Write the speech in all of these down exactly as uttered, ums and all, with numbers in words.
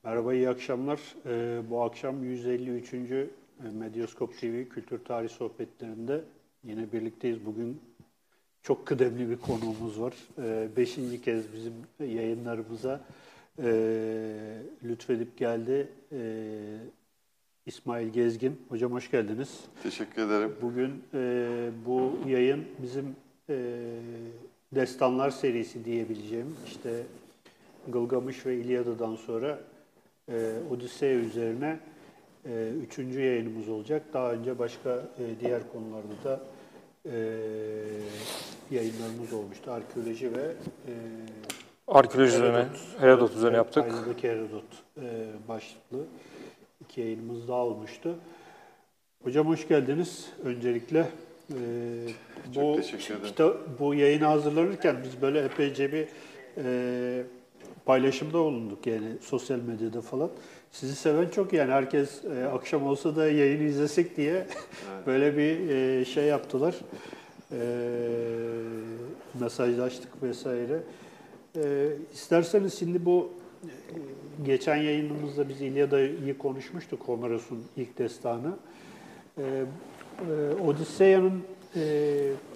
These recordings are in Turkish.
Merhaba, iyi akşamlar. Ee, bu akşam yüz elli üçüncü. Medyaskop T V Kültür Tarih Sohbetlerinde yine birlikteyiz. Bugün çok kıdemli bir konuğumuz var. Ee, beşinci kez bizim yayınlarımıza e, lütfedip geldi. Ee, İsmail Gezgin. Hocam hoş geldiniz. Teşekkür ederim. Bugün e, bu yayın bizim e, destanlar serisi diyebileceğim. İşte Gılgamış ve İlyada'dan sonra e, Odisea üzerine e, üçüncü yayınımız olacak. Daha önce başka e, diğer konularda da e, yayınlarımız olmuştu. Arkeoloji ve e, Arkeoloji üzerine, Herodot üzerine yaptık. Aynadaki Herodot e, başlıklı iki yayınımız daha olmuştu. Hocam hoş geldiniz öncelikle. E, Çok bu teşekkür ederim. Kitap, bu yayını hazırlanırken biz böyle epeyce bir e, paylaşımda bulunduk yani sosyal medyada falan. Sizi seven çok yani herkes e, akşam olsa da yayını izlesek diye evet. böyle bir e, şey yaptılar. E, mesajlaştık vesaire. E, isterseniz şimdi bu e, geçen yayınımızda biz İlyada'yı konuşmuştuk, Homeros'un ilk destanı. E, e, Odisseya'nın e,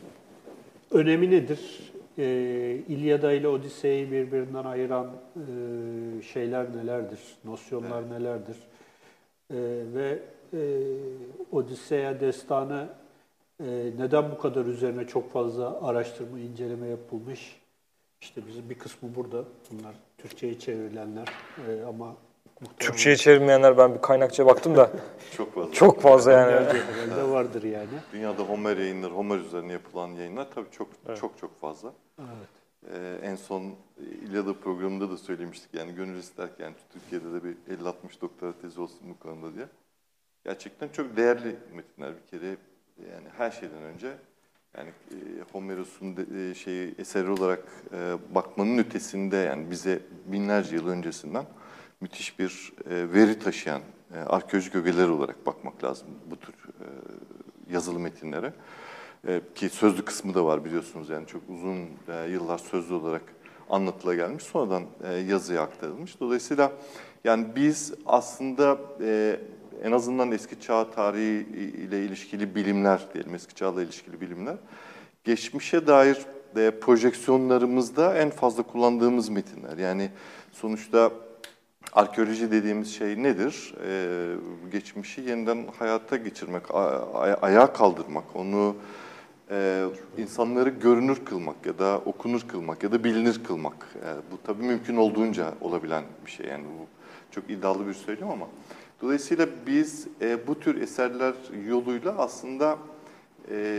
önemi nedir? E, İlyada ile Odise'yi birbirinden ayıran e, şeyler nelerdir? Nosyonlar evet. nelerdir? E, ve e, Odisea destanı e, neden bu kadar üzerine çok fazla araştırma, inceleme yapılmış? İşte bizim bir kısmı burada. Bunlar Türkçe'ye çevrilenler e, ama Türkçe'ye çevirmeyenler, ben bir kaynakçaya baktım da çok fazla. Çok fazla yani. Herhalde vardır yani. Dünyada Homer yayınları, Homer üzerine yapılan yayınlar tabii çok evet. çok çok fazla. Evet. Ee, en son İlyada programında da söylemiştik yani gönül ister ki yani Türkiye'de de bir elli altmış doktora tezi olsun bu konuda diye. Gerçekten çok değerli metinler bir kere yani her şeyden önce yani e, Homeros'un de, e, şeyi eseri olarak e, bakmanın ötesinde yani bize binlerce yıl öncesinden müthiş bir e, veri taşıyan e, arkeolojik ögeler olarak bakmak lazım bu tür e, yazılı metinlere. E, ki sözlü kısmı da var biliyorsunuz yani çok uzun e, yıllar sözlü olarak anlatıla gelmiş. Sonradan e, yazıya aktarılmış. Dolayısıyla yani biz aslında e, en azından eski çağ tarihi ile ilişkili bilimler diyelim, eski çağla ilişkili bilimler, geçmişe dair e, projeksiyonlarımızda en fazla kullandığımız metinler. Yani sonuçta arkeoloji dediğimiz şey nedir? Ee, geçmişi yeniden hayata geçirmek, aya ayağa kaldırmak, onu e, insanları görünür kılmak ya da okunur kılmak ya da bilinir kılmak. Yani bu tabii mümkün olduğunca olabilen bir şey. Yani bu çok iddialı bir söylem ama. Dolayısıyla biz e, bu tür eserler yoluyla aslında e,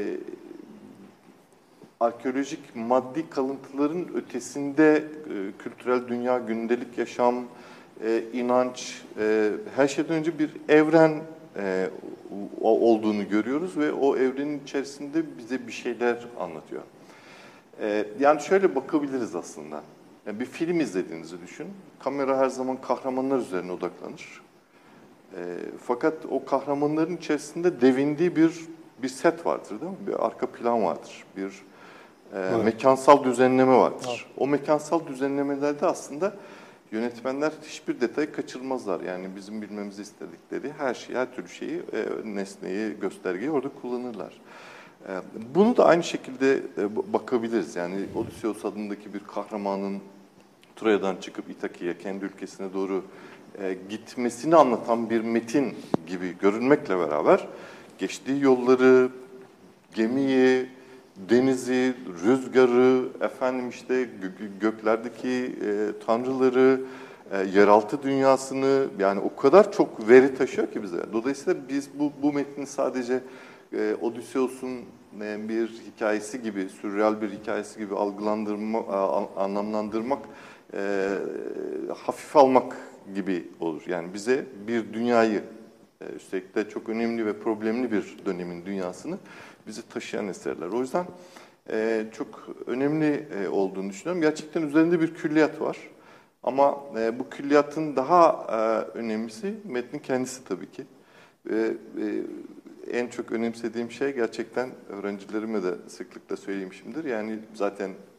arkeolojik maddi kalıntıların ötesinde e, kültürel dünya, gündelik yaşam, e, inanç, e, her şeyden önce bir evren e, olduğunu görüyoruz ve o evrenin içerisinde bize bir şeyler anlatıyor. E, yani şöyle bakabiliriz aslında. Yani bir film izlediğinizi düşün. Kamera her zaman kahramanlar üzerine odaklanır. E, fakat o kahramanların içerisinde devindiği bir bir set vardır değil mi? Bir arka plan vardır. Bir e, evet. mekansal düzenleme vardır. Evet. O mekansal düzenlemelerde aslında yönetmenler hiçbir detayı kaçırmazlar. Yani bizim bilmemizi istedikleri her şeyi, her türlü şeyi, e, nesneyi, göstergeyi orada kullanırlar. E, bunu da aynı şekilde e, bakabiliriz. Yani Odysseus adındaki bir kahramanın Troya'dan çıkıp İtaki'ye, kendi ülkesine doğru e, gitmesini anlatan bir metin gibi görünmekle beraber geçtiği yolları, gemiyi, denizi, rüzgarı, efendim işte göklerdeki e, tanrıları, e, yeraltı dünyasını yani o kadar çok veri taşıyor ki bize. Dolayısıyla biz bu bu metni sadece e, Odysseus'un e, bir hikayesi gibi, sürreal bir hikayesi gibi algılandırma, a, anlamlandırmak, e, hafif almak gibi olur. Yani bize bir dünyayı, e, üstelik de çok önemli ve problemli bir dönemin dünyasını bizi taşıyan eserler. O yüzden e, çok önemli e, olduğunu düşünüyorum. Gerçekten üzerinde bir külliyat var. Ama e, bu külliyatın daha e, önemlisi metnin kendisi tabii ki. E, e, en çok önemsediğim şey gerçekten öğrencilerime de sıklıkla söyleyeyimdir. Yani zaten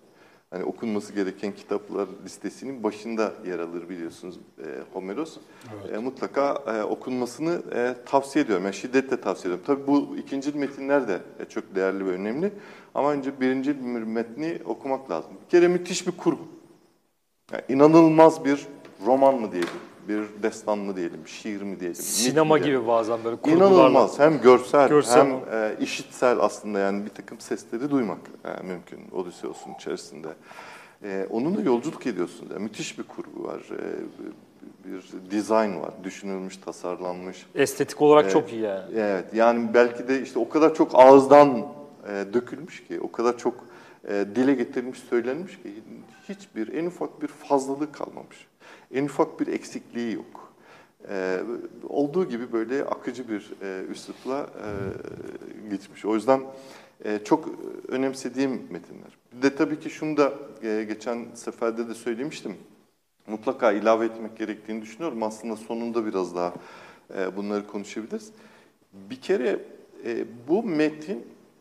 hani okunması gereken kitaplar listesinin başında yer alır biliyorsunuz e, Homeros. Evet. E, mutlaka e, okunmasını e, tavsiye ediyorum. Yani şiddetle tavsiye ediyorum. Tabii bu ikincil metinler de e, çok değerli ve önemli. Ama önce birincil metni okumak lazım. Bir kere müthiş bir kurgu. Yani inanılmaz bir roman mı diyelim, bir destan mı diyelim, şiir mi diyelim. Sinema diyelim. gibi bazen böyle kurgularla. İnanılmaz. Hem görsel, Görsel hem e, işitsel aslında, yani bir takım sesleri duymak e, mümkün Odysseus'un içerisinde. E, onunla yolculuk ediyorsunuz. Yani müthiş bir kurgu var, e, bir dizayn var, düşünülmüş, tasarlanmış. Estetik olarak E, çok iyi yani. Evet, yani belki de işte o kadar çok ağızdan e, dökülmüş ki, o kadar çok e, dile getirilmiş, söylenmiş ki hiçbir, en ufak bir fazlalık kalmamış. En ufak bir eksikliği yok. Ee, olduğu gibi böyle akıcı bir e, üslupla e, gitmiş. O yüzden e, çok önemsediğim metinler. Bir de tabii ki şunu da e, geçen seferde de söylemiştim. Mutlaka ilave etmek gerektiğini düşünüyorum. Aslında sonunda biraz daha e, bunları konuşabiliriz. Bir kere e, bu metin,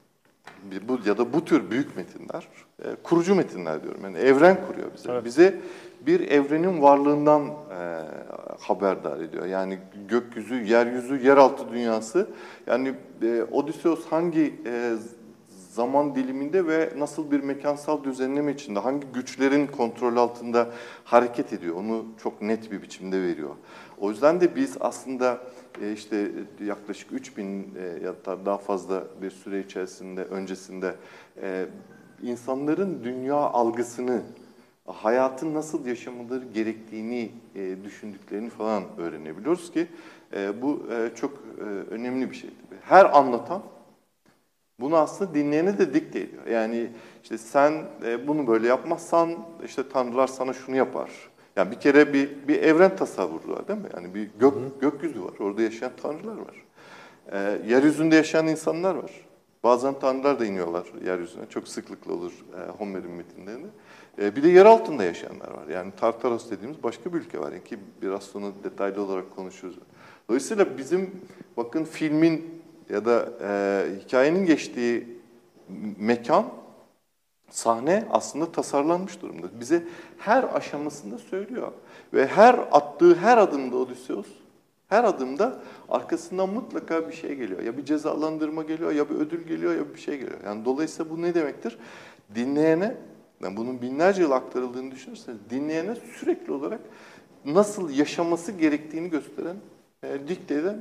bu ya da bu tür büyük metinler, e, kurucu metinler diyorum. Yani evren kuruyor bize. Evet. Bize bir evrenin varlığından e, haberdar ediyor. Yani gökyüzü, yeryüzü, yeraltı dünyası. Yani e, Odysseus hangi e, zaman diliminde ve nasıl bir mekansal düzenleme içinde, hangi güçlerin kontrol altında hareket ediyor, onu çok net bir biçimde veriyor. O yüzden de biz aslında e, işte yaklaşık üç bin e, ya da daha fazla bir süre içerisinde, öncesinde e, insanların dünya algısını, hayatın nasıl yaşamaları gerektiğini e, düşündüklerini falan öğrenebiliyoruz ki e, bu e, çok e, önemli bir şey. Her anlatan bunu aslında dinleyene de dikte ediyor. Yani işte sen e, bunu böyle yapmazsan işte tanrılar sana şunu yapar. Yani bir kere bir bir evren tasavvuru var değil mi? Yani bir gök gökyüzü var. Orada yaşayan tanrılar var. E, yeryüzünde yaşayan insanlar var. Bazen tanrılar da iniyorlar yeryüzüne. Çok sıklıkla olur e, Homer'in metinlerinde. E, bir de yer altında yaşayanlar var. Yani Tartaros dediğimiz başka bir ülke var. Yani ki biraz sonra detaylı olarak konuşuruz. Dolayısıyla bizim bakın filmin ya da e, hikayenin geçtiği mekan, sahne aslında tasarlanmış durumda. Bize her aşamasında söylüyor. Ve her attığı her adımda Odysseus, her adımda arkasından mutlaka bir şey geliyor. Ya bir cezalandırma geliyor, ya bir ödül geliyor, ya bir şey geliyor. Yani dolayısıyla bu ne demektir? Dinleyene, yani bunun binlerce yıl aktarıldığını düşünürseniz, dinleyene sürekli olarak nasıl yaşaması gerektiğini gösteren, e, dikte eden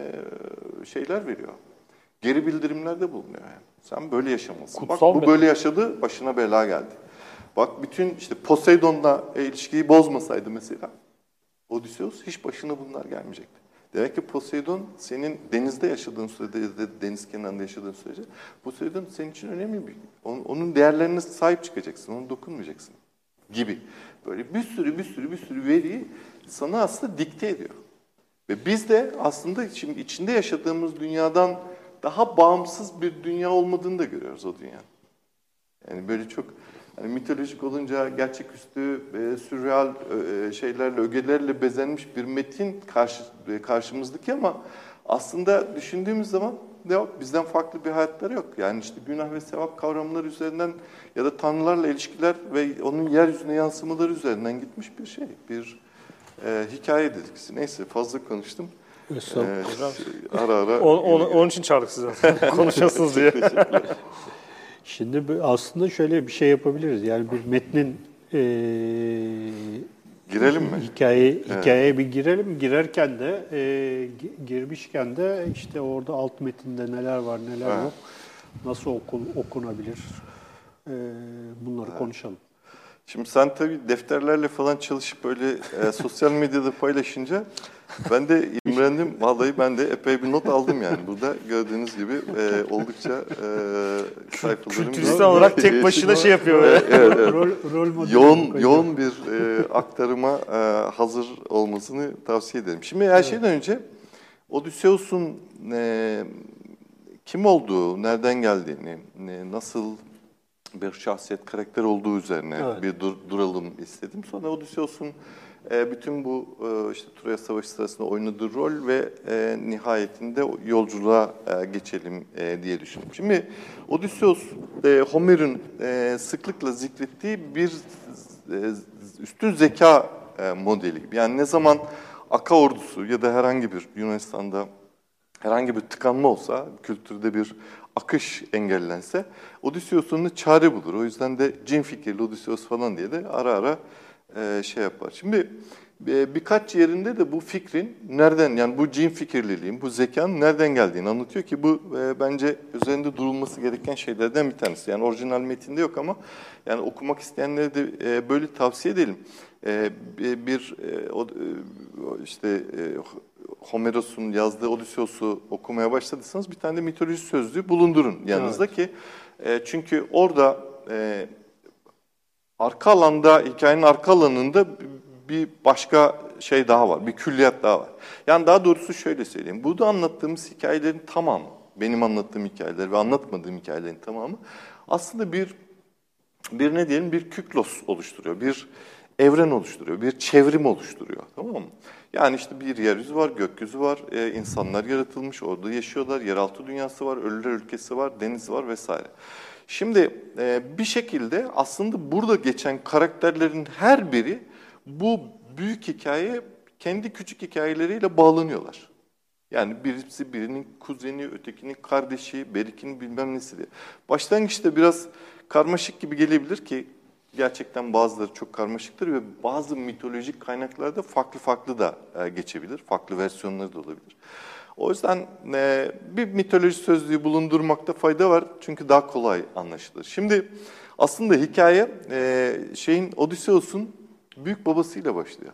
e, şeyler veriyor. Geri bildirimlerde bulunuyor yani. Sen böyle yaşamalısın. Kutsal Bak bu böyle yaşadı, başına bela geldi. Bak bütün işte Poseidon'la ilişkiyi bozmasaydı mesela, Odysseus hiç başına bunlar gelmeyecekti. Demek ki Poseidon senin denizde yaşadığın sürede ya da deniz kenarında yaşadığın sürece Poseidon senin için önemli bir. Onun, onun değerlerine sahip çıkacaksın, onu dokunmayacaksın gibi. Böyle bir sürü bir sürü bir sürü veriyi sana aslında dikte ediyor. Ve biz de aslında şimdi içinde yaşadığımız dünyadan daha bağımsız bir dünya olmadığını da görüyoruz o dünya. Yani böyle çok hani mitolojik olunca gerçeküstü, e, sürreal e, şeylerle, ögelerle bezenmiş bir metin karşı, e, karşımızdaki ama aslında düşündüğümüz zaman yok, bizden farklı bir hayatları yok. Yani işte günah ve sevap kavramları üzerinden ya da tanrılarla ilişkiler ve onun yeryüzüne yansımaları üzerinden gitmiş bir şey, bir e, hikaye dizisi. Neyse fazla konuştum. Ee, ara ara. O, onu, onun için çağırdık sizi zaten. Konuşuyorsunuz diye. Şimdi aslında şöyle bir şey yapabiliriz. Yani bir metnin e, girelim mi? Hikaye, evet. Hikayeye bir girelim. Girerken de e, girmişken de işte orada alt metinde neler var neler evet. yok. Nasıl okun, okunabilir? E, bunları evet. konuşalım. Şimdi sen tabii defterlerle falan çalışıp böyle e, sosyal medyada paylaşınca ben de imrendim. Vallahi ben de epey bir not aldım yani. Burada gördüğünüz gibi e, oldukça e, sayfalarım... Kültürist olarak tek başına şey yapıyor. Evet, evet, evet. Rol, rol yoğun, yoğun bir e, aktarıma e, hazır olmasını tavsiye ederim. Şimdi her evet. şeyden önce Odysseus'un e, kim olduğu, nereden geldiğini, e, nasıl... bir şahsiyet, karakter olduğu üzerine evet. bir dur, duralım istedim. Sonra Odysseus'un e, bütün bu e, işte Troya Savaşı sırasında oynadığı rol ve e, nihayetinde yolculuğa e, geçelim e, diye düşünüyorum. Şimdi Odysseus, e, Homer'in e, sıklıkla zikrettiği bir e, üstün zeka e, modeli gibi. Yani ne zaman Aka ordusu ya da herhangi bir Yunanistan'da herhangi bir tıkanma olsa, kültürde bir akış engellense Odysseus'un çare bulur. O yüzden de cin fikirli Odysseus falan diye de ara ara e, şey yapar. Şimdi e, birkaç yerinde de bu fikrin nereden, yani bu cin fikirliliğin, bu zekanın nereden geldiğini anlatıyor ki bu e, bence üzerinde durulması gereken şeylerden bir tanesi. Yani orijinal metinde yok ama yani okumak isteyenlere de e, böyle tavsiye edelim. E, bir bir e, o, e, işte e, Homeros'un yazdığı Odysseus'u okumaya başladıysanız bir tane de mitoloji sözlüğü bulundurun yanınızda Evet. ki e, çünkü orada e, arka alanda, hikayenin arka alanında bir başka şey daha var, bir külliyat daha var. Yani daha doğrusu şöyle söyleyeyim, burada anlattığımız hikayelerin tamamı, benim anlattığım hikayeler ve anlatmadığım hikayelerin tamamı aslında bir bir ne diyelim bir küklos oluşturuyor, bir evren oluşturuyor, bir çevrim oluşturuyor, tamam mı? Yani işte bir yeryüzü var, gökyüzü var, e, insanlar yaratılmış, orada yaşıyorlar, yeraltı dünyası var, ölüler ülkesi var, deniz var vesaire. Şimdi e, bir şekilde aslında burada geçen karakterlerin her biri bu büyük hikayeye kendi küçük hikayeleriyle bağlanıyorlar. Yani birisi birinin kuzeni, ötekinin kardeşi, berikinin bilmem nesi diye. Başlangıçta biraz karmaşık gibi gelebilir ki gerçekten bazıları çok karmaşıktır ve bazı mitolojik kaynaklarda farklı farklı da e, geçebilir. Farklı versiyonları da olabilir. O yüzden e, bir mitoloji sözlüğü bulundurmakta fayda var çünkü daha kolay anlaşılır. Şimdi aslında hikaye e, şeyin Odysseus'un büyük babasıyla başlıyor.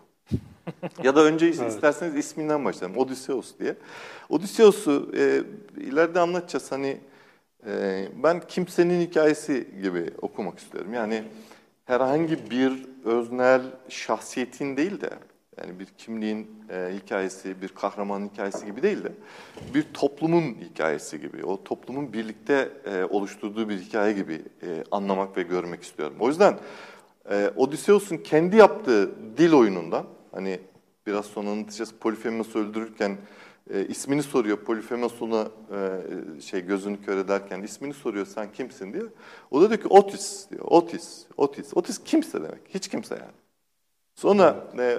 Ya da önce Evet. isterseniz isminden başlayalım. Odysseus diye. Odysseus'u e, ileride anlatacağız. Hani e, ben kimsenin hikayesi gibi okumak istiyorum. Yani herhangi bir öznel şahsiyetin değil de yani bir kimliğin e, hikayesi, bir kahramanın hikayesi gibi değil de bir toplumun hikayesi gibi, o toplumun birlikte e, oluşturduğu bir hikaye gibi e, anlamak ve görmek istiyorum. O yüzden e, Odysseus'un kendi yaptığı dil oyunundan, hani biraz sonra anlatacağız, Polifemos'u öldürürken e, ismini soruyor, Polifemos ona e, şey gözünü kör ederken ismini soruyor, sen kimsin diyor. O da diyor ki Otis diyor, Otis, Otis. Otis kimse demek, hiç kimse yani. Sonra e,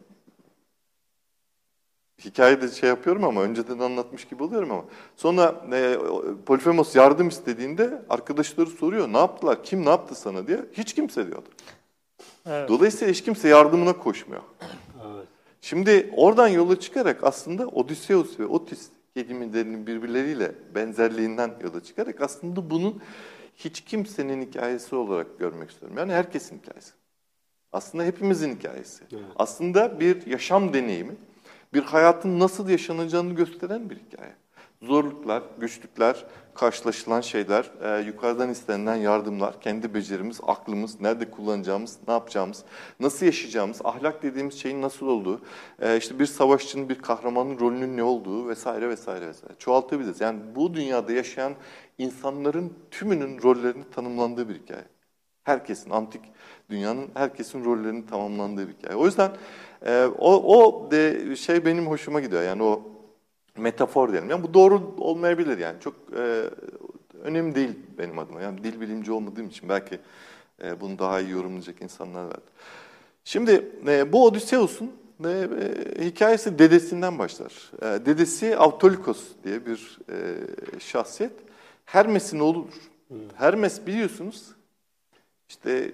hikayede şey yapıyorum ama önceden anlatmış gibi oluyorum ama sonra e, Polifemos yardım istediğinde arkadaşları soruyor, ne yaptılar, kim ne yaptı sana diye, hiç kimse diyordu. Evet. Dolayısıyla hiç kimse yardımına koşmuyor. Evet. Şimdi oradan yola çıkarak aslında Odysseus ve Otis kelimelerinin birbirleriyle benzerliğinden yola çıkarak aslında bunun hiç kimsenin hikayesi olarak görmek istiyorum. Yani herkesin hikayesi. Aslında hepimizin hikayesi. Evet. Aslında bir yaşam deneyimi, bir hayatın nasıl yaşanacağını gösteren bir hikaye. Zorluklar, güçlükler, karşılaşılan şeyler, e, yukarıdan istenilen yardımlar, kendi becerimiz, aklımız, nerede kullanacağımız, ne yapacağımız, nasıl yaşayacağımız, ahlak dediğimiz şeyin nasıl olduğu, e, işte bir savaşçının, bir kahramanın rolünün ne olduğu vesaire vesaire vesaire. Çoğaltabiliriz. Yani bu dünyada yaşayan insanların tümünün rollerini tanımlandığı bir hikaye. Herkesin, antik dünyanın herkesin rollerinin tamamlandığı bir hikaye. O yüzden e, o, o de şey benim hoşuma gidiyor. Yani o metafor diyelim. Yani bu doğru olmayabilir yani. Çok e, önemli değil benim adıma. Yani dil bilimci olmadığım için belki e, bunu daha iyi yorumlayacak insanlar vardır. Şimdi e, bu Odysseus'un e, e, hikayesi dedesinden başlar. E, dedesi Autolycos diye bir e, şahsiyet. Hermes'in oğludur. Hmm. Hermes biliyorsunuz işte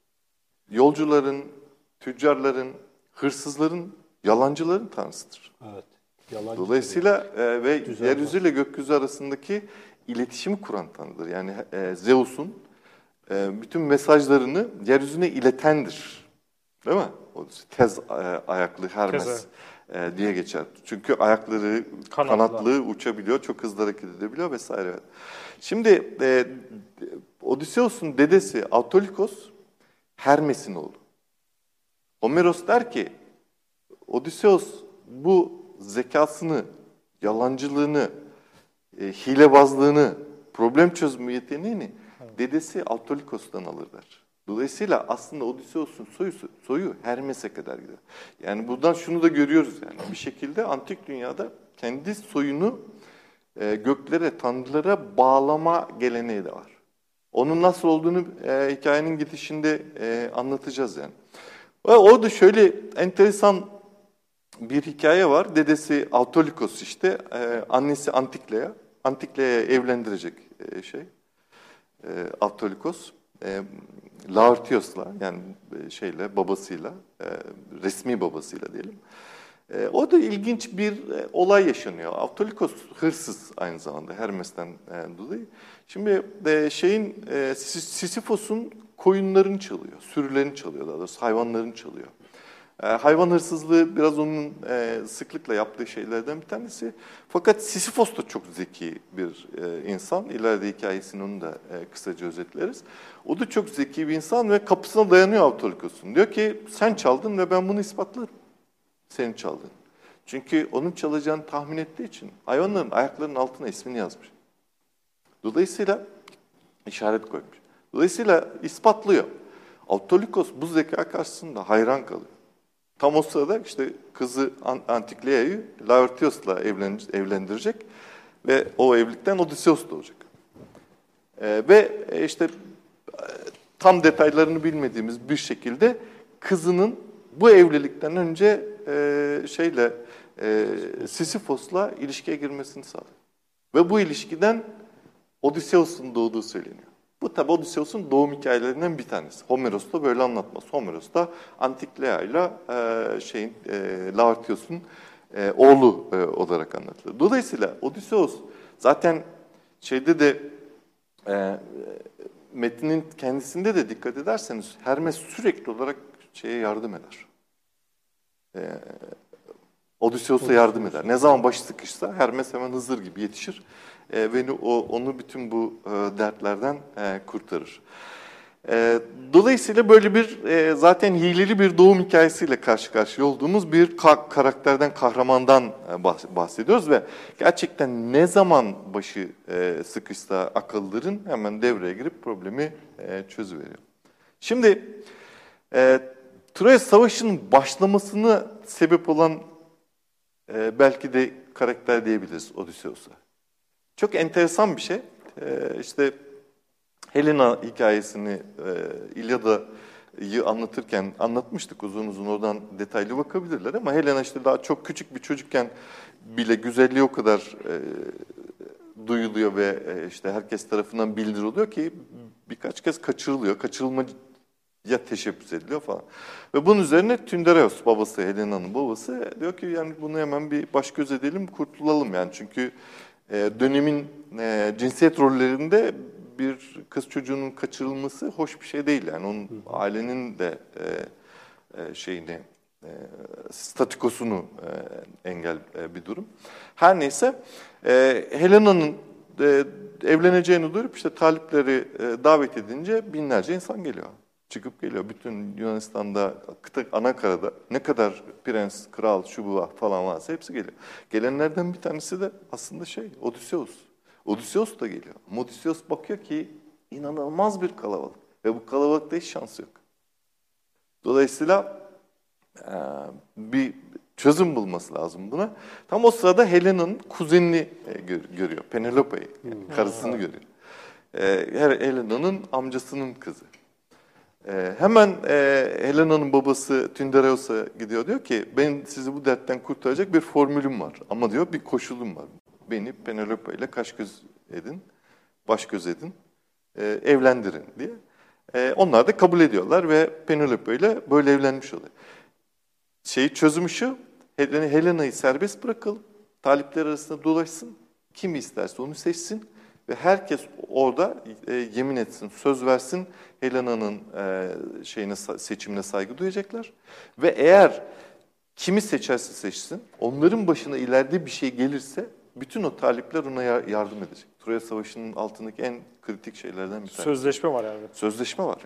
yolcuların, tüccarların, hırsızların, yalancıların tanrısıdır. Evet. Yalancı Dolayısıyla e, ve Güzel yeryüzüyle gökyüzü arasındaki iletişimi kuran tanrıdır. Yani e, Zeus'un e, bütün mesajlarını yeryüzüne iletendir. Değil mi? O tez e, ayaklı Hermes e, diye geçer. Çünkü ayakları Kanatlı. kanatlı, uçabiliyor, çok hızlı hareket edebiliyor vesaire. Şimdi e, Odysseus'un dedesi Autolycos Hermes'in oğlu. Homeros der ki Odysseus bu zekasını, yalancılığını, e, hilebazlığını, problem çözme yeteneğini dedesi Autolykos'tan alır der. Dolayısıyla aslında Odysseus'un soyu, soyu Hermes'e kadar gider. Yani buradan şunu da görüyoruz yani. Bir şekilde antik dünyada kendi soyunu e, göklere, tanrılara bağlama geleneği de var. Onun nasıl olduğunu e, hikayenin gidişinde e, anlatacağız yani. Orada şöyle enteresan bir hikaye var. Dedesi Autolikos işte, e, annesi Antikleia. Antikleia'ya evlendirecek e, şey, e, Autolikos. E, Laertios'la yani şeyle babasıyla, e, resmi babasıyla diyelim. E, o da ilginç bir e, olay yaşanıyor. Autolikos hırsız aynı zamanda Hermes'ten e, dolayı. Şimdi e, şeyin e, Sisyphos'un koyunlarını çalıyor, sürülerini çalıyor daha doğrusu hayvanlarını çalıyor. E, hayvan hırsızlığı biraz onun e, sıklıkla yaptığı şeylerden bir tanesi. Fakat Sisyphos da çok zeki bir e, insan. İleride hikayesini onu da e, kısaca özetleriz. O da çok zeki bir insan ve kapısına dayanıyor Autolikos'un. Diyor ki sen çaldın ve ben bunu ispatlarım. Senin çaldığın. Çünkü onun çalacağını tahmin ettiği için hayvanların ayaklarının altına ismini yazmış. Dolayısıyla işaret koymuş. Dolayısıyla ispatlıyor. Autolikos bu zeka karşısında hayran kalıyor. Tam o sırada işte kızı Antikleia'yı Laertios'la evlendirecek ve o evlilikten Odysseus doğacak. Ee, ve işte tam detaylarını bilmediğimiz bir şekilde kızının bu evlilikten önce e, şeyle e, Sisyphos'la ilişkiye girmesini sağlıyor. Ve bu ilişkiden Odysseus'un doğduğu söyleniyor. Bu tabi Odysseus'un doğum hikayelerinden bir tanesi. Homeros da böyle anlatmaz. Homeros da Antikleia ile e, şeyin e, Laertios'un e, oğlu e, olarak anlatılır. Dolayısıyla Odysseus zaten şeyde de e, metnin kendisinde de dikkat ederseniz Hermes sürekli olarak şeye yardım eder. E, Odysseus'a yardım eder. Ne zaman başı sıkışsa Hermes hemen Hızır gibi yetişir e, ve o, onu bütün bu e, dertlerden e, kurtarır. E, dolayısıyla böyle bir e, zaten hileli bir doğum hikayesiyle karşı karşıya olduğumuz bir ka- karakterden, kahramandan e, bahsediyoruz ve gerçekten ne zaman başı e, sıkışsa akılların hemen devreye girip problemi e, çözüveriyor. Şimdi e, Troya Savaşı'nın başlamasına sebep olan e, belki de karakter diyebiliriz Odysseus'a. Çok enteresan bir şey. E, işte Helena hikayesini e, İlyada'yı anlatırken anlatmıştık uzun uzun, oradan detaylı bakabilirler ama Helena işte daha çok küçük bir çocukken bile güzelliği o kadar e, duyuluyor ve e, işte herkes tarafından bildiriliyor ki birkaç kez kaçırılıyor. Kaçırılmaya teşebbüs ediliyor falan. Ve bunun üzerine Tyndareos babası, Helena'nın babası diyor ki yani bunu hemen bir baş göz edelim, kurtulalım yani. Çünkü e, dönemin e, cinsiyet rollerinde bir kız çocuğunun kaçırılması hoş bir şey değil. Yani onun hı hı. ailenin de e, e, şeyini, e, statükosunu e, engel e, bir durum. Her neyse e, Helena'nın e, evleneceğini duyurup işte talipleri e, davet edince binlerce insan geliyor. Çıkıp geliyor. Bütün Yunanistan'da, kıta, ana karada ne kadar prens, kral, şu bu falan varsa hepsi geliyor. Gelenlerden bir tanesi de aslında şey, Odysseus. Odysseus da geliyor. Ama Odysseus bakıyor ki inanılmaz bir kalabalık. Ve bu kalabalıkta hiç şansı yok. Dolayısıyla e, bir çözüm bulması lazım buna. Tam o sırada Helena'nın kuzenini e, gör, görüyor. Penelope'yi, yani karısını görüyor. E, Helena'nın amcasının kızı. Ee, hemen e, Helena'nın babası Tyndareos'a gidiyor, diyor ki ben sizi bu dertten kurtaracak bir formülüm var. Ama diyor bir koşulum var. Beni Penelope ile kaş göz edin, baş göz edin, e, evlendirin diye. E, onlar da kabul ediyorlar ve Penelope ile böyle evlenmiş oluyor. Şeyi çözümü şu, Helena'yı serbest bırakalım, talipler arasında dolaşsın, kimi isterse onu seçsin. Ve herkes orada e, yemin etsin, söz versin, Helena'nın e, şeyine, seçimine saygı duyacaklar. Ve eğer kimi seçerse seçsin, onların başına ileride bir şey gelirse bütün o talipler ona yardım edecek. Troya Savaşı'nın altındaki en kritik şeylerden bir tanesi. Sözleşme var yani. Sözleşme var.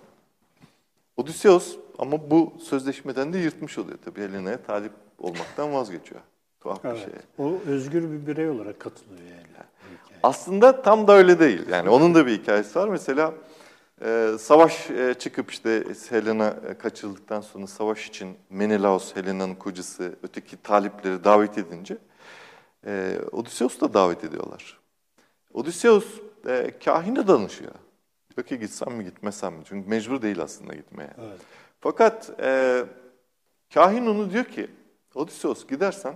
Odysseus ama bu sözleşmeden de yırtmış oluyor tabii. Helena'ya talip olmaktan vazgeçiyor. Tuhaf evet. bir şey. O özgür bir birey olarak katılıyor yani. Aslında tam da öyle değil. Yani onun da bir hikayesi var. Mesela Ee, savaş e, çıkıp işte Helena e, kaçırıldıktan sonra savaş için Menelaos, Helena'nın kocası, öteki talipleri davet edince e, Odysseus'u da davet ediyorlar. Odysseus e, kahine danışıyor. Diyor ki gitsem mi gitmesem mi? Çünkü mecbur değil aslında gitmeye. Evet. Fakat e, kahin onu diyor ki Odysseus gidersen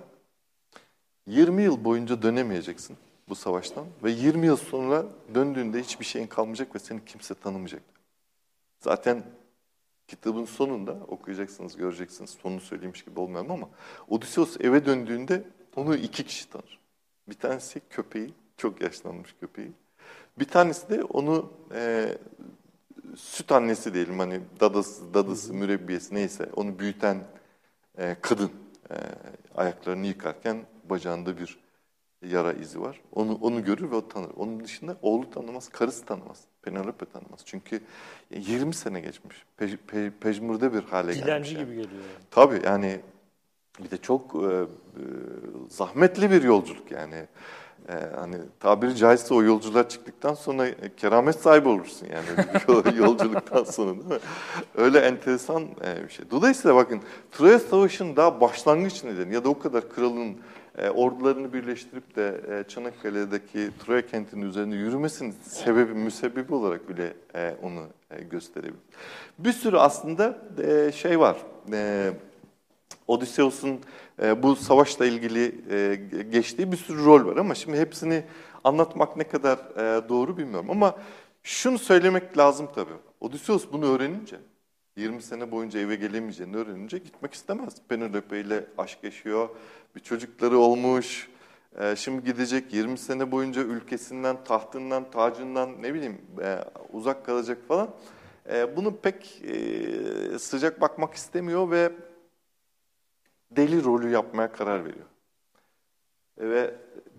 yirmi yıl boyunca dönemeyeceksin bu savaştan ve yirmi yıl sonra döndüğünde hiçbir şeyin kalmayacak ve seni kimse tanımayacak. Zaten kitabın sonunda okuyacaksınız, göreceksiniz. Sonunu söyleymiş gibi olmayalım ama Odysseus eve döndüğünde onu iki kişi tanır. Bir tanesi köpeği, çok yaşlanmış köpeği. Bir tanesi de onu e, süt annesi diyelim, hani dadası, dadısı, mürebbiyesi neyse onu büyüten e, kadın. E, ayaklarını yıkarken bacağında bir yara izi var. Onu onu görür ve o tanır. Onun dışında oğlu tanımaz, karısı tanımaz. Penelope tanımaz. Çünkü yirmi sene geçmiş. Pe, pe, pejmürde bir hale gelmiş. Dilenci yani. gibi geliyor. Yani. Tabii yani bir de çok e, e, zahmetli bir yolculuk yani. E, hani tabiri caizse o yolculuğa çıktıktan sonra e, keramet sahibi olursun yani öyle bir yolculuktan sonra, değil mi? Öyle enteresan e, bir şey. Dolayısıyla bakın Troya Savaşı'nın daha başlangıç nedeni ya da o kadar kralın e, ordularını birleştirip de e, Çanakkale'deki Troya kentinin üzerinde yürümesinin sebebi, müsebbibi olarak bile e, onu e, gösterebilir. Bir sürü aslında e, şey var. E, Odysseus'un e, bu savaşla ilgili e, geçtiği bir sürü rol var ama şimdi hepsini anlatmak ne kadar e, doğru bilmiyorum. Ama şunu söylemek lazım tabii. Odysseus bunu öğrenince, yirmi sene boyunca eve gelemeyeceğini öğrenince gitmek istemez. Penelope ile aşk yaşıyor, bir çocukları olmuş. E, şimdi gidecek yirmi sene boyunca ülkesinden, tahtından, tacından ne bileyim e, uzak kalacak falan. E, bunu pek e, sıcak bakmak istemiyor ve deli rolü yapmaya karar veriyor. Ve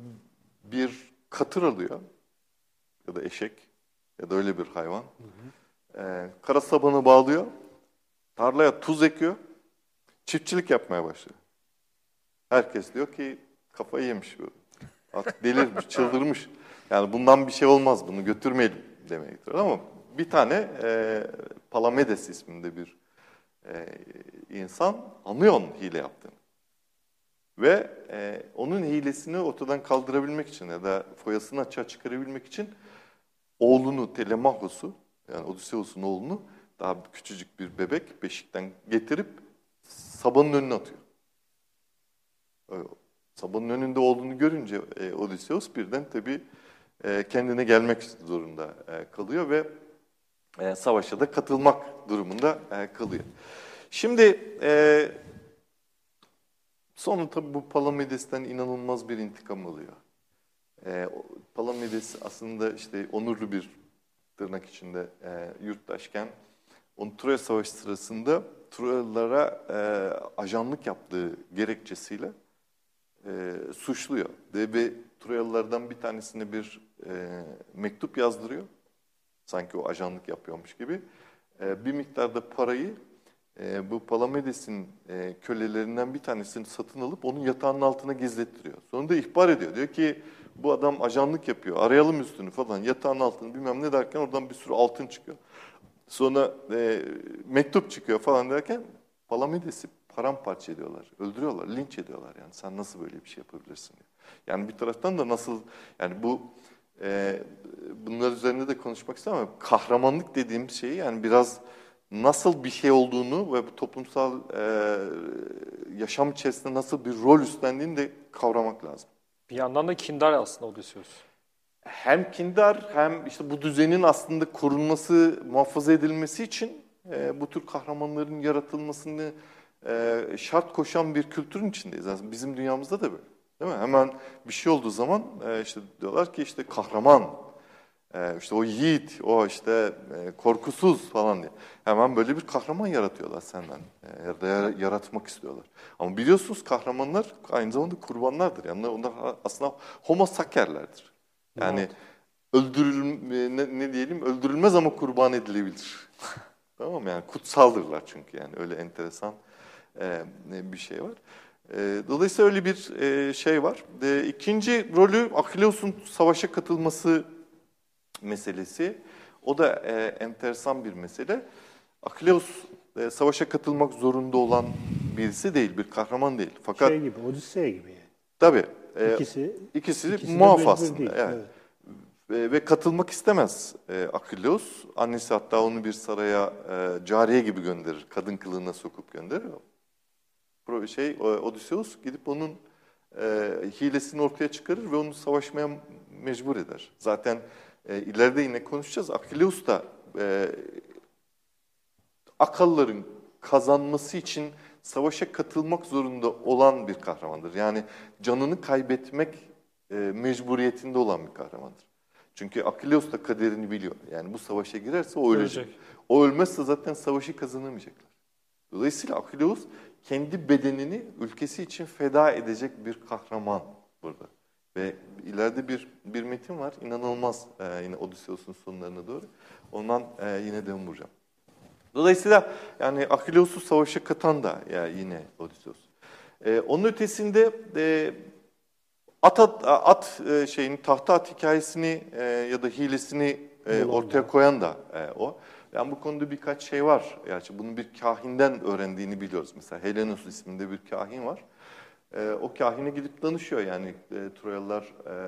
bir katır alıyor ya da eşek ya da öyle bir hayvan. Hı hı. Ee, kara sabanı bağlıyor, tarlaya tuz ekiyor, çiftçilik yapmaya başlıyor. Herkes diyor ki kafayı yemiş bu. Artık delirmiş, çıldırmış. Yani bundan bir şey olmaz, bunu götürmeyelim demeye getiriyor. Ama bir tane e, Palamedes isminde bir e, insan anlıyor onun hile yaptığını. Ve e, onun hilesini ortadan kaldırabilmek için ya da foyasını açığa çıkarabilmek için oğlunu Telemachos'u, yani Odysseus'un oğlunu daha küçücük bir bebek beşikten getirip sabanın önüne atıyor. Sabanın önünde olduğunu görünce e, Odysseus birden tabii e, kendine gelmek zorunda e, kalıyor ve e, savaşa da katılmak durumunda e, kalıyor. Şimdi e, sonra tabii bu Palamedes'ten inanılmaz bir intikam alıyor. E, Palamedes aslında işte onurlu bir tırnak içinde e, yurttaşken onu Troya Savaşı sırasında Troyalılara e, ajanlık yaptığı gerekçesiyle e, suçluyor. Ve Troyalılardan bir tanesine bir e, mektup yazdırıyor. Sanki o ajanlık yapıyormuş gibi. E, bir miktarda parayı e, bu Palamedes'in e, kölelerinden bir tanesini satın alıp onun yatağının altına gizlettiriyor. Sonra da ihbar ediyor. Diyor ki bu adam ajanlık yapıyor. Arayalım üstünü falan. Yatağın altını bilmem ne derken oradan bir sürü altın çıkıyor. Sonra e, mektup çıkıyor falan derken Palamedes'i paramparça ediyorlar. Öldürüyorlar, linç ediyorlar. Yani sen nasıl böyle bir şey yapabilirsin diye. Yani bir taraftan da nasıl, yani bu e, bunlar üzerinde de konuşmak istemem ama kahramanlık dediğim şeyi yani biraz nasıl bir şey olduğunu ve bu toplumsal e, yaşam içerisinde nasıl bir rol üstlendiğini de kavramak lazım. Bir yandan da kindar aslında Odysseus. Hem kindar hem işte bu düzenin aslında korunması, muhafaza edilmesi için e, bu tür kahramanların yaratılmasını e, şart koşan bir kültürün içindeyiz. Aslında bizim dünyamızda da böyle. Değil mi? Hemen bir şey olduğu zaman e, işte diyorlar ki işte kahraman, e, işte o yiğit, o işte e, korkusuz falan diye. Hemen böyle bir kahraman yaratıyorlar senden. E, ya da yaratmak istiyorlar. Ama biliyorsunuz kahramanlar aynı zamanda kurbanlardır. Yani onlar aslında homo sakerlerdir. Yani evet. öldürül ne, ne diyelim öldürülmez ama kurban edilebilir. Tamam mı? Yani kutsaldırlar çünkü yani öyle enteresan e, bir şey var. E, dolayısıyla öyle bir e, şey var. E, ikinci rolü Akileus'un savaşa katılması meselesi. o da e, enteresan bir mesele. Akileus e, savaşa katılmak zorunda olan birisi değil, bir kahraman değil. Fakat Şey gibi, Odisea gibi yani. tabii e, İkisi, ikisi, ikisi de muaf mecbur aslında. değil, Evet. evet. Ve, ve katılmak istemez e, Akileus. Annesi hatta onu bir saraya e, cariye gibi gönderir. Kadın kılığına sokup gönderir. Pro- Şey, e, Odysseus gidip onun e, hilesini ortaya çıkarır ve onu savaşmaya mecbur eder. Zaten e, ileride yine konuşacağız. Akileus da e, Akalların kazanması için savaşa katılmak zorunda olan bir kahramandır. Yani canını kaybetmek e, mecburiyetinde olan bir kahramandır. Çünkü Akileus da kaderini biliyor. Yani bu savaşa girerse o ölecek. Ölecek. O ölmezse zaten savaşı kazanamayacaklar. Dolayısıyla Akileus kendi bedenini ülkesi için feda edecek bir kahraman burada. Ve ileride bir bir metin var. İnanılmaz e, yine Odysseus'un sonlarına doğru. Ondan e, yine dem vuracağım. Dolayısıyla yani Akileus'u savaşa katan da ya yine Odysseus. Ee, onun ötesinde e, at at, at e, şeyin tahta at hikayesini e, ya da hilesini e, Bulan ortaya da. koyan da e, o. Yani bu konuda birkaç şey var. Yani bunun bir kahinden öğrendiğini biliyoruz. Mesela Helenos isminde bir kahin var. E, o kahine gidip danışıyor yani e, Troyalılar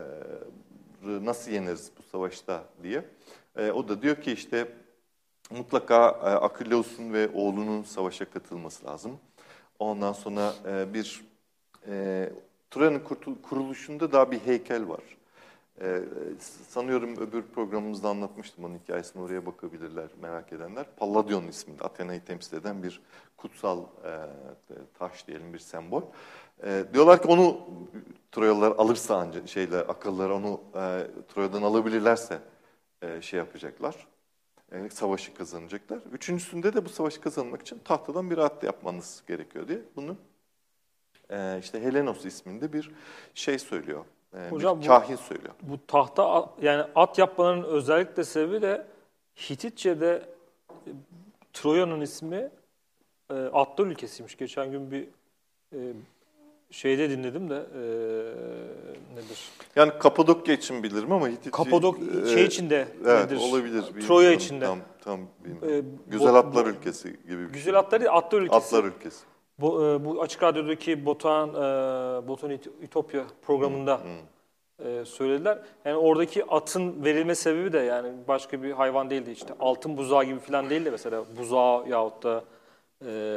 e, nasıl yeneriz bu savaşta diye. E, o da diyor ki işte mutlaka e, Akileus'un ve oğlunun savaşa katılması lazım. Ondan sonra e, bir e, Troya'nın kuruluşunda daha bir heykel var. E, sanıyorum öbür programımızda anlatmıştım onun hikayesini, oraya bakabilirler merak edenler. Palladion isminde Athena'yı temsil eden bir kutsal e, taş diyelim, bir sembol. E, diyorlar ki onu Troyalılar alırsa ancak şeyler akılları onu e, Troya'dan alabilirlerse e, şey yapacaklar. Yani savaşı kazanacaklar. Üçüncüsünde de bu savaşı kazanmak için tahtadan bir at yapmanız gerekiyor diye bunu e, işte Helenos isminde bir şey söylüyor. E, Hocam bir bu- kahin söylüyor. Bu tahta a- yani at yapmanın özellikle sebebi de Hititçe'de e, Troya'nın ismi e, atlar ülkesiymiş. Geçen gün bir e, şeyde dinledim de e, nedir? Yani Kapadokya için bilirim ama Hititçi... Kapadok e, şey içinde evet, nedir? olabilir. Troya Bilmiyorum. içinde. Tam, tam bilmiyorum. E, Güzel bo- Atlar bo- ülkesi gibi bir Güzel şey. atlar değil, atlar ülkesi. Atlar ülkesi. Bu, e, bu Açık Radyo'daki Botan, e, Botan Ütopya programında e, söylediler. Yani oradaki atın verilme sebebi de yani başka bir hayvan değildi işte. Altın buzağı gibi falan değil de mesela buzağı yahut da e,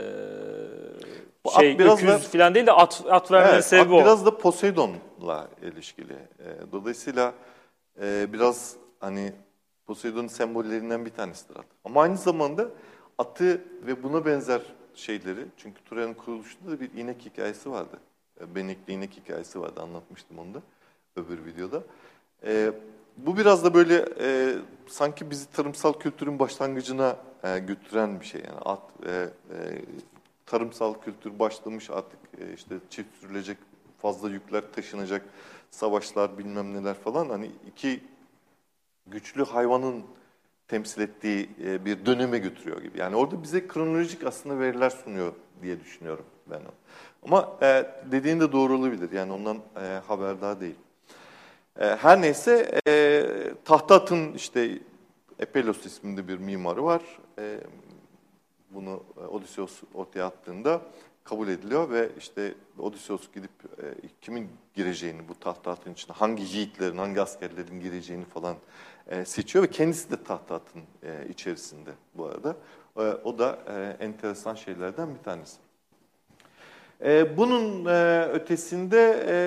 Bu şey at biraz öküz da- falan değil de at, at vermenin Evet, sebebi at o. biraz da Poseidon'la ilişkili. E, dolayısıyla e, biraz hani Poseidon'un sembollerinden bir tanesidir at. Ama aynı zamanda atı ve buna benzer şeyleri, çünkü Troya'nın kuruluşunda da bir inek hikayesi vardı. E, benekli inek hikayesi vardı, anlatmıştım onu da öbür videoda. E, bu biraz da böyle e, sanki bizi tarımsal kültürün başlangıcına e, götüren bir şey. Yani at e, e, tarımsal kültür başlamış artık, e, işte çift sürülecek, fazla yükler taşınacak, savaşlar bilmem neler falan. Hani iki güçlü hayvanın temsil ettiği e, bir döneme götürüyor gibi. Yani orada bize kronolojik aslında veriler sunuyor diye düşünüyorum ben. Ama e, dediğin de doğru olabilir. Yani ondan e, haberdar değil. E, her neyse e, tahta atın işte Epelos isminde bir mimarı var. E, bunu e, Odysseus ortaya attığında kabul ediliyor ve işte Odysseus gidip e, kimin gireceğini bu tahta atın içine, hangi yiğitlerin, hangi askerlerin gireceğini falan e, seçiyor ve kendisi de tahta atın e, içerisinde bu arada. E, o da e, enteresan şeylerden bir tanesi. E, bunun e, ötesinde e,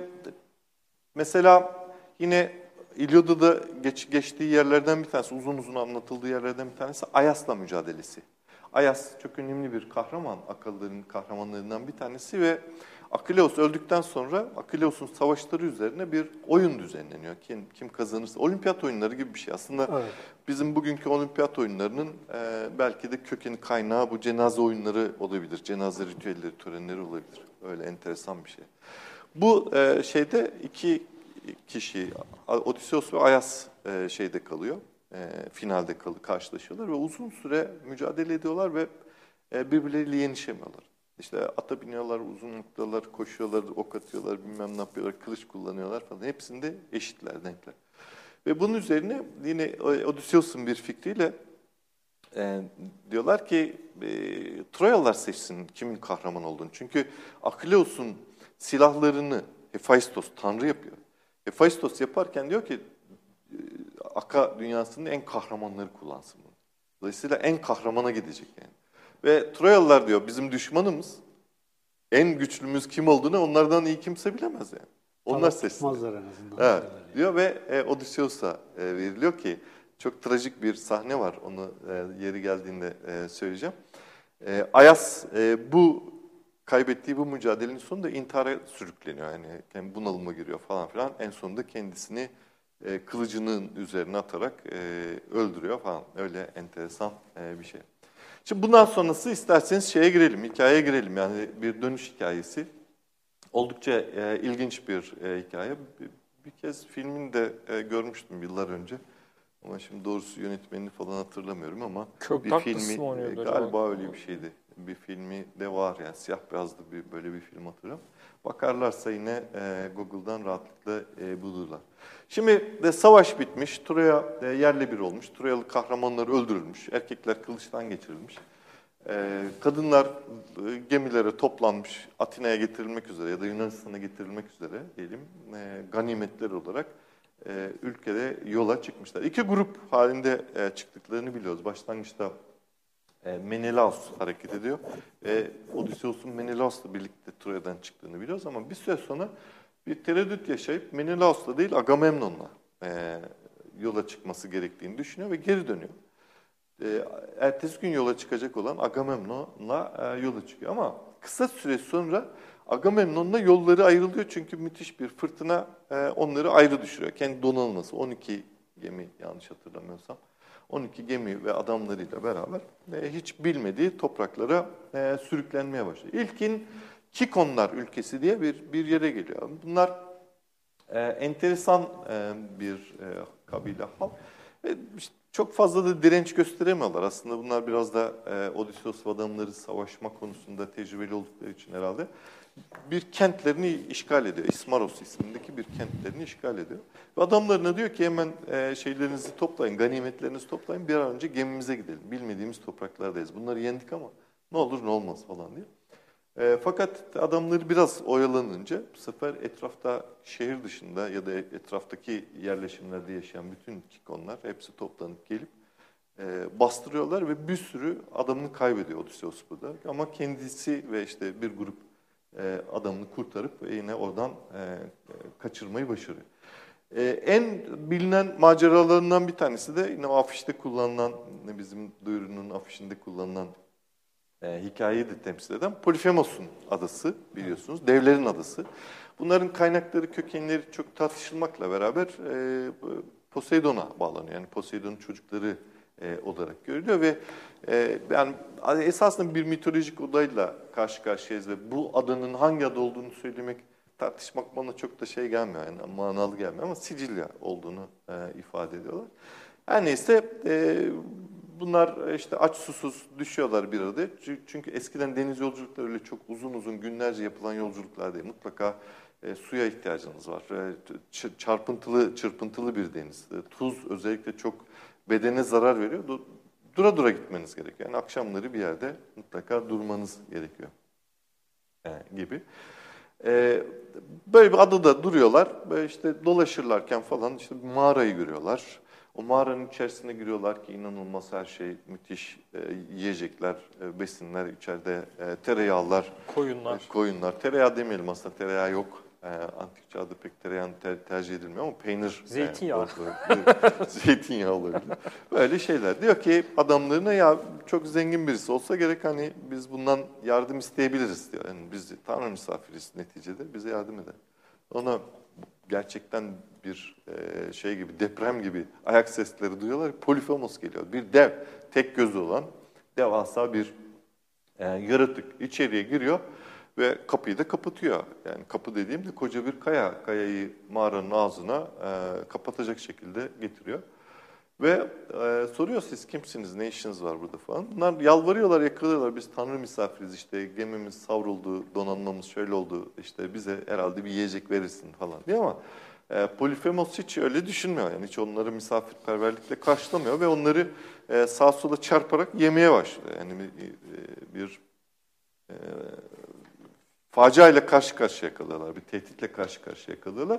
mesela yine İlyada'da geç, geçtiği yerlerden bir tanesi, uzun uzun anlatıldığı yerlerden bir tanesi Ayas'la mücadelesi. Ayas çok önemli bir kahraman, Akalıların kahramanlarından bir tanesi ve Akileus öldükten sonra Akileus'un savaşları üzerine bir oyun düzenleniyor. Kim, kim kazanırsa, olimpiyat oyunları gibi bir şey. Aslında Evet. bizim bugünkü olimpiyat oyunlarının e, belki de kökeni, kaynağı bu cenaze oyunları olabilir. Cenaze ritüelleri, törenleri olabilir. Öyle enteresan bir şey. Bu e, şeyde iki kişi, Odysseus ve Ayas e, şeyde kalıyor. E, finalde kal karşılaşıyorlar ve uzun süre mücadele ediyorlar ve e, birbirleriyle yenişemiyorlar. İşte ata biniyorlar, uzun noktalar, koşuyorlar, ok atıyorlar, bilmem ne yapıyorlar, kılıç kullanıyorlar falan. Hepsinde eşitler, denkler. Ve bunun üzerine yine Odysseus'un bir fikriyle e, diyorlar ki e, Troyalılar seçsin kimin kahraman olduğunu. Çünkü Akileus'un silahlarını Hephaistos Tanrı yapıyor. Hephaistos yaparken diyor ki e, Aka dünyasının en kahramanları kullansın bunu. Dolayısıyla en kahramana gidecek yani. Ve Troyalılar diyor bizim düşmanımız, en güçlümüz kim olduğunu onlardan iyi kimse bilemez yani. Onlar seçsin. En azından. Evet, diyor ve e, Odysseus'a e, veriliyor ki çok trajik bir sahne var. Onu e, yeri geldiğinde e, söyleyeceğim. E, Ayas e, bu kaybettiği bu mücadelenin sonunda intihara sürükleniyor. Yani, yani bunalıma giriyor falan filan. En sonunda kendisini e, kılıcının üzerine atarak e, öldürüyor falan. Öyle enteresan e, bir şey. Şimdi bundan sonrası isterseniz şeye girelim, hikayeye girelim. Yani bir dönüş hikayesi. Oldukça e, ilginç bir e, hikaye. Bir, bir kez filmini de e, görmüştüm yıllar önce. Ama şimdi doğrusu yönetmenini falan hatırlamıyorum ama Kirk bir Douglas filmi mı oynuyordu e, acaba? galiba öyle bir şeydi. Bir filmi de var yani siyah beyazlı bir böyle bir film hatırlıyorum. Bakarlarsa yine e, Google'dan rahatlıkla e, bulurlar. Şimdi de savaş bitmiş, Troya e, yerle bir olmuş. Troyalı kahramanlar öldürülmüş, erkekler kılıçtan geçirilmiş. E, kadınlar e, gemilere toplanmış, Atina'ya getirilmek üzere ya da Yunanistan'a getirilmek üzere diyelim e, ganimetler olarak e, ülkede yola çıkmışlar. İki grup halinde e, çıktıklarını biliyoruz. Başlangıçta e, Menelaos hareket ediyor ve Odysseus'un Menelaos'la birlikte Troya'dan çıktığını biliyoruz ama bir süre sonra bir tereddüt yaşayıp Menelaos'la değil Agamemnon'la e, yola çıkması gerektiğini düşünüyor ve geri dönüyor. E, ertesi gün yola çıkacak olan Agamemnon'la e, yola çıkıyor ama kısa süre sonra Agamemnon'la yolları ayrılıyor çünkü müthiş bir fırtına e, onları ayrı düşürüyor. Kendi donanması on iki gemi yanlış hatırlamıyorsam on iki gemi ve adamlarıyla beraber e, hiç bilmediği topraklara e, sürüklenmeye başlıyor. İlkin Kikonlar ülkesi diye bir bir yere geliyor. Bunlar e, enteresan e, bir e, kabile halk ve işte çok fazla da direnç gösteremiyorlar. Aslında bunlar biraz da e, Odysseus ve adamları savaşma konusunda tecrübeli oldukları için herhalde bir kentlerini işgal ediyor. İsmaros ismindeki bir kentlerini işgal ediyor. Ve adamlarına diyor ki hemen e, şeylerinizi toplayın, ganimetlerinizi toplayın, bir an önce gemimize gidelim. Bilmediğimiz topraklardayız. Bunları yendik ama ne olur ne olmaz falan diye. E, fakat adamları biraz oyalanınca bu sefer etrafta şehir dışında ya da etraftaki yerleşimlerde yaşayan bütün Kikonlar hepsi toplanıp gelip e, bastırıyorlar ve bir sürü adamını kaybediyor Odysseus burada. Ama kendisi ve işte bir grup e, adamını kurtarıp yine oradan e, kaçırmayı başarıyor. E, en bilinen maceralarından bir tanesi de yine o afişte kullanılan, bizim duyurunun afişinde kullanılan E, hikayeyi de temsil eden Polifemos'un adası biliyorsunuz, devlerin adası. Bunların kaynakları, kökenleri çok tartışılmakla beraber e, Poseidon'a bağlanıyor. Yani Poseidon'un çocukları e, olarak görülüyor ve e, yani esasında bir mitolojik olayla karşı karşıyayız ve bu adanın hangi ada olduğunu söylemek, tartışmak bana çok da şey gelmiyor, yani manalı gelmiyor ama Sicilya olduğunu e, ifade ediyorlar. Her neyse e, bunlar işte aç susuz düşüyorlar bir arada. Çünkü eskiden deniz yolculukları öyle çok uzun uzun günlerce yapılan yolculuklar değil. Mutlaka e, suya ihtiyacınız var. E, çarpıntılı, çırpıntılı bir deniz. E, tuz özellikle çok bedene zarar veriyor. Dura dura gitmeniz gerekiyor. Yani akşamları bir yerde mutlaka durmanız gerekiyor e, gibi. E, böyle bir adada duruyorlar. Böyle işte dolaşırlarken falan işte bir mağarayı görüyorlar. O mağaranın içerisine giriyorlar ki inanılmaz her şey, müthiş e, yiyecekler, e, besinler içeride, e, tereyağlar, Koyunlar. E, koyunlar. Tereyağı demeyelim aslında, tereyağı yok. E, antik çağda pek tereyağını ter, tercih edilmiyor ama peynir. Zeytinyağı. E, zeytinyağı olabilir. Böyle şeyler. Diyor ki adamlarına ya çok zengin birisi olsa gerek hani biz bundan yardım isteyebiliriz diyor. Yani biz Tanrı misafiriyiz neticede, bize yardım eder. Ona gerçekten bir e, şey gibi, deprem gibi ayak sesleri duyuyorlar. Polifemos geliyor. Bir dev, tek gözü olan devasa bir e, yaratık içeriye giriyor ve kapıyı da kapatıyor. Yani kapı dediğim de koca bir kaya. Kayayı mağaranın ağzına e, kapatacak şekilde getiriyor. Ve e, soruyor siz kimsiniz, ne işiniz var burada falan. Bunlar yalvarıyorlar, yakalıyorlar. Biz tanrı misafiriz işte, gemimiz savruldu, donanmamız şöyle oldu. İşte bize herhalde bir yiyecek verirsin falan diye ama e, Polifemos hiç öyle düşünmüyor. Yani hiç onları misafirperverlikle karşılamıyor ve onları e, sağa sola çarparak yemeye başlıyor. Yani bir, bir e, faciayla karşı karşıya kalıyorlar, bir tehditle karşı karşıya kalıyorlar.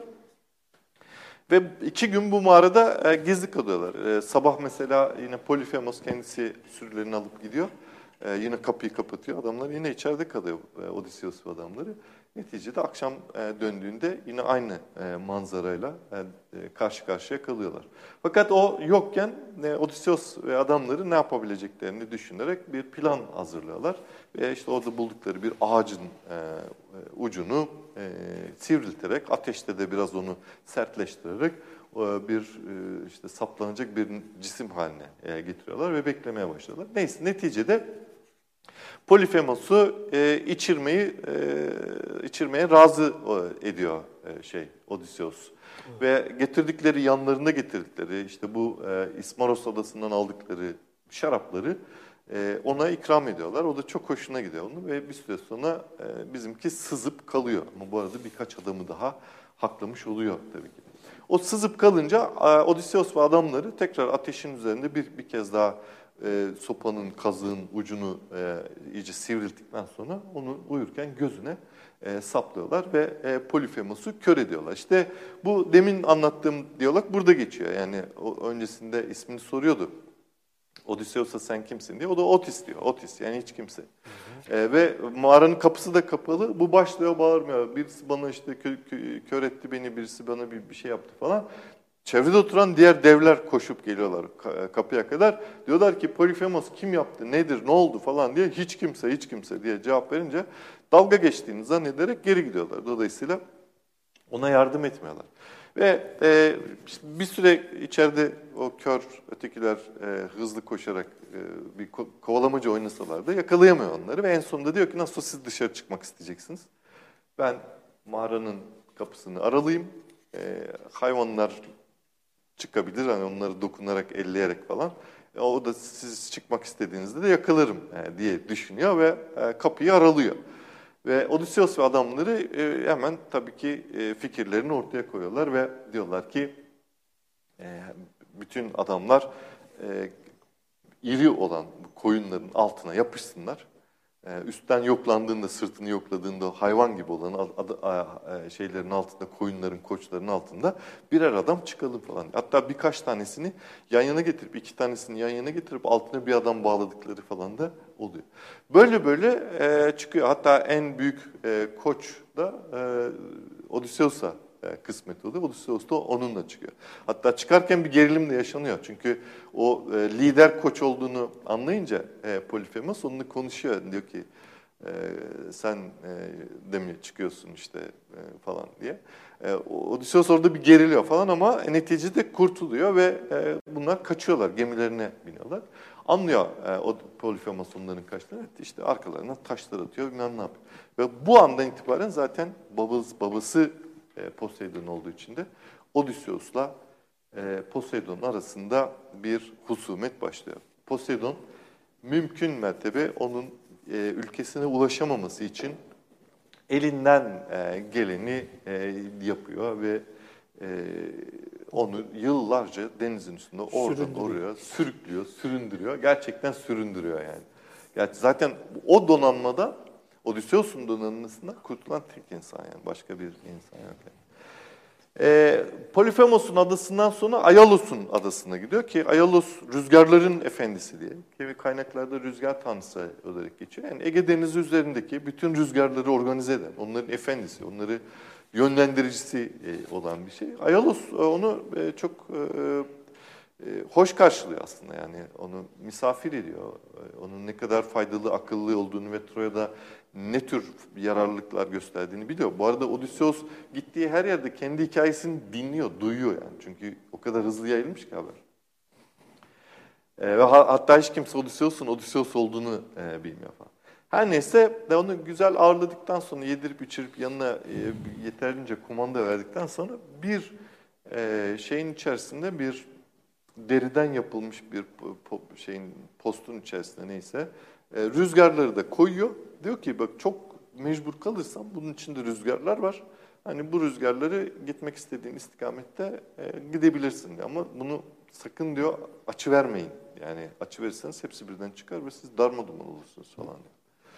Ve iki gün bu mağarada e, gizli kalıyorlar. E, sabah mesela yine Polifemos kendisi sürülerini alıp gidiyor. E, yine kapıyı kapatıyor. Adamlar yine içeride kalıyor, e, Odysseus ve adamları. Neticede akşam e, döndüğünde yine aynı e, manzarayla e, karşı karşıya kalıyorlar. Fakat o yokken e, Odysseus ve adamları ne yapabileceklerini düşünerek bir plan hazırlıyorlar. Ve işte orada buldukları bir ağacın e, ucunu e, sivrilterek, ateşte de biraz onu sertleştirerek e, bir e, işte saplanacak bir cisim haline e, getiriyorlar ve beklemeye başlıyorlar. Neyse neticede Polifemos'u e, içirmeyi e, içirmeye razı ediyor e, şey Odysseus. Evet. Ve getirdikleri yanlarında getirdikleri işte bu e, İsmaros adasından aldıkları şarapları e, ona ikram ediyorlar. O da çok hoşuna gidiyor onu ve bir süre sonra e, bizimki sızıp kalıyor. Ama bu arada birkaç adamı daha haklamış oluyor tabii ki. O sızıp kalınca e, Odysseus ve adamları tekrar ateşin üzerinde bir bir kez daha E, sopanın, kazığın ucunu e, iyice sivrilttikten sonra onu uyurken gözüne e, saplıyorlar ve e, Polifemos'u kör ediyorlar. İşte bu demin anlattığım diyalog burada geçiyor. Yani o, öncesinde ismini soruyordu. Odysseus'a sen kimsin diye. O da Otis diyor. Otis yani hiç kimse. Hı hı. E, ve mağaranın kapısı da kapalı. Bu başlıyor bağırmıyor. Birisi bana işte kö, kö, kör etti beni, birisi bana bir, bir şey yaptı falan. Çevrede oturan diğer devler koşup geliyorlar kapıya kadar. Diyorlar ki Polifemos kim yaptı, nedir, ne oldu falan diye. Hiç kimse, hiç kimse diye cevap verince dalga geçtiğini zannederek geri gidiyorlar. Dolayısıyla ona yardım etmiyorlar. Ve e, bir süre içeride o kör ötekiler e, hızlı koşarak e, bir ko- kovalamacı oynasalar da yakalayamıyor onları. Ve en sonunda diyor ki nasıl siz dışarı çıkmak isteyeceksiniz? Ben mağaranın kapısını aralayayım. E, hayvanlar çıkabilir. Hani onları dokunarak, elleyerek falan. E, o da siz çıkmak istediğinizde de yakalarım e, diye düşünüyor ve e, kapıyı aralıyor. Ve Odysseus ve adamları e, hemen tabii ki e, fikirlerini ortaya koyuyorlar ve diyorlar ki e, bütün adamlar e, iri olan koyunların altına yapışsınlar. Üstten yoklandığında, sırtını yokladığında hayvan gibi olan şeylerin altında, koyunların, koçların altında birer adam çıkalım falan. Hatta birkaç tanesini yan yana getirip, iki tanesini yan yana getirip altına bir adam bağladıkları falan da oluyor. Böyle böyle çıkıyor. Hatta en büyük koç da Odysseus'a kısmet oluyor. Odysseus da onunla çıkıyor. Hatta çıkarken bir gerilim de yaşanıyor. Çünkü o e, lider koç olduğunu anlayınca e, Polifemos onunla konuşuyor. Diyor ki e, sen e, de mi çıkıyorsun işte e, falan diye. E, Odysseus orada bir geriliyor falan ama neticede kurtuluyor ve e, bunlar kaçıyorlar. Gemilerine biniyorlar. Anlıyor e, o Polifemos onların kaçtığını. İşte arkalarına taşlar atıyor bilmem ne yapıyor. Ve bu andan itibaren zaten babası, babası Poseidon olduğu için de Odysseus'la Poseidon arasında bir husumet başlıyor. Poseidon mümkün mertebe onun ülkesine ulaşamaması için elinden geleni yapıyor ve onu yıllarca denizin üstünde oradan oraya sürüklüyor, süründürüyor. Gerçekten süründürüyor yani. Yani zaten o donanmada Odysseus'un donanmasından kurtulan tek insan yani. Başka bir insan yok yani. E, Polifemos'un adasından sonra Ayalos'un adasına gidiyor ki Ayalos rüzgarların efendisi diye. Kimi kaynaklarda rüzgar tanrısı olarak geçiyor. Yani Ege Denizi üzerindeki bütün rüzgarları organize eden, onların efendisi, onları yönlendiricisi olan bir şey. Ayalos onu çok hoş karşılıyor aslında yani. Onu misafir ediyor. Onun ne kadar faydalı, akıllı olduğunu ve Troya'da ne tür yararlılıklar gösterdiğini biliyor. Bu arada Odysseus gittiği her yerde kendi hikayesini dinliyor, duyuyor yani. Çünkü o kadar hızlı yayılmış ki haber. E, ve hatta hiç kimse Odysseus'un Odysseus olduğunu e, bilmiyor falan. Her neyse de onu güzel ağırladıktan sonra yedirip içirip yanına e, yeterince kumanda verdikten sonra bir e, şeyin içerisinde bir deriden yapılmış bir po- şeyin postun içerisinde neyse e, rüzgarları da koyuyor. Diyor ki bak çok mecbur kalırsam bunun içinde rüzgarlar var. Hani bu rüzgarları gitmek istediğin istikamette e, gidebilirsin diyor. Ama bunu sakın diyor açı vermeyin. Yani açı verirseniz hepsi birden çıkar ve siz darmaduman olursunuz falan diyor.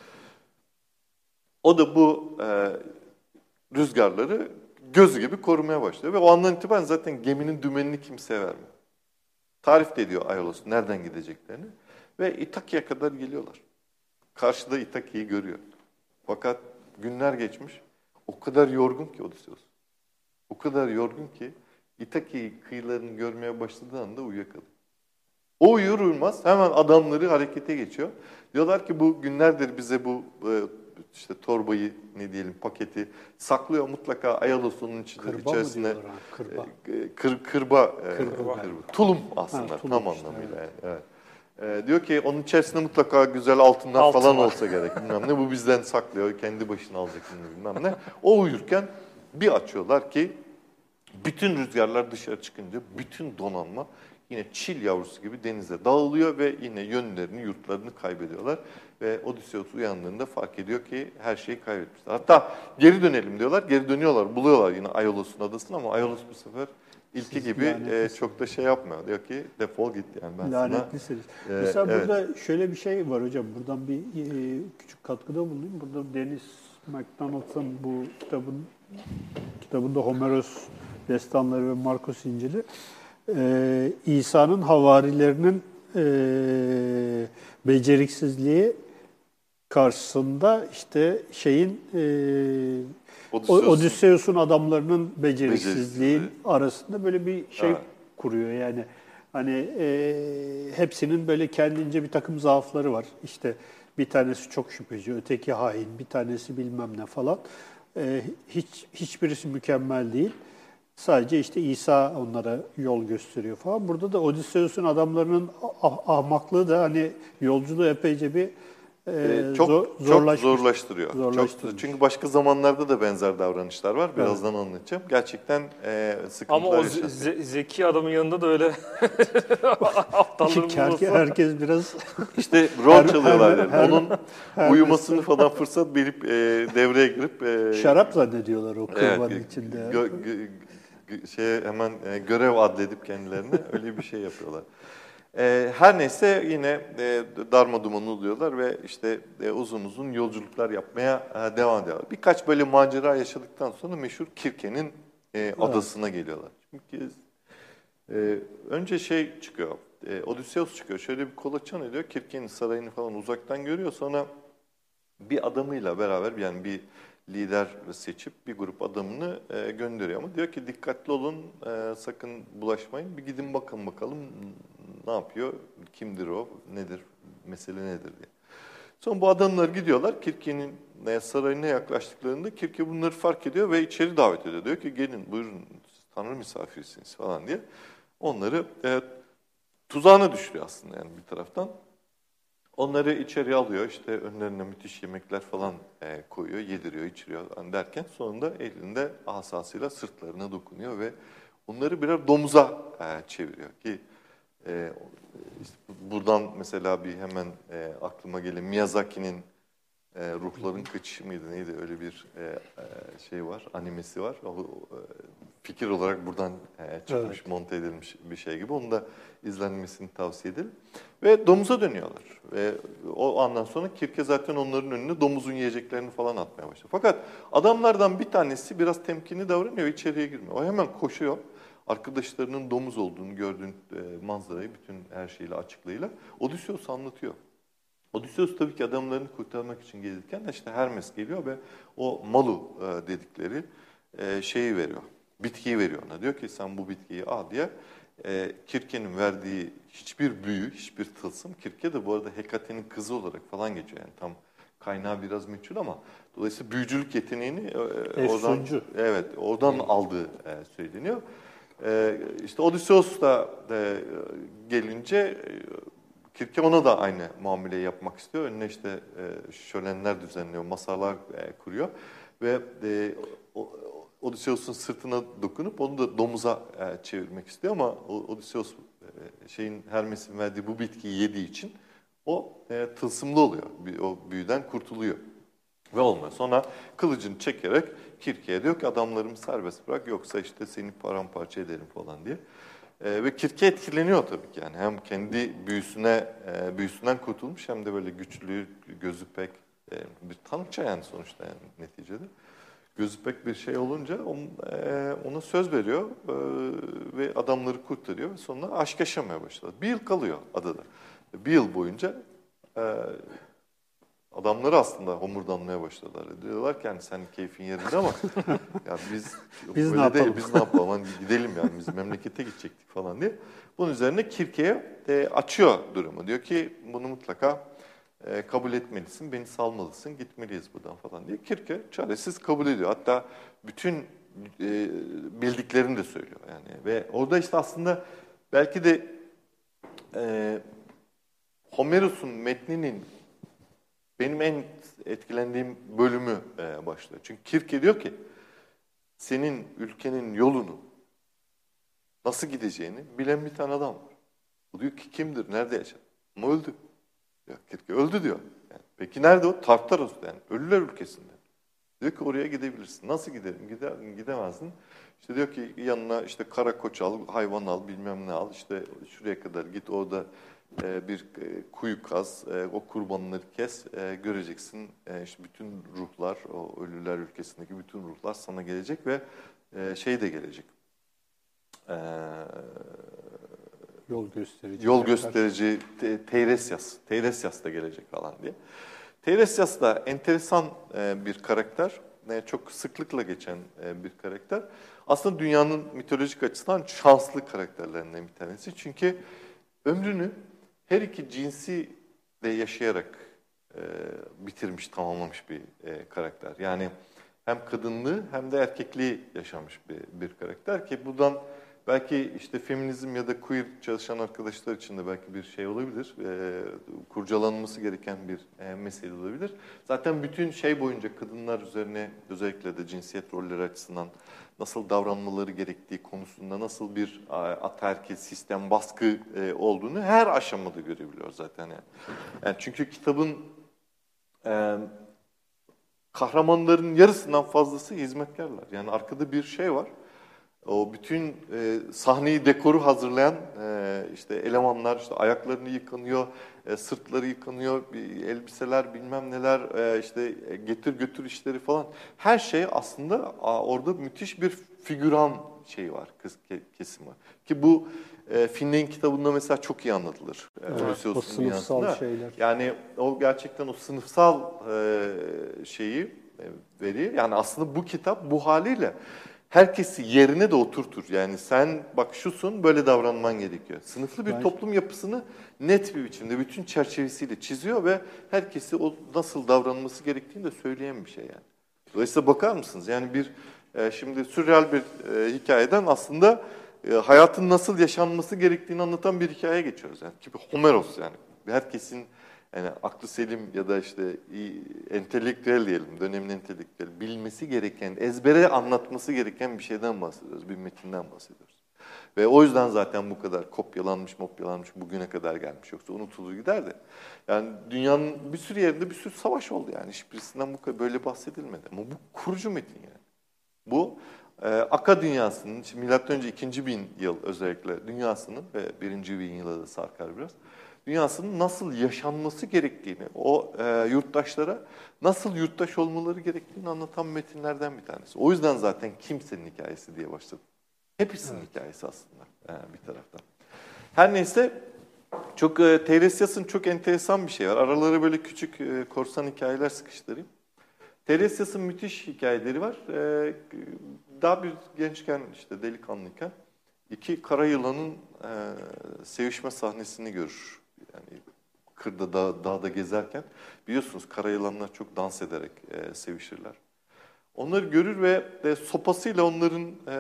O da bu e, rüzgarları gözü gibi korumaya başlıyor ve o andan itibaren zaten geminin dümenini kimseye vermiyor. Tarif de ediyor Aiolos nereden gideceklerini ve İtakya'ya kadar geliyorlar. Karşıda İtakya'yı görüyor. Fakat günler geçmiş. O kadar yorgun ki Odysseus. O kadar yorgun ki İtakya'yı kıyılarını görmeye başladığı anda uyuyakalıyor. O uyur uyumaz hemen adamları harekete geçiyor. Diyorlar ki bu günlerdir bize bu işte torbayı ne diyelim paketi saklıyor mutlaka Aiolos'un içerisinde. Kırba. Kır, kırba, kırba. kırba. Tulum aslında Ha, tulum tam işte, anlamıyla. evet. Evet. Ee, diyor ki onun içerisinde mutlaka güzel altınlar Altın falan var. olsa gerek. Bilmem ne bu bizden saklıyor. Kendi başına alacak bilmem ne. O uyurken bir açıyorlar ki bütün rüzgarlar dışarı çıkınca bütün donanma yine çil yavrusu gibi denize dağılıyor ve yine yönlerini, yurtlarını kaybediyorlar. Ve Odysseus uyandığında fark ediyor ki her şeyi kaybetmişler. Hatta geri dönelim diyorlar. Geri dönüyorlar, buluyorlar yine Aiolos'un adasını ama Aiolos bu sefer ilki Siz gibi e, lanetlisiniz. çok da şey yapmıyor. Diyor ki defol git yani ben sana. Lanetlisiniz. e, Mesela evet. burada şöyle bir şey var hocam. Buradan bir e, küçük katkıda bulunayım. Burada Dennis McDonald'sın bu kitabın kitabında Homeros destanları ve Markos İncil'i e, İsa'nın havarilerinin e, beceriksizliği karşısında işte şeyin e, Odysseus'un- Odysseus'un adamlarının beceriksizliği Beceriksizliği. arasında böyle bir şey Evet. kuruyor yani. Hani e, hepsinin böyle kendince bir takım zaafları var. İşte bir tanesi çok şüpheci, öteki hain, bir tanesi bilmem ne falan. E, hiç hiçbirisi mükemmel değil. Sadece işte İsa onlara yol gösteriyor falan. Burada da Odysseus'un adamlarının ah- ahmaklığı da hani yolculuğu epeyce bir e, Ee, çok zor- çok zorlaşmış- zorlaştırıyor. zorlaştırmış. Çok, çünkü başka zamanlarda da benzer davranışlar var. Birazdan anlatacağım. Gerçekten e, sıkıntılar Ama o yaşatıyor. ze- ze- zeki adamın yanında da öyle aptallığın Her- bulması. herkes biraz İşte rol Her- çalıyorlar her- yani. her- Onun her uyumasını falan fırsat verip e, devreye girip e, şarap zannediyorlar o evet, kırbanın gö- içinde. gö- gö- gö- şeye hemen e, görev adledip kendilerine öyle bir şey yapıyorlar. E, her neyse yine e, darmaduman oluyorlar ve işte e, uzun uzun yolculuklar yapmaya e, devam ediyorlar. Birkaç böyle macera yaşadıktan sonra meşhur Kirke'nin e, adasına geliyorlar. Çünkü e, önce şey çıkıyor, e, Odysseus çıkıyor. Şöyle bir kolaçan ediyor. Kirke'nin sarayını falan uzaktan görüyor. Sonra bir adamıyla beraber yani bir lider seçip bir grup adamını e, gönderiyor. Ama diyor ki dikkatli olun, e, sakın bulaşmayın. Bir gidin bakın bakalım ne yapıyor, kimdir o, nedir, mesele nedir diye. Sonra bu adamlar gidiyorlar. Kirke'nin e, sarayına yaklaştıklarında Kirke bunları fark ediyor ve içeri davet ediyor. Diyor ki gelin buyurun siz Tanrı misafirsiniz falan diye. Onları e, tuzağına düşürüyor aslında yani bir taraftan. Onları içeriye alıyor, işte önlerine müthiş yemekler falan e, koyuyor, yediriyor, içiriyor derken sonunda elinde asasıyla sırtlarına dokunuyor ve onları birer domuza e, çeviriyor ki e, işte buradan mesela bir hemen e, aklıma gelen Miyazaki'nin e, Ruhların Kaçışı mıydı neydi öyle bir e, e, şey var, animesi var. O, e, fikir olarak buradan e, çıkmış, Evet. monte edilmiş bir şey gibi. Onu da izlenmesini tavsiye ederim. Ve domuza dönüyorlar. Ve o andan sonra Kirke zaten onların önüne domuzun yiyeceklerini falan atmaya başlıyor. Fakat adamlardan bir tanesi biraz temkinli davranıyor ve içeriye girmiyor. O hemen koşuyor. Arkadaşlarının domuz olduğunu gördüğün e, manzarayı bütün her şeyle açıklığıyla Odysseus anlatıyor. Odysseus tabii ki adamlarını kurtarmak için gelirken işte Hermes geliyor ve o malu e, dedikleri e, şeyi veriyor. Bitkiyi veriyor ona. Diyor ki sen bu bitkiyi al diye. E, Kirke'nin verdiği hiçbir büyü, hiçbir tılsım. Kirke de bu arada Hekate'nin kızı olarak falan geçiyor. Yani tam kaynağı biraz meçhul ama dolayısıyla büyücülük yeteneğini e, oradan, Efsuncu. evet, oradan aldığı e, söyleniyor. E, işte Odysseus da e, gelince e, Kirke ona da aynı muameleyi yapmak istiyor. Önüne işte e, şölenler düzenliyor, masalar e, kuruyor ve e, o, Odysseus'un sırtına dokunup onu da domuza e, çevirmek istiyor ama Odysseus e, şeyin Hermes'in verdiği bu bitkiyi yediği için o e, tılsımlı oluyor. O büyüden kurtuluyor. Ve olmuyor. Sonra kılıcını çekerek Kirke'ye diyor ki adamlarımı serbest bırak yoksa işte seni paramparça ederim falan diye. E, ve Kirke etkileniyor tabii ki yani. Hem kendi büyüsüne e, büyüsünden kurtulmuş hem de böyle güçlü, gözü pek e, bir tanrıça yani sonuçta yani neticede. Gözü pek bir şey olunca on, e, ona söz veriyor e, ve adamları kurtarıyor ve sonra aşk yaşamaya başladı. Bir yıl kalıyor adada. Bir yıl boyunca e, adamları aslında homurdanmaya başladılar. Diyorlar ki yani senin keyfin yerinde ama ya biz, Biz öyle ne değil, yapalım? biz ne yapalım hani gidelim yani biz memlekete gidecektik falan diye. Bunun üzerine Kirke'ye e, açıyor durumu. Diyor ki bunu mutlaka e, kabul etmelisin, beni salmalısın, gitmeliyiz buradan falan diye. Kirke çaresiz kabul ediyor. Hatta bütün e, bildiklerini de söylüyor yani. Ve orada işte aslında belki de e, Homeros'un metninin benim en etkilendiğim bölümü e, başlıyor. Çünkü Kirke diyor ki senin ülkenin yolunu nasıl gideceğini bilen bir tane adam var. Bu diyor ki kimdir, nerede yaşar? Ama öldü. Ya Kirke öldü diyor. Yani, peki nerede o? Tartaros'ta yani. Ölüler ülkesinde. Diyor ki oraya gidebilirsin. Nasıl giderim? Gide, gidemezsin. İşte diyor ki yanına işte kara koç al, hayvan al, bilmem ne al. İşte şuraya kadar git orada e, bir e, kuyu kaz, e, o kurbanları kes, e, göreceksin. E, işte bütün ruhlar, o ölüler ülkesindeki bütün ruhlar sana gelecek ve e, şey de gelecek. E, Yol gösterici. Yol rehber. gösterici te, Teiresyas. Teiresyas da gelecek falan diye. Teiresyas da enteresan e, bir karakter. E, çok sıklıkla geçen e, bir karakter. Aslında dünyanın mitolojik açıdan şanslı karakterlerinden bir tanesi. Çünkü ömrünü her iki cinsi de yaşayarak e, bitirmiş, tamamlamış bir e, karakter. Yani hem kadınlığı hem de erkekliği yaşamış bir, bir karakter ki buradan belki işte feminizm ya da queer çalışan arkadaşlar için de belki bir şey olabilir. E, kurcalanması gereken bir e, mesele olabilir. Zaten bütün şey boyunca kadınlar üzerine özellikle de cinsiyet rolleri açısından nasıl davranmaları gerektiği konusunda nasıl bir a, ataerkil sistem baskı e, olduğunu her aşamada görebiliyoruz zaten. Yani. Yani çünkü kitabın e, kahramanların yarısından fazlası hizmetkarlar. Yani arkada bir şey var. O bütün e, sahneyi, dekoru hazırlayan e, işte elemanlar işte ayaklarını yıkanıyor, e, sırtları yıkanıyor, bir, elbiseler bilmem neler, e, işte e, getir götür işleri falan. Her şey aslında a, orada müthiş bir figüran şeyi var, kız ke, kesimi. Ki bu e, Finlay'in kitabında mesela çok iyi anlatılır. E, Evet, Odysseus'un o sınıfsal dünyasında. şeyler. Yani o gerçekten o sınıfsal e, şeyi e, veriyor. Yani aslında bu kitap bu haliyle herkesi yerine de oturtur. Yani sen bak şusun böyle davranman gerekiyor. Sınıflı bir Ben- toplum yapısını net bir biçimde bütün çerçevesiyle çiziyor ve herkesi o nasıl davranması gerektiğini de söyleyen bir şey yani. Dolayısıyla bakar mısınız? Yani bir e, şimdi sürreal bir e, hikayeden aslında e, hayatın nasıl yaşanması gerektiğini anlatan bir hikaye geçiyoruz. Yani gibi Homeros yani. Herkesin yani aklı selim ya da işte iyi, entelektüel diyelim, dönemin entelektüel bilmesi gereken, ezbere anlatması gereken bir şeyden bahsediyoruz, bir metinden bahsediyoruz. Ve o yüzden zaten bu kadar kopyalanmış, mopyalanmış bugüne kadar gelmiş. Yoksa unutulur giderdi. Yani dünyanın bir sürü yerinde bir sürü savaş oldu yani. Hiçbirisinden bu kadar böyle bahsedilmedi. Ama bu kurucu metin yani. Bu e, Aka dünyasının, şimdi milattan önce ikinci bin yıl özellikle dünyasının ve birinci bin yıla da sarkar biraz. Dünyasının nasıl yaşanması gerektiğini, o e, yurttaşlara nasıl yurttaş olmaları gerektiğini anlatan metinlerden bir tanesi. O yüzden zaten kimsenin hikayesi diye başladım. Hepsinin evet. hikayesi aslında e, bir taraftan. Her neyse çok e, Teiresyas'ın çok enteresan bir şey var. Aralara böyle küçük e, korsan hikayeler sıkıştırayım. Teiresyas'ın müthiş hikayeleri var. E, daha bir gençken işte delikanlıyken iki kara yılanın e, sevişme sahnesini görür. Yani kırda, dağ, dağda gezerken biliyorsunuz kara yılanlar çok dans ederek e, sevişirler. Onları görür ve de sopasıyla onların e,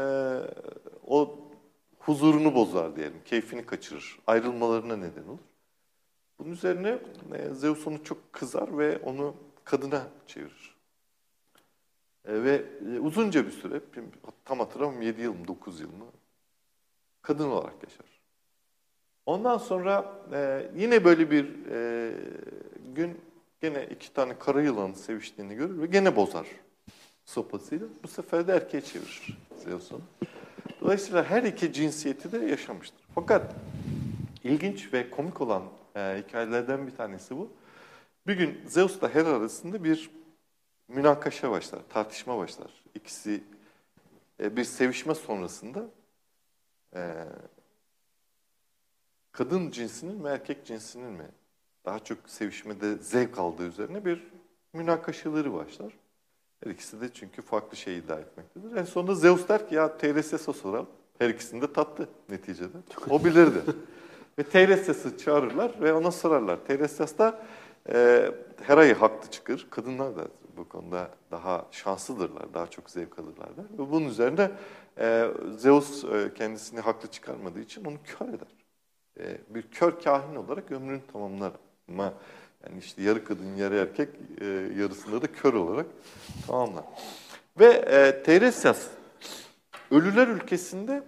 o huzurunu bozar diyelim, keyfini kaçırır, ayrılmalarına neden olur. Bunun üzerine e, Zeus onu çok kızar ve onu kadına çevirir. E, ve e, uzunca bir süre, tam hatırlamıyorum yedi yıl mı dokuz yıl mı kadın olarak yaşar. Ondan sonra e, yine böyle bir e, gün gene iki tane kara yılanın seviştiğini görür ve gene bozar sopasıyla. Bu sefer de erkeğe çevirir Zeus'un. Dolayısıyla her iki cinsiyeti de yaşamıştır. Fakat ilginç ve komik olan e, hikayelerden bir tanesi bu. Bir gün Zeus'la Hera arasında bir münakaşa başlar, tartışma başlar. İkisi e, bir sevişme sonrasında e, kadın cinsinin mi erkek cinsinin mi daha çok sevişmede zevk aldığı üzerine bir münakaşaları başlar. Her ikisi de çünkü farklı şey iddia etmektedir. En sonunda Zeus der ki ya Teiresias'a soralım. Her ikisini de tattı neticede. O bilirdi. Ve Teiresias'ı çağırırlar ve ona sorarlar. Teiresias da e, Hera'yı haklı çıkır. Kadınlar da bu konuda daha şanslıdırlar, daha çok zevk alırlar der. Ve bunun üzerine e, Zeus e, kendisini haklı çıkarmadığı için onu kör eder. E, bir kör kahin olarak ömrünü tamamlar. Ama yani işte yarı kadın, yarı erkek e, yarısında da kör olarak tamamlar. Ve e, Teiresias ölüler ülkesinde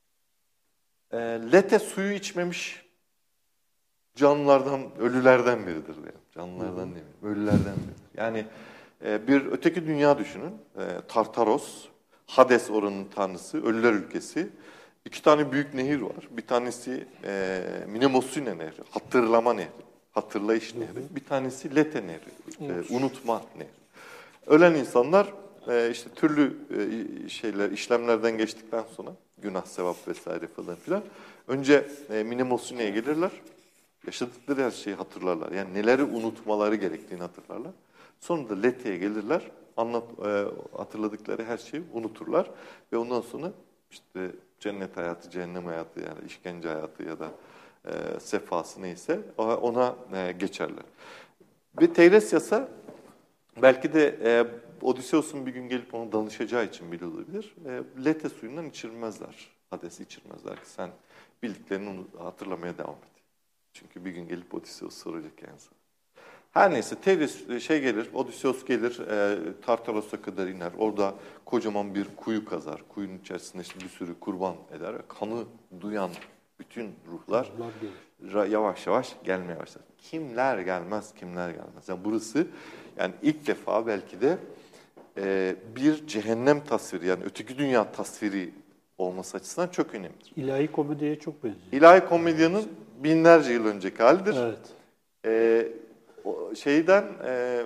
e, Lete suyu içmemiş canlılardan, ölülerden biridir. Yani. Canlılardan değil mi? Ölülerden biridir. Yani e, bir öteki dünya düşünün. E, Tartaros, Hades oranın tanrısı, ölüler ülkesi. İki tane büyük nehir var. Bir tanesi e, Mnemosyne Nehri, hatırlama nehri, hatırlayış nehri. Bir tanesi Lete Nehri, e, unutma nehri. Ölen insanlar e, işte türlü e, şeyler, işlemlerden geçtikten sonra günah, sevap vesaire falan filan. Önce e, Mnemosyne'ye gelirler. Yaşadıkları her şeyi hatırlarlar. Yani neleri unutmaları gerektiğini hatırlarlar. Sonra da Lete'ye gelirler. Anlat, e, hatırladıkları her şeyi unuturlar. Ve ondan sonra işte cennet hayatı, cehennem hayatı yani işkence hayatı ya da e, sefası neyse ona e, geçerler. Ve Teiresias'a belki de e, Odysseus'un bir gün gelip ona danışacağı için bile olabilir. E, Lete suyundan içirmezler. Hades'i içirmezler ki sen bildiklerini hatırlamaya devam et. Çünkü bir gün gelip Odysseus soracak yani sana. Her neyse Teiresias şey gelir, Odysseus gelir, e, Tartaros'a kadar iner. Orada kocaman bir kuyu kazar. Kuyunun içerisinde işte bir sürü kurban eder. Kanı duyan bütün ruhlar yavaş yavaş gelmeye başlar. Kimler gelmez, kimler gelmez. Yani burası yani ilk defa belki de e, bir cehennem tasviri yani öteki dünya tasviri olması açısından çok önemlidir. İlahi komediye çok benziyor. İlahi komedyanın binlerce yıl önceki halidir. Evet. E, o şeyden e,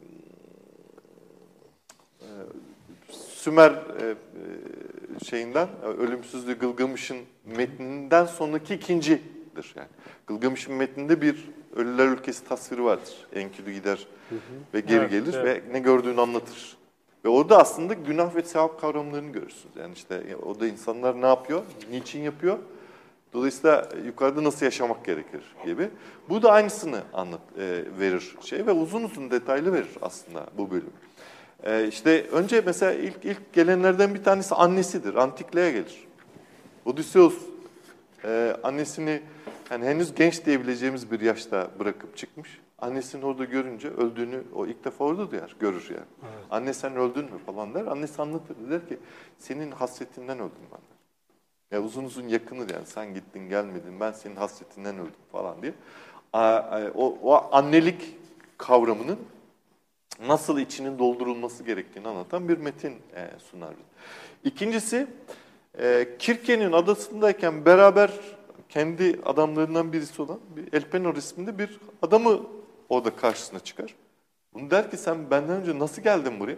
e, Sümer e, şeyinden ölümsüzlüğü Gılgamış'ın metninden sonraki ikincidir yani. Gılgamış'ın metninde bir ölüler ülkesi tasviri vardır. Enkidu gider hı hı. ve geri evet, gelir evet. ve ne gördüğünü anlatır. Ve orada aslında günah ve sevap kavramlarını görürsünüz. Yani işte orada insanlar ne yapıyor, niçin yapıyor? Dolayısıyla yukarıda nasıl yaşamak gerekir gibi. Bu da aynısını anlat e, verir şey ve uzun uzun detaylı verir aslında bu bölüm. E, işte önce mesela ilk ilk gelenlerden bir tanesi annesidir. Antikle'ye gelir. Odysseus e, annesini yani henüz genç diyebileceğimiz bir yaşta bırakıp çıkmış. Annesini orada görünce öldüğünü o ilk defa orada duyar, görür yani. Evet. Anne sen öldün mü falan der. Annesi anlatır der ki senin hasretinden öldüm ben der. Ya uzun uzun yakını yani sen gittin gelmedin ben senin hasretinden öldüm falan diye. O, o annelik kavramının nasıl içinin doldurulması gerektiğini anlatan bir metin sunar. İkincisi Kirke'nin adasındayken beraber kendi adamlarından birisi olan bir Elpenor isminde bir adamı orada karşısına çıkar. Bunu der ki sen benden önce nasıl geldin buraya?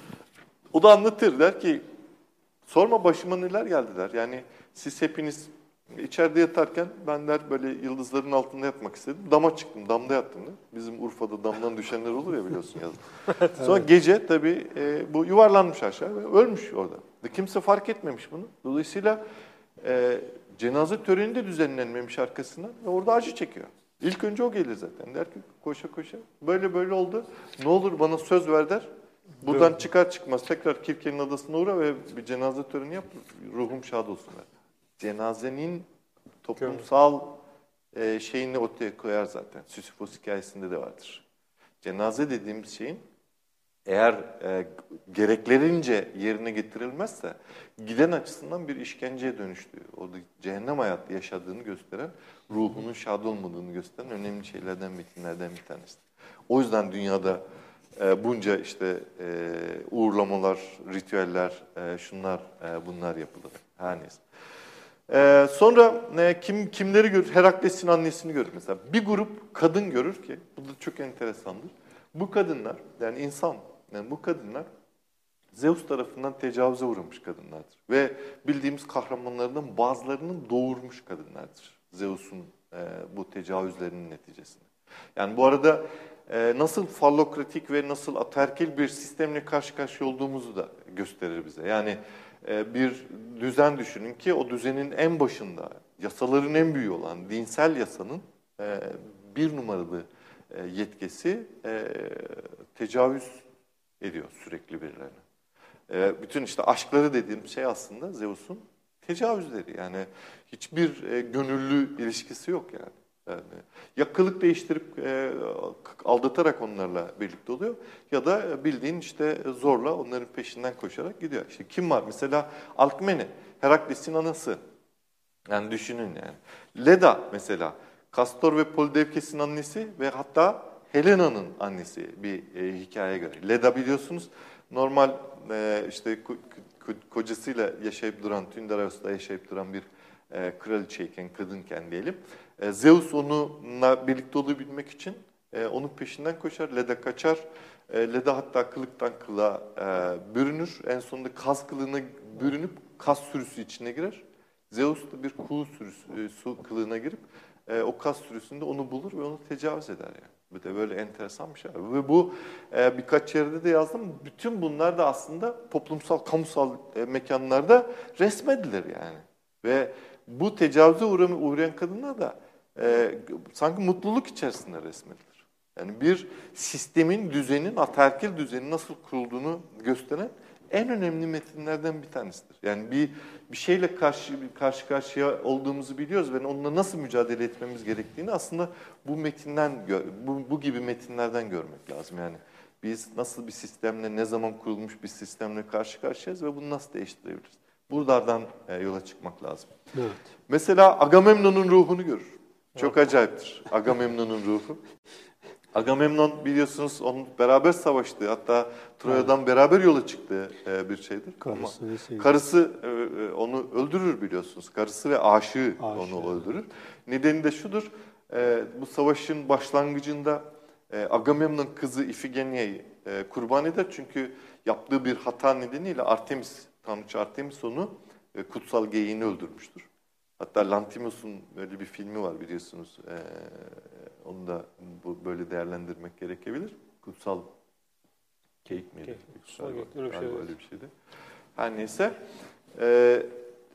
O da anlatır der ki sorma başıma neler geldi der. Yani siz hepiniz içeride yatarken ben der böyle yıldızların altında yatmak istedim. Dama çıktım, damda yattım der. Bizim Urfa'da damdan düşenler olur ya biliyorsun yazın. Sonra evet. Gece tabii e, bu yuvarlanmış aşağı ve ölmüş orada. Ve kimse fark etmemiş bunu. Dolayısıyla e, cenaze töreni de düzenlenmemiş arkasından ve orada acı çekiyor. İlk önce o gelir zaten. Der ki koşa koşa böyle böyle oldu. Ne olur bana söz ver der. Buradan evet. çıkar çıkmaz tekrar Kirke'nin adasına uğra ve bir cenaze töreni yap. Ruhum şad olsun der. Cenazenin toplumsal e, şeyini ortaya koyar zaten. Sisyphos hikayesinde de vardır. Cenaze dediğimiz şeyin eğer e, gereklerince yerine getirilmezse giden açısından bir işkenceye dönüştüğü, orada cehennem hayatı yaşadığını gösteren, ruhunun şad olmadığını gösteren önemli şeylerden, metinlerden bir tanesi. O yüzden dünyada e, bunca işte e, uğurlamalar, ritüeller, e, şunlar, e, bunlar yapılır. Her neyse. E, sonra e, kim kimleri görür? Herakles'in annesini görür mesela. Bir grup kadın görür ki, bu da çok enteresandır. Bu kadınlar, yani insan, yani bu kadınlar Zeus tarafından tecavüze uğramış kadınlardır. Ve bildiğimiz kahramanlarından bazılarının doğurmuş kadınlardır. Zeus'un e, bu tecavüzlerinin neticesinde. Yani bu arada e, nasıl fallokratik ve nasıl ataerkil bir sistemle karşı karşıya olduğumuzu da gösterir bize. Yani e, bir düzen düşünün ki o düzenin en başında, yasaların en büyüğü olan dinsel yasanın e, bir numaralı e, yetkisi e, tecavüz ediyor sürekli birilerine. E, bütün işte aşkları dediğim şey aslında Zeus'un tecavüzleri. Yani hiçbir e, gönüllü ilişkisi yok yani. Yani ya kılık değiştirip e, aldatarak onlarla birlikte oluyor ya da bildiğin işte zorla onların peşinden koşarak gidiyor. İşte kim var? Mesela Alkmene, Herakles'in anası. Yani düşünün yani. Leda mesela, Kastor ve Polydevkes'in annesi ve hatta Helena'nın annesi bir e, hikayeye göre. Leda biliyorsunuz normal e, işte ko- ko- kocasıyla yaşayıp duran, Tyndareos'ta yaşayıp duran bir e, kraliçeyken, kadınken diyelim. E, Zeus onunla birlikte olduğu bilmek için e, onun peşinden koşar, Leda kaçar. E, Leda hatta kılıktan kılığa e, bürünür. En sonunda kas kılığına bürünüp kas sürüsü içine girer. Zeus da bir kuğu sürüsü, e, su kılığına girip e, o kas sürüsünde onu bulur ve onu tecavüz eder yani. Bu da böyle enteresan bir şey. Ve bu e, birkaç yerde de yazdım. Bütün bunlar da aslında toplumsal, kamusal e, mekanlarda resmedilir yani. Ve bu tecavüze uğrayan, uğrayan kadınlar da e, sanki mutluluk içerisinde resmedilir. Yani bir sistemin, düzenin, ataerkil düzenin nasıl kurulduğunu gösteren en önemli metinlerden bir tanesidir. Yani bir bir şeyle karşı karşı karşıya olduğumuzu biliyoruz ve onunla nasıl mücadele etmemiz gerektiğini aslında bu metinden bu, bu gibi metinlerden görmek lazım. Yani biz nasıl bir sistemle, ne zaman kurulmuş bir sistemle karşı karşıyayız ve bunu nasıl değiştirebiliriz? Buralardan e, yola çıkmak lazım. Evet. Mesela Agamemnon'un ruhunu görür. Çok acayiptir Agamemnon'un ruhu. Agamemnon biliyorsunuz onun beraber savaştığı, hatta Troya'dan evet. beraber yola çıktığı bir şeydir. Karısı ve sevgilisi. Karısı onu öldürür biliyorsunuz. Karısı ve aşığı, aşığı onu öldürür. Evet. Nedeni de şudur, bu savaşın başlangıcında Agamemnon kızı İfigenia'yı kurban eder. Çünkü yaptığı bir hata nedeniyle Artemis, tanrıça Artemis onu kutsal geyiğini öldürmüştür. Hatta Lantimos'un böyle bir filmi var biliyorsunuz. Ee, onu da bu, böyle değerlendirmek gerekebilir. Kutsal Geyik miydi? Kutsal Geyik, öyle bir şey. Öyle bir şeydi. Her neyse. E,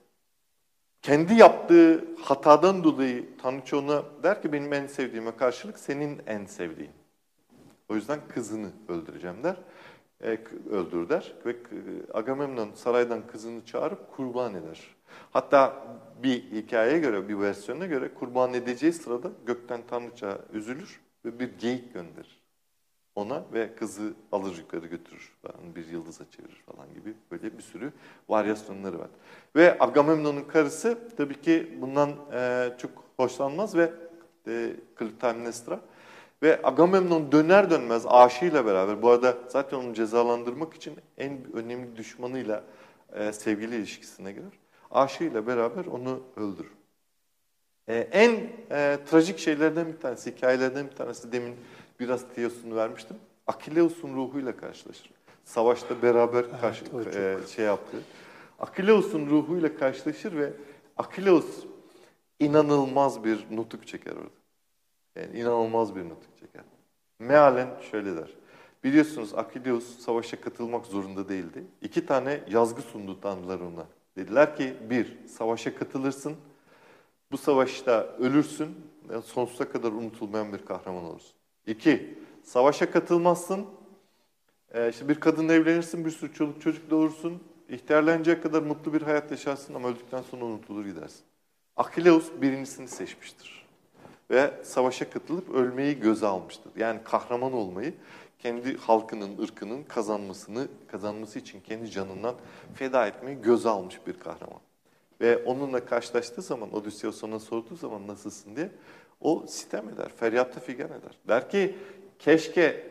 kendi yaptığı hatadan dolayı tanrıça ona der ki benim en sevdiğime karşılık senin en sevdiğin. O yüzden kızını öldüreceğim der. E, öldür der. Ve Agamemnon saraydan kızını çağırıp kurban eder. Hatta bir hikayeye göre, bir versiyona göre kurban edeceği sırada gökten tanrıça üzülür ve bir geyik gönderir ona ve kızı alır yukarı götürür falan, bir yıldıza çevirir falan gibi böyle bir sürü varyasyonları var. Ve Agamemnon'un karısı tabii ki bundan e, çok hoşlanmaz ve e, Klytaimnestra ve Agamemnon döner dönmez aşığıyla beraber, bu arada zaten onu cezalandırmak için en önemli düşmanıyla e, sevgili ilişkisine girer. Aşığıyla beraber onu öldürür. Ee, en e, trajik şeylerden bir tanesi, hikayelerden bir tanesi, demin biraz tiyosunu vermiştim. Akileus'un ruhuyla karşılaşır. Savaşta beraber karşı, evet, e, şey yaptı. Akileus'un ruhuyla karşılaşır ve Akileus inanılmaz bir nutuk çeker orada. Yani inanılmaz bir nutuk çeker. Mealen şöyle der. Biliyorsunuz Akileus savaşa katılmak zorunda değildi. İki tane yazgı sundu tanrılar ona. Dediler ki bir, savaşa katılırsın, bu savaşta ölürsün, sonsuza kadar unutulmayan bir kahraman olursun. İki, savaşa katılmazsın, işte bir kadınla evlenirsin, bir sürü çoluk çocuk doğurursun, ihtiyarlanıncaya kadar mutlu bir hayat yaşarsın ama öldükten sonra unutulur gidersin. Akileus birincisini seçmiştir ve savaşa katılıp ölmeyi göze almıştır. Yani kahraman olmayı, kendi halkının, ırkının kazanmasını, kazanması için kendi canından feda etmeyi göze almış bir kahraman. Ve onunla karşılaştığı zaman, Odysseus ona sorduğu zaman nasılsın diye, o sitem eder, feryatta figan eder. Der ki, keşke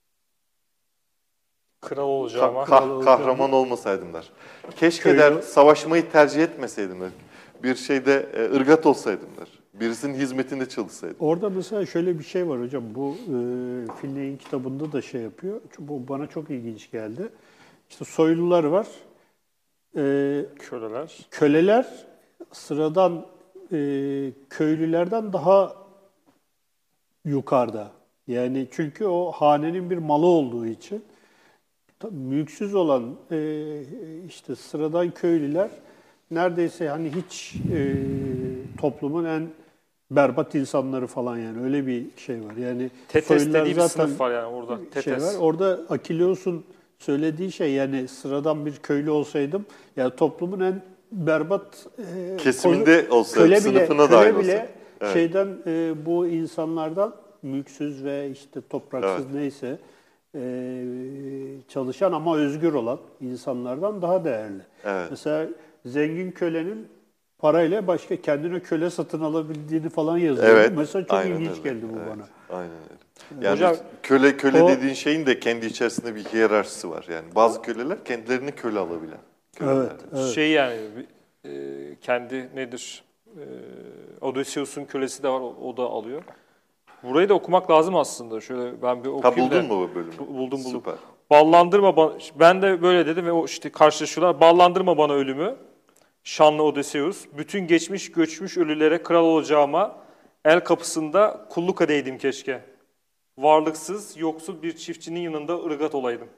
Kral olacağım ka- ama. kah- kahraman olmasaydım der. Keşke Köylü- der, savaşmayı tercih etmeseydim der. Bir şeyde e, ırgat olsaydım der. Birisinin hizmetinde çalışsaydım. Orada mesela şöyle bir şey var hocam. Bu e, Finley'in kitabında da şey yapıyor. Çünkü bu bana çok ilginç geldi. İşte soylular var. E, Köleler. köleler sıradan e, köylülerden daha yukarıda. Yani çünkü o hanenin bir malı olduğu için tabii mülksüz olan e, işte sıradan köylüler neredeyse hani hiç e, toplumun en berbat insanları falan, yani öyle bir şey var. Yani Tetes soylular dediği bir sınıf var yani orada. şey Tetes. var. Orada Akileus'un söylediği şey, yani sıradan bir köylü olsaydım, yani toplumun en berbat e, Kesiminde kolu- olsaydım, köle bile, sınıfına köle dahil bile olsaydım. Evet. şeyden e, bu insanlardan, mülksüz ve işte topraksız Evet. neyse e, çalışan ama özgür olan insanlardan daha değerli. Evet. Mesela zengin kölenin parayla başka kendine köle satın alabildiğini falan yazıyor. Evet. Mesela çok aynen ilginç öyle. geldi bu Evet, bana. Aynen öyle. Yani Hocam- köle köle O- dediğin şeyin de kendi içerisinde bir hiyerarşisi var. Yani bazı köleler kendilerini köle alabilen. köleler. Evet, evet. Şey yani e, kendi nedir? E, Odysseus'un kölesi de var, o, o da alıyor. Burayı da okumak lazım aslında. Şöyle ben bir Ha okuyayım buldun da. mu bu bölümü? Bu- Buldum buldum. Süper. Ballandırma bana, ben de böyle dedim ve o işte karşılaşıyorlar. Ballandırma bana ölümü, şanlı Odysseus. Bütün geçmiş göçmüş ölülere kral olacağıma el kapısında kulluk edeydim keşke. Varlıksız, yoksul bir çiftçinin yanında ırgat olaydım.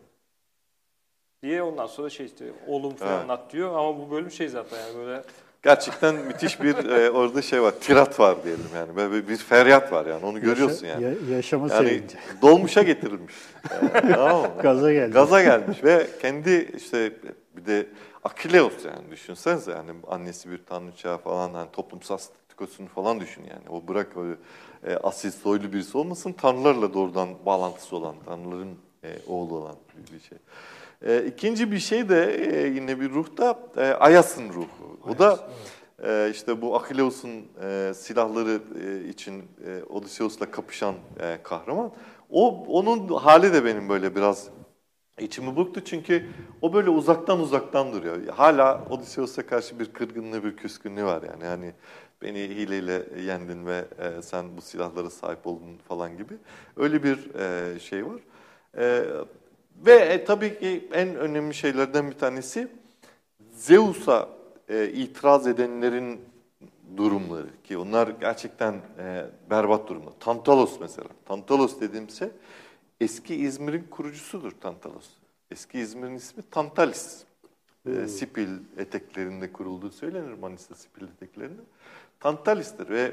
Diye ondan sonra şey işte oğlum falan Evet. anlat diyor ama bu bölüm şey zaten yani böyle Gerçekten müthiş bir e, orada şey var, tirat var diyelim yani. Böyle bir feryat var yani, onu görüyorsun Yaşa- yani. ya- yaşama Yani sevinci. dolmuşa getirilmiş. Yani, tamam mı? Gaza geldi. Gaza gelmiş ve kendi işte bir de Akileus yani düşünsenize, yani annesi bir tanrıça falan, hani toplumsal statükosunu falan düşün yani. O bırak o e, asil soylu birisi olmasın, tanrılarla doğrudan bağlantısı olan, tanrıların e, oğlu olan bir, bir şey. E, ikinci bir şey de e, yine bir ruhta e, Ayas'ın ruhu. O da e, işte bu Akileus'un e, silahları e, için e, Odysseus'la kapışan e, kahraman. O onun hali de benim böyle biraz içimi burktu, çünkü o böyle uzaktan uzaktan duruyor. Hala Odysseus'a karşı bir kırgınlığı, bir küskünlüğü var yani. Yani beni hileyle yendin ve e, sen bu silahlara sahip oldun falan gibi. Öyle bir e, şey var. E, ve e, tabii ki en önemli şeylerden bir tanesi Zeus'a e, itiraz edenlerin durumları, ki onlar gerçekten e, berbat durumda. Tantalos mesela. Tantalos dediğimse eski İzmir'in kurucusudur Tantalos. Eski İzmir'in ismi Tantalis. E, Sipil eteklerinde kurulduğu söylenir, Manisa Sipil eteklerinde. Tantalis'tir ve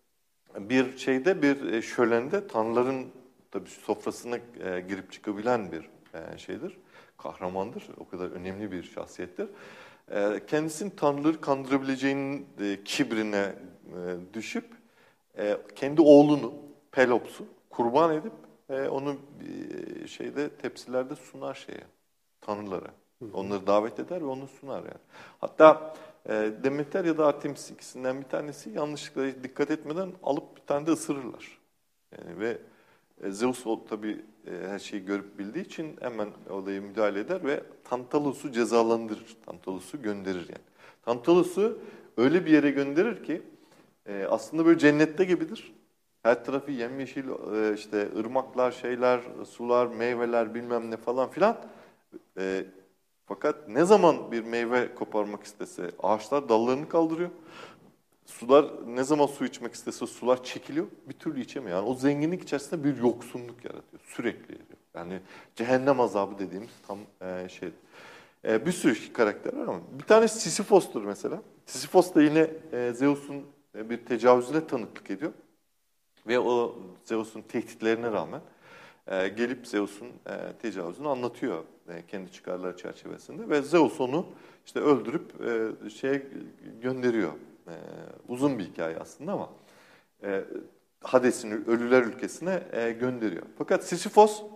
bir şeyde, bir şölende tanrıların tabii sofrasına e, girip çıkabilen bir e, şeydir. Kahramandır. O kadar önemli bir şahsiyettir. E, kendisini tanrıları kandırabileceğinin e, kibrine e, düşüp e, kendi oğlunu Pelops'u kurban edip e, onu e, şeyde tepsilerde sunar şeye, tanrılara. Onları davet eder ve onu sunar yani. Hatta e, Demeter ya da Artemis ikisinden bir tanesi yanlışlıkla dikkat etmeden alıp bir tane de ısırırlar. Yani ve e, Zeus o tabii e, her şeyi görüp bildiği için hemen olaya müdahale eder ve Tantalus'u cezalandırır. Tantalus'u gönderir yani. Tantalus'u öyle bir yere gönderir ki e, aslında böyle cennette gibidir. Her tarafı yemyeşil, e, işte ırmaklar, şeyler, sular, meyveler bilmem ne falan filan. E, fakat ne zaman bir meyve koparmak istese ağaçlar dallarını kaldırıyor. Sular ne zaman su içmek istese sular çekiliyor. Bir türlü içemiyor. Yani o zenginlik içerisinde bir yoksunluk yaratıyor. Sürekli. Yani cehennem azabı dediğimiz tam e, şey. E, bir sürü karakter var ama bir tanesi Sisyphos'tur mesela. Sisyphos da yine e, Zeus'un e, bir tecavüzüne tanıklık ediyor. Ve o Zeus'un tehditlerine rağmen e, gelip Zeus'un e, tecavüzünü anlatıyor e, kendi çıkarları çerçevesinde. Ve Zeus onu işte öldürüp e, şeye gönderiyor. E, uzun bir hikaye aslında ama e, Hades'in ölüler ülkesine e, gönderiyor. Fakat Sisyphos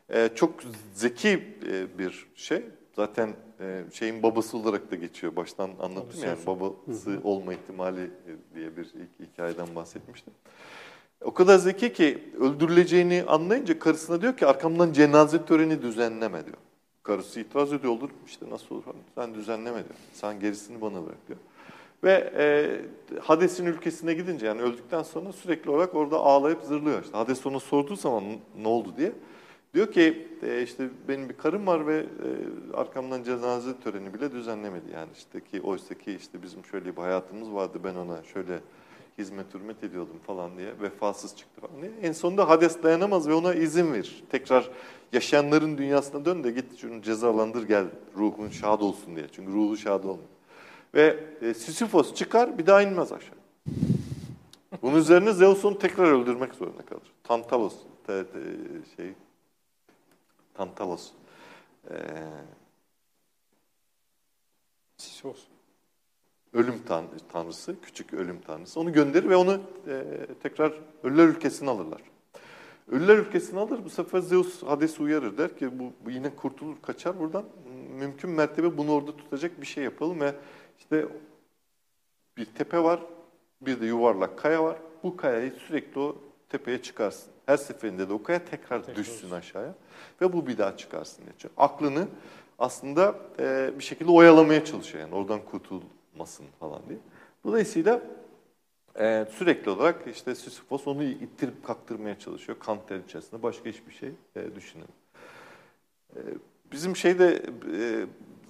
E, çok zeki e, bir şey. Zaten e, şeyin babası olarak da geçiyor. Baştan anlattım Tabii, yani Zeus'un. babası hı hı. olma ihtimali e, diye bir ilk hikayeden bahsetmiştim. O kadar zeki ki öldürüleceğini anlayınca karısına diyor ki arkamdan cenaze töreni düzenleme diyor. Karısı itiraz ediyor, olur işte nasıl olur falan. Sen düzenleme diyor. Sen gerisini bana bırak diyor. Ve e, Hades'in ülkesine gidince yani öldükten sonra sürekli olarak orada ağlayıp zırlıyor. İşte Hades ona sorduğu zaman ne oldu diye. Diyor ki e, işte benim bir karım var ve e, arkamdan cenaze töreni bile düzenlemedi. Yani işte ki oysa ki işte bizim şöyle bir hayatımız vardı, ben ona şöyle hizmet hürmet ediyordum falan diye, vefasız çıktı falan diye. En sonunda Hades dayanamaz ve ona izin verir. Tekrar yaşayanların dünyasına dön de git şunu cezalandır gel, ruhun şad olsun diye. Çünkü ruhu şad olmuyor. Ve e, Sisyphos çıkar, bir daha inmez aşağı. Bunun üzerine Zeus onu tekrar öldürmek zorunda kalır. Tantalos, te, te, şey, Tantalos. Ee, Sisyphos. ölüm tan tanrısı, küçük ölüm tanrısı. Onu gönderir ve onu e, tekrar ölüler ülkesine alırlar. Ölüler ülkesine alır, bu sefer Zeus Hades'i uyarır. Der ki bu, bu yine kurtulur, kaçar buradan. Mümkün mertebe bunu orada tutacak bir şey yapalım ve işte bir tepe var, bir de yuvarlak kaya var. Bu kayayı sürekli o tepeye çıkarsın. Her seferinde de o kaya tekrar, tekrar düşsün aşağıya ve bu bir daha çıkarsın diye. Çünkü aklını aslında e, bir şekilde oyalamaya çalışıyor yani oradan kurtulmasın falan diye. Dolayısıyla e, sürekli olarak işte Sisyphos onu ittirip kaktırmaya çalışıyor. Kan ter içerisinde başka hiçbir şey e, düşünemiyor. E, bizim şeyde e,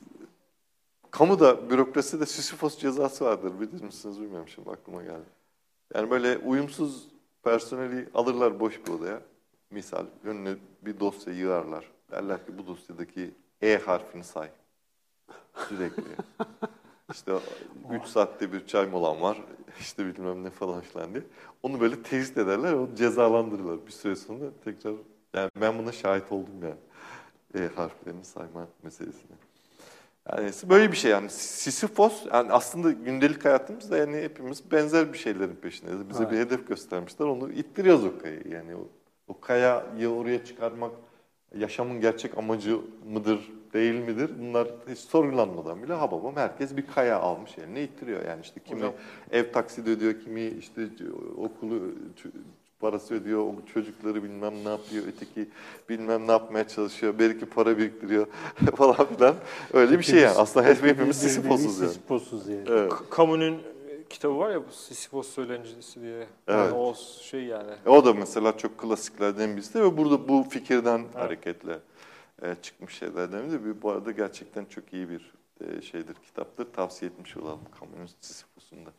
kamuda, bürokraside Sisyphos cezası vardır. Bilir misiniz bilmiyorum, şimdi aklıma geldi. Yani böyle uyumsuz personeli alırlar boş bir odaya. Misal önüne bir dosya yığarlar. Derler ki bu dosyadaki E harfini say. Sürekli. İşte üç saatte bir çay molan var. İşte bilmem ne falan filan diye. Onu böyle tecrit ederler, onu cezalandırırlar. Bir süre sonra tekrar, yani ben buna şahit oldum yani. E harflerini sayma meselesine. Yani böyle bir şey yani. Sisyphos, yani aslında gündelik hayatımızda yani hepimiz benzer bir şeylerin peşindeyiz. Bize evet. bir hedef göstermişler, onu ittiriyoruz o kayayı. Yani o, o kayayı oraya çıkarmak yaşamın gerçek amacı mıdır, değil midir? Bunlar hiç sorgulanmadan bile ha babam herkes bir kaya almış eline ittiriyor. Yani işte kimi Hocam. ev taksit ödüyor, kimi işte okulu parası ödüyor, o çocukları bilmem ne yapıyor, öteki bilmem ne yapmaya çalışıyor, belki para biriktiriyor falan filan. Öyle bir şey yani. Aslında hepimiz Sisyphos'uz yani. Sisyphos'uz yani. Evet. Camus'un kitabı var ya, Sisyphos söylencisi diye. Evet. Yani o şey yani. O da mesela çok klasiklerden birisi ve burada bu fikirden evet. hareketle e, çıkmış şeylerden biri. Bu arada gerçekten çok iyi bir e, şeydir, kitaptır. Tavsiye etmiş olalım Camus'un Sisyphos'unda.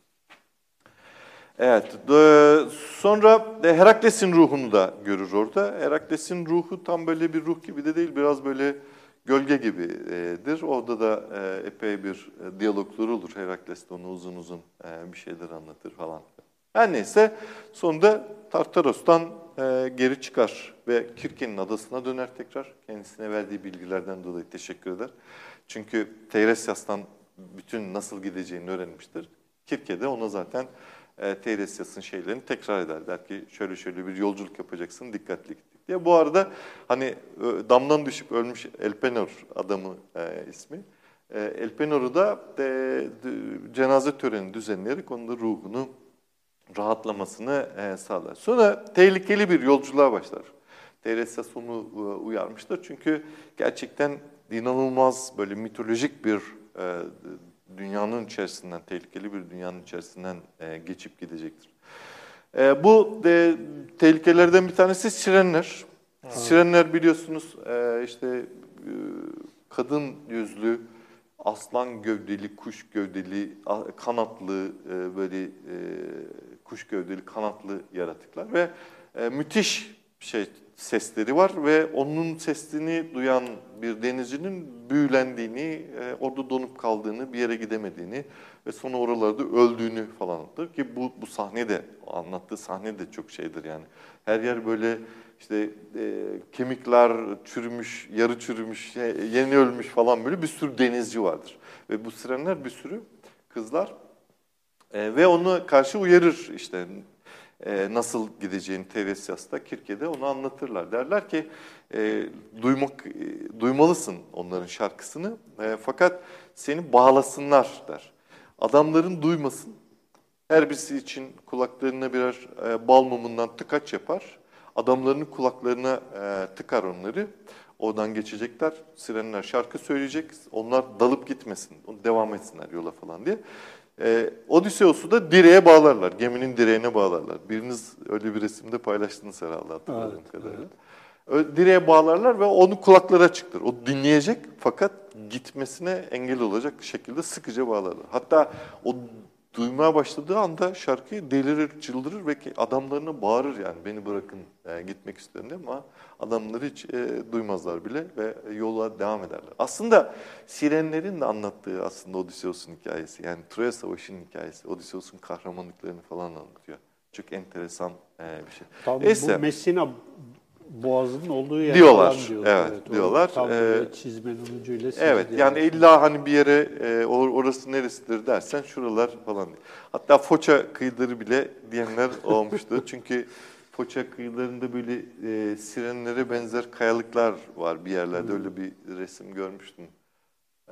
Evet, sonra Herakles'in ruhunu da görür orada. Herakles'in ruhu tam böyle bir ruh gibi de değil, biraz böyle gölge gibidir. Orada da epey bir diyalogları olur. Herakles de ona uzun uzun bir şeyler anlatır falan. Her neyse, sonunda Tartaros'tan geri çıkar ve Kirke'nin adasına döner tekrar. Kendisine verdiği bilgilerden dolayı teşekkür eder. Çünkü Teiresyas'tan bütün nasıl gideceğini öğrenmiştir. Kirke de ona zaten Teiresyas'ın şeylerini tekrar eder. Der ki şöyle şöyle bir yolculuk yapacaksın, dikkatli gittik diye. Bu arada hani damdan düşüp ölmüş Elpenor adamı e, ismi. E, Elpenor'u da e, cenaze töreni düzenleyerek onun da ruhunu rahatlamasını e, sağlar. Sonra tehlikeli bir yolculuğa başlar. Teiresyas onu e, uyarmıştır. Çünkü gerçekten inanılmaz böyle mitolojik bir e, dünyanın içerisinden, tehlikeli bir dünyanın içerisinden e, geçip gidecektir. E, bu e, tehlikelerden bir tanesi sirenler. Ha. Sirenler biliyorsunuz e, işte e, kadın yüzlü, aslan gövdeli, kuş gövdeli, kanatlı e, böyle e, kuş gövdeli, kanatlı yaratıklar ve e, müthiş şey sesleri var ve onun sesini duyan bir denizcinin büyülendiğini, orada donup kaldığını, bir yere gidemediğini ve sonra oralarda öldüğünü falan anlatır ki bu bu sahne de, anlattığı sahne de çok şeydir yani. Her yer böyle işte e, kemikler çürümüş, yarı çürümüş, yeni ölmüş falan, böyle bir sürü denizci vardır. Ve bu sirenler bir sürü kızlar e, ve onu karşı uyarır işte. e, nasıl gideceğini Teiresias'ta, Kirke'de onu anlatırlar. Derler ki e, duymak e, duymalısın onların şarkısını e, fakat seni bağlasınlar der. Adamların duymasın. Her birisi için kulaklarına birer e, bal mumundan tıkaç yapar. Adamlarının kulaklarına e, tıkar onları. Oradan geçecekler. Sirenler şarkı söyleyecek. Onlar dalıp gitmesin. Devam etsinler yola falan diye. E, Odysseus'u da direğe bağlarlar. Geminin direğine bağlarlar. Biriniz öyle bir resimde paylaştınız herhalde hatırladığım Evet, kadarıyla. evet. Öyle direğe bağlarlar ve onu kulaklara açıktır. O dinleyecek fakat gitmesine engel olacak şekilde sıkıca bağlarlar. Hatta o duymaya başladığı anda şarkıyı delirir, çıldırır ve adamlarına bağırır yani beni bırakın e, gitmek istiyorum diye ama adamları hiç e, duymazlar bile ve yola devam ederler. Aslında Sirenlerin de anlattığı aslında Odysseus'un hikayesi yani Troya Savaşı'nın hikayesi, Odysseus'un kahramanlıklarını falan anlatıyor. Çok enteresan e, bir şey. Tam Neyse. bu Messina Boğazı'nın olduğu yer Diyorlar, falan diyordu. evet, evet diyorlar. Tam Ee, böyle çizmenin ucuyla çizdi. Evet yani illa hani bir yere e, or- orası neresidir dersen şuralar falan diye. Hatta Foça kıyıları bile diyenler olmuştu. Çünkü Foça kıyılarında böyle e, sirenlere benzer kayalıklar var bir yerlerde. Öyle bir resim görmüştüm e,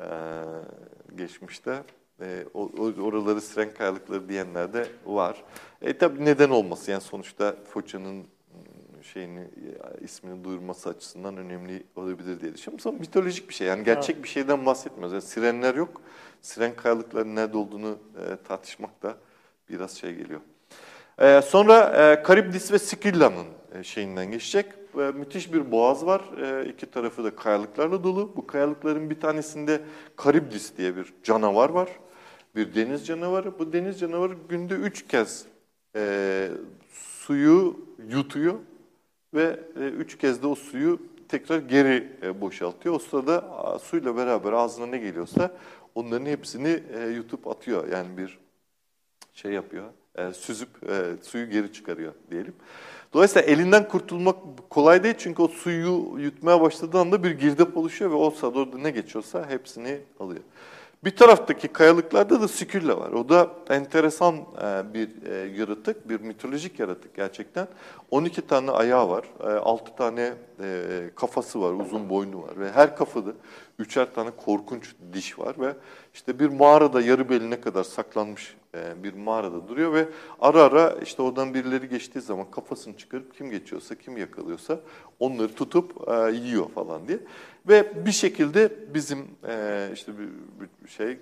geçmişte. E, o- o- oraları siren kayalıkları diyenler de var. E tabii neden olması yani sonuçta Foça'nın şeyini ismini duyurması açısından önemli olabilir diye düşünüyorum. Sonra mitolojik bir şey yani gerçek Evet. bir şeyden bahsetmiyoruz. Yani sirenler yok. Siren kayalıklarının nerede olduğunu e, tartışmak da biraz şey geliyor. E, sonra e, Karibdis ve Skylla'nın e, şeyinden geçecek. E, müthiş bir boğaz var. E, iki tarafı da kayalıklarla dolu. Bu kayalıkların bir tanesinde Karibdis diye bir canavar var. Bir deniz canavarı. Bu deniz canavarı günde üç kez e, suyu yutuyor ve e, üç kez de o suyu tekrar geri e, boşaltıyor. O sırada a, suyla beraber ağzına ne geliyorsa onların hepsini e, yutup atıyor. Yani bir şey yapıyor, e, süzüp e, suyu geri çıkarıyor diyelim. Dolayısıyla elinden kurtulmak kolay değil çünkü o suyu yutmaya başladığı anda bir girdap oluşuyor ve o sırada orada ne geçiyorsa hepsini alıyor. Bir taraftaki kayalıklarda da Skylla var. O da enteresan e, bir e, yaratık, bir mitolojik yaratık gerçekten. on iki tane ayağı var, e, altı tane e, kafası var, uzun boynu var ve her kafada üçer tane korkunç diş var ve işte bir mağarada yarı beline kadar saklanmış e, bir mağarada duruyor ve ara ara işte oradan birileri geçtiği zaman kafasını çıkarıp kim geçiyorsa, kim yakalıyorsa onları tutup e, yiyor falan diye. Ve bir şekilde bizim e, işte bir, bir şey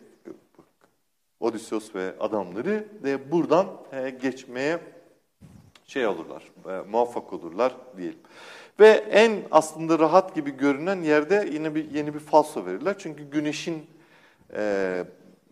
Odysseus ve adamları de buradan e, geçmeye şey olurlar, e, muvaffak olurlar diyelim. Ve en aslında rahat gibi görünen yerde yine bir yeni bir falso verirler. Çünkü güneşin e,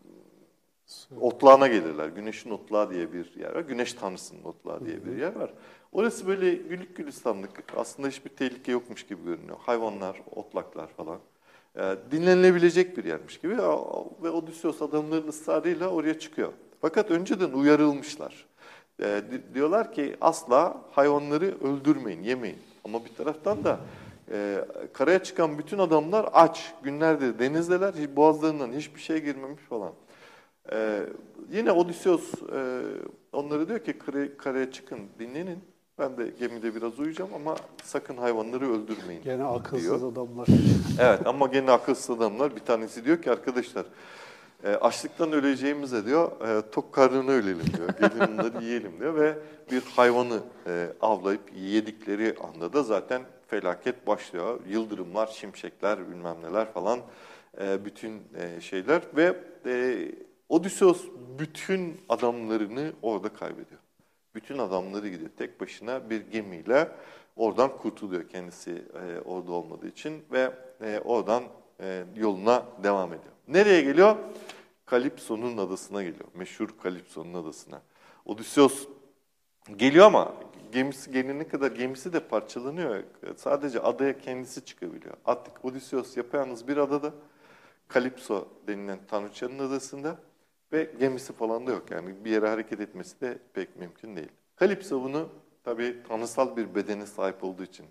otlağına gelirler. Güneşin otlağı diye bir yer var. Güneş tanrısının otlağı diye bir yer var. Orası böyle güllük gülistanlık. Aslında hiçbir tehlike yokmuş gibi görünüyor. Hayvanlar, otlaklar falan. E, dinlenilebilecek bir yermiş gibi. Ve Odysseus adamların ısrarıyla oraya çıkıyor. Fakat önceden uyarılmışlar. E, diyorlar ki asla hayvanları öldürmeyin, yemeyin. Ama bir taraftan da e, karaya çıkan bütün adamlar aç. Günlerdir denizdeler. Boğazlarından hiçbir şey girmemiş falan. Ee, yine Odysseus e, onlara diyor ki kare, karaya çıkın dinlenin. Ben de gemide biraz uyuyacağım ama sakın hayvanları öldürmeyin Gene akılsız diyor. adamlar. Evet ama gene akılsız adamlar. Bir tanesi diyor ki arkadaşlar e, açlıktan öleceğimize diyor e, tok karnına ölelim diyor. Gelin bunları yiyelim diyor ve bir hayvanı e, avlayıp yedikleri anda da zaten felaket başlıyor. Yıldırımlar, şimşekler bilmem neler falan e, bütün e, şeyler ve e, Odysseus bütün adamlarını orada kaybediyor. Bütün adamları gidiyor. Tek başına bir gemiyle oradan kurtuluyor kendisi e, orada olmadığı için ve e, oradan e, yoluna devam ediyor. Nereye geliyor? Kalipso'nun adasına geliyor. Meşhur Kalipso'nun adasına. Odysseus geliyor ama gemisi gelene kadar gemisi de parçalanıyor. Sadece adaya kendisi çıkabiliyor. Artık Odysseus yapayalnız bir adada. Kalipso denilen tanrıçanın adasında ve gemisi falan da yok. Yani bir yere hareket etmesi de pek mümkün değil. Kalipso bunu tabii tanrısal bir bedene sahip olduğu için,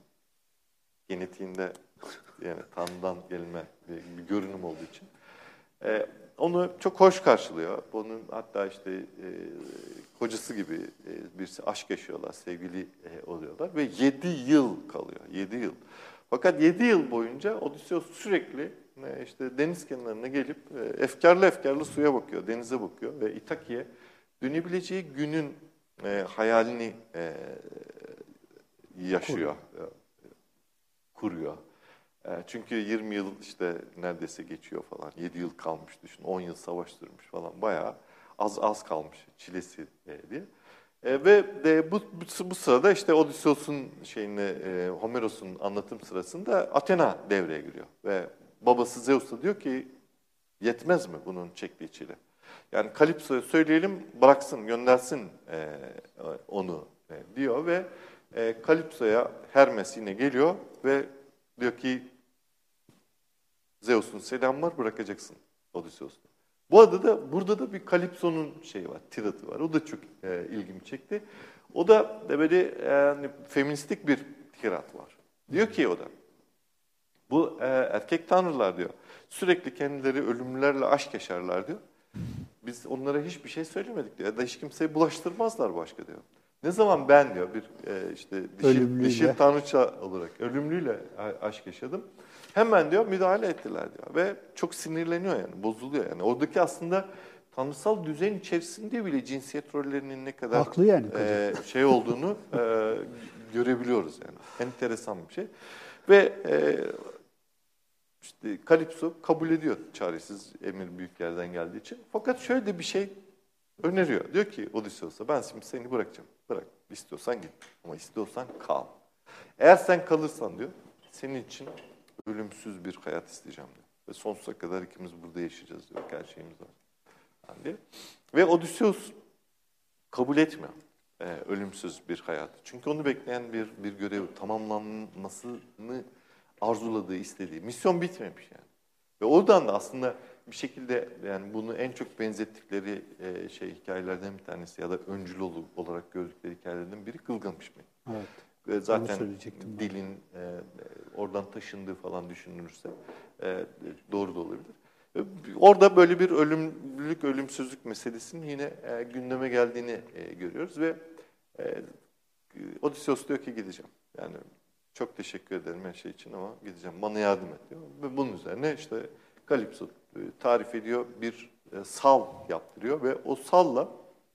genetiğinde yani Tanrı'dan gelme bir, bir görünüm olduğu için e, onu çok hoş karşılıyor. Onun hatta işte e, kocası gibi e, bir aşk yaşıyorlar, sevgili e, oluyorlar ve yedi yıl kalıyor. Yedi yıl. Fakat yedi yıl boyunca Odysseus sürekli e, işte deniz kenarına gelip e, efkarlı efkarlı suya bakıyor, denize bakıyor ve İtaki'ye dönebileceği günün e, hayalini e, yaşıyor, e, kuruyor. E, çünkü yirmi yıl işte neredeyse geçiyor falan. yedi yıl kalmış düşün. on yıl savaş sürmüş falan. Bayağı az az kalmış çilesi e, diye. E, ve de, bu, bu, bu sırada işte Odysseus'un şeyini, e, Homeros'un anlatım sırasında Athena devreye giriyor. Ve babası Zeus da diyor ki yetmez mi bunun çektiği çile? Yani Kalipso'ya söyleyelim bıraksın, göndersin e, onu e, diyor ve e, Kalipso'ya Hermes yine geliyor ve diyor ki Zeus'un selam var bırakacaksın Odysseus'u. Bu arada da burada da bir Kalipso'nun şeyi var, tiratı var. O da çok e, ilgimi çekti. O da de böyle yani feministik bir tirat var. Diyor ki o da bu e, erkek tanrılar diyor sürekli kendileri ölümlülerle aşk yaşarlar diyor. Biz onlara hiçbir şey söylemedik diyor. Ya da hiç kimseye bulaştırmazlar başka diyor. Ne zaman ben diyor bir e, işte dişil, dişil tanrıça olarak ölümlüyle aşk yaşadım. Hemen diyor müdahale ettiler diyor. Ve çok sinirleniyor yani bozuluyor yani. Oradaki aslında tanrısal düzen içerisinde bile cinsiyet rollerinin ne kadar haklı yani e, şey olduğunu e, görebiliyoruz yani. Enteresan bir şey. Ve e, İşte Kalipso kabul ediyor çaresiz emir büyük yerden geldiği için. Fakat şöyle de bir şey öneriyor. Diyor ki Odysseus'a ben şimdi seni bırakacağım. Bırak. İstiyorsan git. Ama istiyorsan kal. Eğer sen kalırsan diyor senin için ölümsüz bir hayat isteyeceğim diyor. Ve sonsuza kadar ikimiz burada yaşayacağız diyor. Her şeyimiz var. Yani diyor. Ve Odysseus kabul etmiyor e, ölümsüz bir hayat. Çünkü onu bekleyen bir bir görev tamamlanmasını arzuladığı, istediği. Misyon bitmemiş yani. Ve oradan da aslında bir şekilde yani bunu en çok benzettikleri e, şey hikayelerden bir tanesi ya da öncül olarak gördükleri hikayelerden biri Gılgamış mı? Evet. Ve zaten dilin e, oradan taşındığı falan düşünülürse e, doğru da olabilir. Orada böyle bir ölümlülük, ölümsüzlük meselesinin yine e, gündeme geldiğini e, görüyoruz ve e, Odysseus diyor ki gideceğim. Yani çok teşekkür ederim her şey için ama gideceğim. Bana yardım et diyor. Ve bunun üzerine işte Kalipso tarif ediyor bir e, sal yaptırıyor ve o salla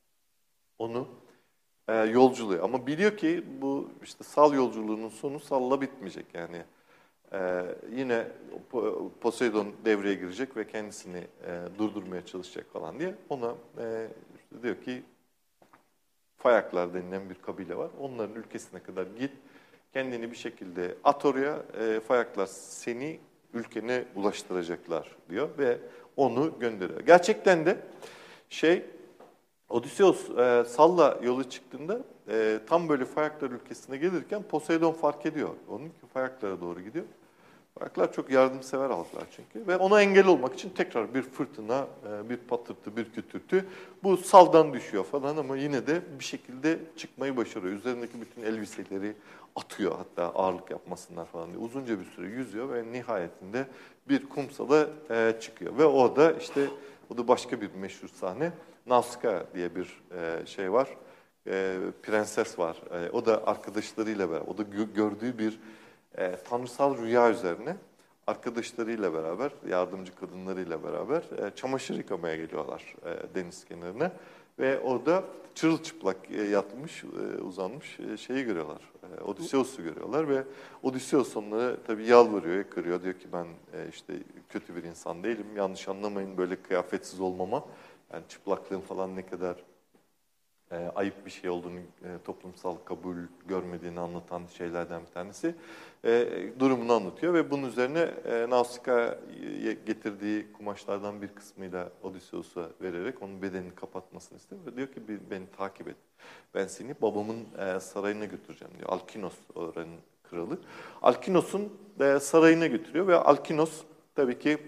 onu e, yolculuyor. Ama biliyor ki bu işte sal yolculuğunun sonu salla bitmeyecek yani. E, yine Poseidon devreye girecek ve kendisini e, durdurmaya çalışacak falan diye ona e, işte diyor ki Fayaklar denilen bir kabile var. Onların ülkesine kadar git. Kendini bir şekilde at oraya, e, Fayaklar seni ülkene ulaştıracaklar diyor ve onu gönderiyor. Gerçekten de şey, Odysseus e, salla yola çıktığında e, tam böyle Fayaklar ülkesine gelirken Poseidon fark ediyor. Onun ki Fayaklara doğru gidiyor. Fayaklar çok yardımsever halklar çünkü ve ona engel olmak için tekrar bir fırtına, e, bir patırtı, bir kütürtü bu saldan düşüyor falan ama yine de bir şekilde çıkmayı başarıyor. Üzerindeki bütün elbiseleri atıyor hatta ağırlık yapmasınlar falan diye. Uzunca bir süre yüzüyor ve nihayetinde bir kumsala e, çıkıyor. Ve o da işte o da başka bir meşhur sahne. Nausicaa diye bir e, şey var. E, prenses var. E, o da arkadaşlarıyla beraber, o da gö- gördüğü bir e, tanrısal rüya üzerine arkadaşlarıyla beraber, yardımcı kadınlarıyla beraber e, çamaşır yıkamaya geliyorlar e, deniz kenarına. Ve orada çırılçıplak e, yatmış, e, uzanmış e, şeyi görüyorlar. E, Odysseus'u görüyorlar ve Odysseus onlara tabii yalvarıyor, yakarıyor. Diyor ki ben e, işte kötü bir insan değilim, yanlış anlamayın böyle kıyafetsiz olmama. Yani çıplaklığın falan ne kadar e, ayıp bir şey olduğunu, e, toplumsal kabul görmediğini anlatan şeylerden bir tanesi. E, durumunu anlatıyor ve bunun üzerine e, Nausicaa'ya getirdiği kumaşlardan bir kısmıyla Odysseus'a vererek onun bedenini kapatmasını istiyor. Ve diyor ki beni takip et. Ben seni babamın e, sarayına götüreceğim diyor. Alkinos oranın kralı. Alkinos'un e, sarayına götürüyor ve Alkinos tabii ki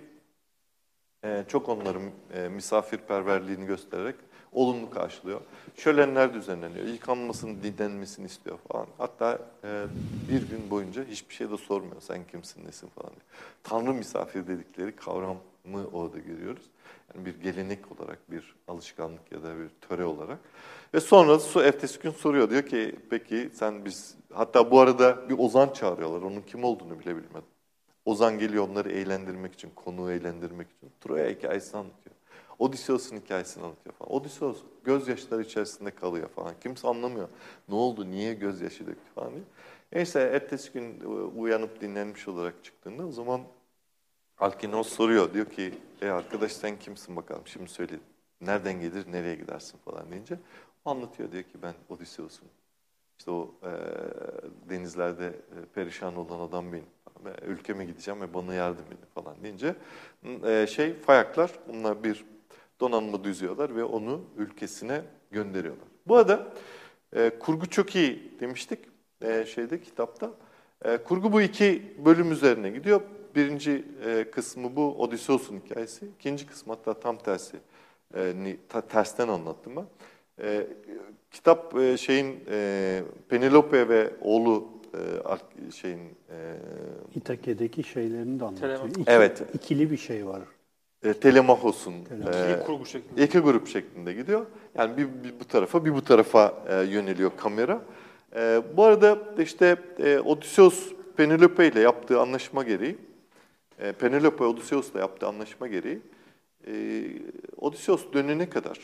e, çok onların e, misafirperverliğini göstererek olumlu karşılıyor. Şölenler düzenleniyor. Yıkanmasını, dinlenmesini istiyor falan. Hatta e, bir gün boyunca hiçbir şey de sormuyor. Sen kimsin, nesin falan diye. Tanrı misafir dedikleri kavramı orada görüyoruz. Yani bir gelenek olarak, bir alışkanlık ya da bir töre olarak. Ve sonra su ertesi gün soruyor. Diyor ki peki sen biz... Hatta bu arada bir ozan çağırıyorlar. Onun kim olduğunu bile bilmedim. Ozan geliyor onları eğlendirmek için, konuğu eğlendirmek için. Troya hikayesini anlatıyor. Odysseus'un hikayesini anlatıyor falan. Odysseus gözyaşları içerisinde kalıyor falan. Kimse anlamıyor. Ne oldu, niye gözyaşı döktü falan diye. Neyse ertesi gün uyanıp dinlenmiş olarak çıktığında o zaman Alkinos soruyor. Diyor ki e arkadaş sen kimsin bakalım şimdi söyle. Nereden gelir, nereye gidersin falan deyince. O anlatıyor. Diyor ki ben Odysseus'um. İşte o e, denizlerde e, perişan olan adam benim. Ülkeme gideceğim ve bana yardım edin falan deyince e, şey Fayaklar bununla bir donanma düzüyorlar ve onu ülkesine gönderiyorlar. Bu arada e, kurgu çok iyi demiştik e, şeyde kitapta. E, kurgu bu iki bölüm üzerine gidiyor. Birinci e, kısmı bu Odysseus'un hikayesi. İkinci kısmı hatta tam tersi e, ni, ta, tersten anlattım ben. E, kitap e, şeyin e, Penelope ve oğlu e, şeyin e, İtake'deki şeylerini de anlatıyor. Telemach. İki, Evet. İkili bir şey var. e, Telemachos'un İkili e, kurgu şeklinde. iki grup şeklinde gidiyor. Yani bir, bir bu tarafa bir bu tarafa e, yöneliyor kamera. E, bu arada işte e, Odysseus Penelope ile yaptığı anlaşma gereği e, Penelope Odysseus'la yaptığı anlaşma gereği e, Odysseus dönene kadar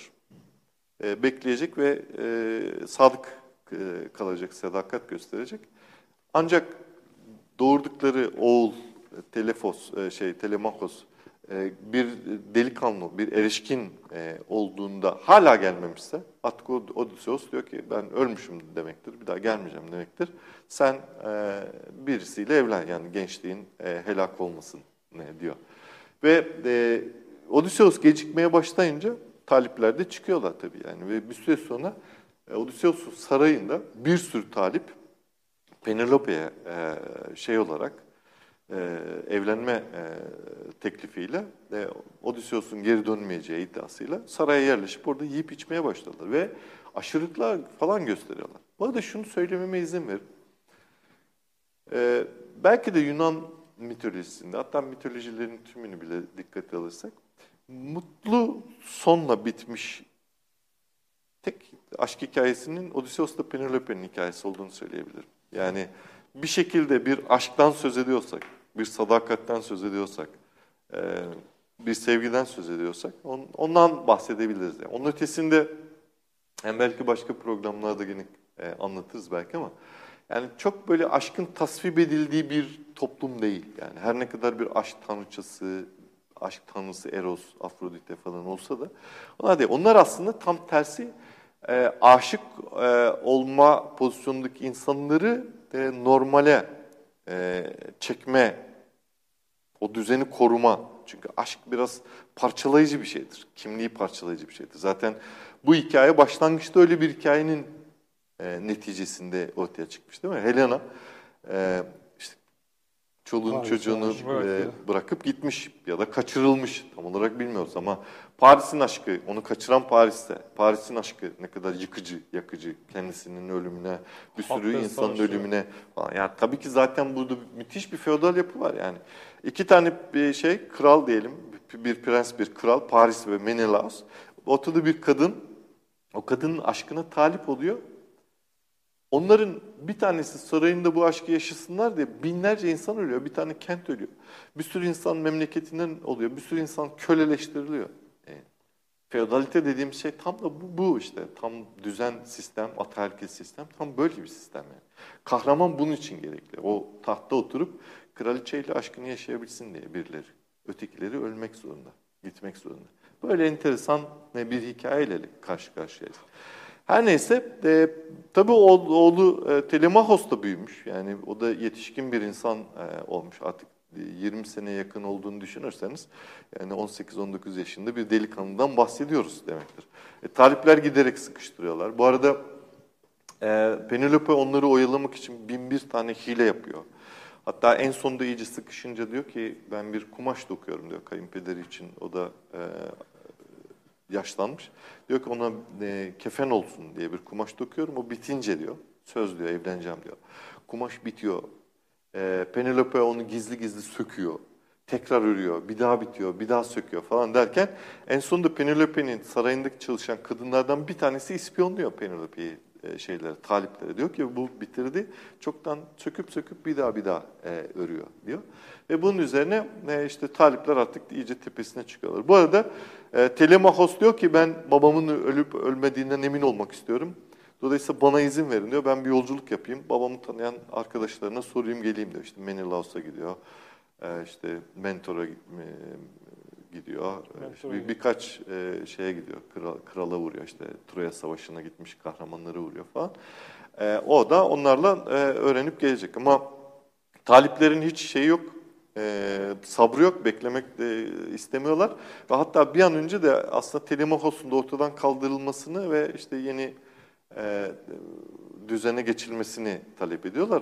e, bekleyecek ve e, sadık e, kalacak, sadakat gösterecek. Ancak doğurdukları oğul Telefos, e, şey Telemachos e, bir delikanlı, bir erişkin e, olduğunda hala gelmemişse artık Odysseus diyor ki ben ölmüşüm demektir, bir daha gelmeyeceğim demektir. Sen e, birisiyle evlen yani gençliğin e, helak olmasın ne diyor. Ve e, Odysseus gecikmeye başlayınca talipler de çıkıyorlar tabii yani ve bir süre sonra e, Odysseus'un sarayında bir sürü talip Penelope'ye e, şey olarak e, evlenme e, teklifiyle e, Odysseus'un geri dönmeyeceği iddiasıyla saraya yerleşip orada yiyip içmeye başladılar ve aşırılıklar falan gösteriyorlar. Bu arada şunu söylememe izin verin. E, belki de Yunan mitolojisinde hatta mitolojilerin tümünü bile dikkate alırsak mutlu sonla bitmiş tek aşk hikayesinin Odysseus'la Penelope'nin hikayesi olduğunu söyleyebilirim. Yani bir şekilde bir aşktan söz ediyorsak, bir sadakatten söz ediyorsak, bir sevgiden söz ediyorsak ondan bahsedebiliriz. Yani onun ötesinde hem belki başka programlarda yine anlatırız belki ama yani çok böyle aşkın tasvip edildiği bir toplum değil. Yani her ne kadar bir aşk tanrıçası, aşk tanrısı Eros, Afrodite falan olsa da onlar değil. Onlar aslında tam tersi e, aşık e, olma pozisyonundaki insanları e, normale e, çekme, o düzeni koruma. Çünkü aşk biraz parçalayıcı bir şeydir. Kimliği parçalayıcı bir şeydir. Zaten bu hikaye başlangıçta öyle bir hikayenin e, neticesinde ortaya çıkmış değil mi? Helena e, işte çoluğunu Paris'e çocuğunu aşık e, bırakıp gitmiş ya da kaçırılmış. Tam olarak bilmiyoruz ama Paris'in aşkı, onu kaçıran Paris'te. Paris'in aşkı ne kadar yıkıcı, yakıcı. Kendisinin ölümüne, bir sürü Halkların insanın savaşı. ölümüne falan. Yani tabii ki zaten burada müthiş bir feodal yapı var yani. İki tane bir şey, kral diyelim, bir prens, bir kral, Paris ve Menelaus. Ortada bir kadın, o kadının aşkına talip oluyor. Onların bir tanesi sarayında bu aşkı yaşasınlar diye binlerce insan ölüyor. Bir tane kent ölüyor. Bir sürü insan memleketinden oluyor. Bir sürü insan köleleştiriliyor. E, feodalite dediğim şey tam da bu, bu işte. Tam düzen sistem, ataerkil sistem. Tam böyle bir sistem yani. Kahraman bunun için gerekli. O tahtta oturup kraliçeyle aşkını yaşayabilsin diye birileri. Ötekileri ölmek zorunda, gitmek zorunda. Böyle enteresan bir hikayeyle karşı karşıyayız. Her neyse, e, tabii oğlu, oğlu e, Telemachos da büyümüş. Yani o da yetişkin bir insan e, olmuş artık yirmi sene yakın olduğunu düşünürseniz. Yani on sekiz on dokuz yaşında bir delikanlıdan bahsediyoruz demektir. E, talipler giderek sıkıştırıyorlar. Bu arada e, Penelope onları oyalamak için bin bir tane hile yapıyor. Hatta en sonunda iyice sıkışınca diyor ki ben bir kumaş dokuyorum diyor kayınpederi için. O da e, yaşlanmış. Diyor ki ona e, kefen olsun diye bir kumaş dokuyorum. O bitince diyor, söz diyor evleneceğim diyor. Kumaş bitiyor. E, Penelope onu gizli gizli söküyor. tekrar örüyor, bir daha bitiyor, bir daha söküyor falan derken en sonunda Penelope'nin sarayındaki çalışan kadınlardan bir tanesi ispiyonluyor Penelope'yi e, şeylere, taliplere. Diyor ki bu bitirdi, çoktan söküp söküp bir daha bir daha e, örüyor diyor. Ve bunun üzerine e, işte talipler artık iyice tepesine çıkıyorlar. Bu arada e, Telemachos diyor ki ben babamın ölüp ölmediğinden emin olmak istiyorum. Dolayısıyla bana izin verin diyor. Ben bir yolculuk yapayım. Babamı tanıyan arkadaşlarına sorayım geleyim diyor. İşte Menelaos'a gidiyor. Ee, işte Mentor'a gidiyor. İşte bir, birkaç e, şeye gidiyor. Kral, krala uğruyor. İşte Troya Savaşı'na gitmiş kahramanlara uğruyor falan. Ee, o da onlarla e, öğrenip gelecek. Ama taliplerin hiç şeyi yok. E, sabrı yok. Beklemek de istemiyorlar. Ve hatta bir an önce de aslında Telemachos'un da ortadan kaldırılmasını ve işte yeni e, düzene geçilmesini talep ediyorlar.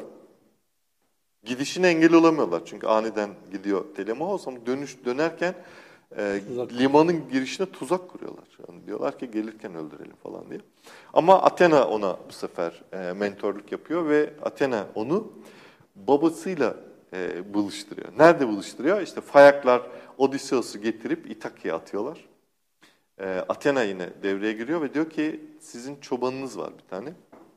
Gidişine engel olamıyorlar çünkü aniden gidiyor Telemachos ama dönüş dönerken e, limanın girişine tuzak kuruyorlar. Yani diyorlar ki gelirken öldürelim falan diye. Ama Athena ona bu sefer e, mentorluk yapıyor ve Athena onu babasıyla e, buluşturuyor. Nerede buluşturuyor? İşte Fayaklar Odysseus'u getirip İtakya'ya atıyorlar. E, Athena yine devreye giriyor ve diyor ki sizin çobanınız var bir tane.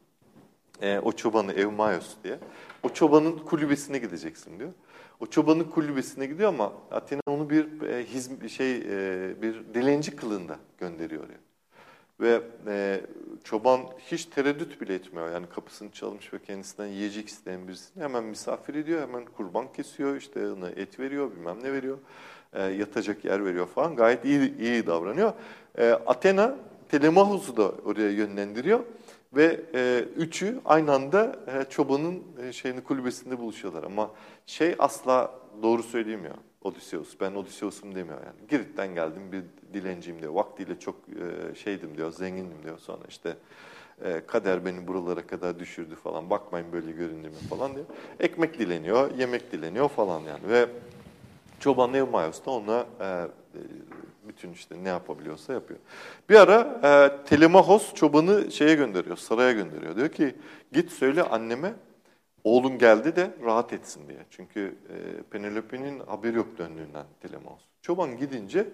E, o çobanı Eumaios diye. O çobanın kulübesine gideceksin diyor. O çobanın kulübesine gidiyor ama Athena onu bir e, hizm şey e, bir dilenci kılığında gönderiyor diyor. Ve e, çoban hiç tereddüt bile etmiyor. Yani kapısını çalmış ve kendisinden yiyecek isteyen birisini hemen misafir ediyor. Hemen kurban kesiyor, işte ona et veriyor, bilmem ne veriyor. E, yatacak yer veriyor falan. Gayet iyi iyi davranıyor. E, Athena Telemachos'u da oraya yönlendiriyor. Ve e, üçü aynı anda e, çobanın e, şeyini kulübesinde buluşuyorlar. Ama şey asla doğru söyleyemiyor Odysseus. Ben Odysseus'um demiyor yani. Girit'ten geldim bir dilenciyim diyor. Vaktiyle çok e, şeydim diyor, zengindim diyor. Sonra işte e, kader beni buralara kadar düşürdü falan. Bakmayın böyle göründüğüme falan diyor. Ekmek dileniyor, yemek dileniyor falan yani. Ve çoban Eumaios da ona e, bütün işte ne yapabiliyorsa yapıyor. Bir ara e, Telemachos çobanı şeye gönderiyor, saraya gönderiyor. Diyor ki git söyle anneme oğlun geldi de rahat etsin diye. Çünkü e, Penelope'nin haberi yok döndüğünden Telemachos. Çoban gidince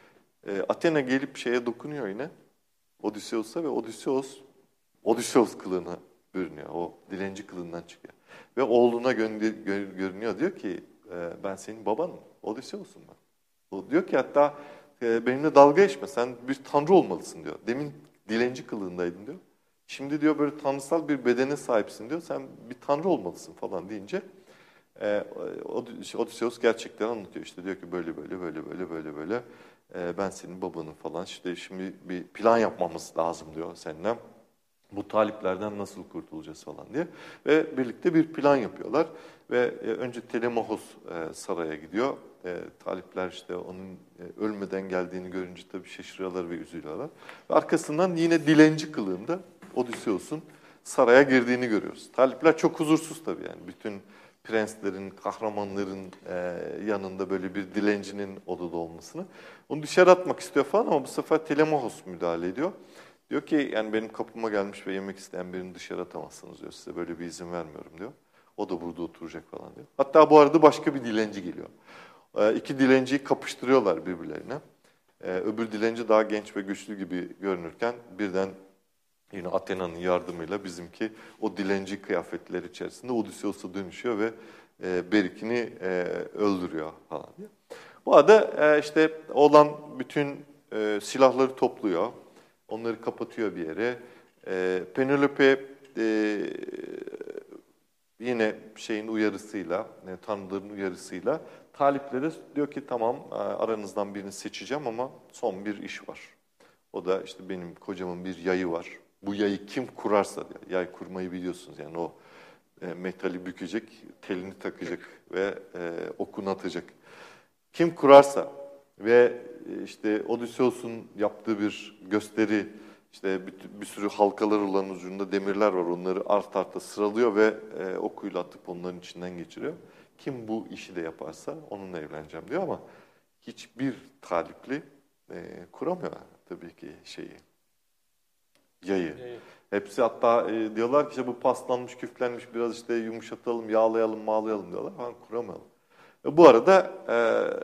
e, Athena gelip şeye dokunuyor yine Odysseus'a ve Odysseus Odysseus kılığına bürünüyor. O dilenci kılığından çıkıyor. Ve oğluna gönder, gör, görünüyor. Diyor ki e, ben senin babanım. Odysseus'um ben. O diyor ki hatta e, benimle dalga geçme. Sen bir tanrı olmalısın diyor. Demin dilenci kılığındaydın diyor. Şimdi diyor böyle tanrısal bir bedene sahipsin diyor. Sen bir tanrı olmalısın falan deyince e, Odysseus gerçekten anlatıyor. İşte diyor ki böyle böyle böyle böyle böyle böyle e, ben senin babanım falan. İşte şimdi bir plan yapmamız lazım diyor seninle. Bu taliplerden nasıl kurtulacağız falan diye. Ve birlikte bir plan yapıyorlar. Ve e, önce Telemachos e, saraya gidiyor. E, talipler işte onun e, ölmeden geldiğini görünce tabii şaşırıyorlar ve üzülüyorlar. Ve arkasından yine dilenci kılığında Odysseus'un saraya girdiğini görüyoruz. Talipler çok huzursuz tabii yani. Bütün prenslerin, kahramanların e, yanında böyle bir dilencinin odada olmasını. Onu dışarı atmak istiyor falan ama bu sefer Telemachos müdahale ediyor. Diyor ki yani benim kapıma gelmiş ve yemek isteyen birini dışarı atamazsınız diyor. Size böyle bir izin vermiyorum diyor. O da burada oturacak falan diyor. Hatta bu arada başka bir dilenci geliyor. Ee, iki dilenciyi kapıştırıyorlar birbirlerine. Ee, öbür dilenci daha genç ve güçlü gibi görünürken birden yine Athena'nın yardımıyla bizimki o dilenci kıyafetleri içerisinde Odysseus'a dönüşüyor ve e, Berik'ini e, öldürüyor falan diyor. Bu arada e, işte olan bütün e, silahları topluyor. Onları kapatıyor bir yere. E, Penelope e, yine şeyin uyarısıyla, e, tanrıların uyarısıyla taliplere diyor ki tamam aranızdan birini seçeceğim ama son bir iş var. O da işte benim kocamın bir yayı var. Bu yayı kim kurarsa diyor. Yay kurmayı biliyorsunuz yani o e, metali bükecek, telini takacak ve e, okunu atacak. Kim kurarsa ve işte Odysseus'un yaptığı bir gösteri, işte bir, bir sürü halkalar olan ucunda demirler var. Onları art arta sıralıyor ve e, okuyla atıp onların içinden geçiriyor. Kim bu işi de yaparsa onunla evleneceğim diyor ama hiçbir talipli e, kuramıyor tabii ki şeyi, yayı. Evet. Hepsi hatta e, diyorlar ki işte bu paslanmış, küflenmiş biraz işte yumuşatalım, yağlayalım, mağlayalım diyorlar. Ha, kuramıyorlar. Ve bu arada e,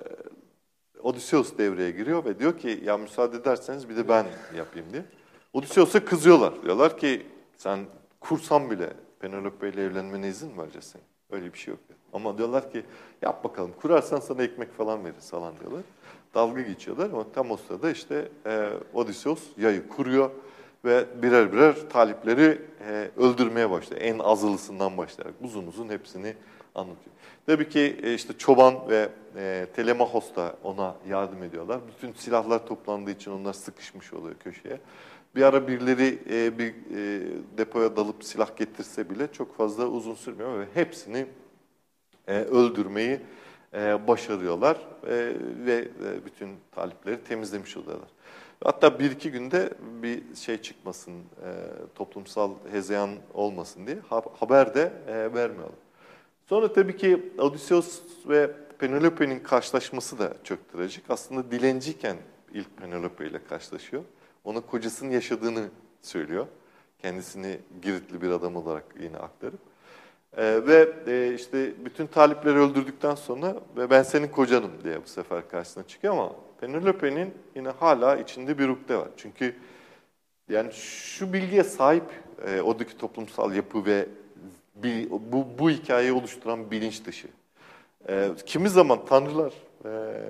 Odysseus devreye giriyor ve diyor ki ya müsaade ederseniz bir de ben yapayım diye. Odysseus'a kızıyorlar. Diyorlar ki sen kursan bile Penelope ile evlenmene izin mi vereceğiz senin? Öyle bir şey yok diyor. Ama diyorlar ki yap bakalım kurarsan sana ekmek falan veririz falan diyorlar. Dalga geçiyorlar ama tam o sırada işte e, Odysseus yayı kuruyor ve birer birer talipleri e, öldürmeye başlıyor. En azılısından başlayarak uzun uzun hepsini anlatıyor. Tabii ki e, işte çoban ve e, Telemachos da ona yardım ediyorlar. Bütün silahlar toplandığı için onlar sıkışmış oluyor köşeye. Bir ara birileri e, bir e, depoya dalıp silah getirse bile çok fazla uzun sürmüyor ve hepsini e, öldürmeyi e, başarıyorlar e, ve e, bütün talipleri temizlemiş oluyorlar. Hatta bir iki günde bir şey çıkmasın, e, toplumsal hezeyan olmasın diye ha, haber de e, vermiyorlar. Sonra tabii ki Odysseus ve Penelope'nin karşılaşması da çok trajik. Aslında dilenciyken ilk Penelope ile karşılaşıyor. Ona kocasının yaşadığını söylüyor. Kendisini Giritli bir adam olarak yine aktarıp. Ee, ve e, işte bütün talipleri öldürdükten sonra ve ben senin kocanım diye bu sefer karşısına çıkıyor ama Penelope'nin yine hala içinde bir ukde var. Çünkü yani şu bilgiye sahip e, oradaki toplumsal yapı ve bir, bu, bu hikayeyi oluşturan bilinç dışı. E, kimi zaman tanrılar e,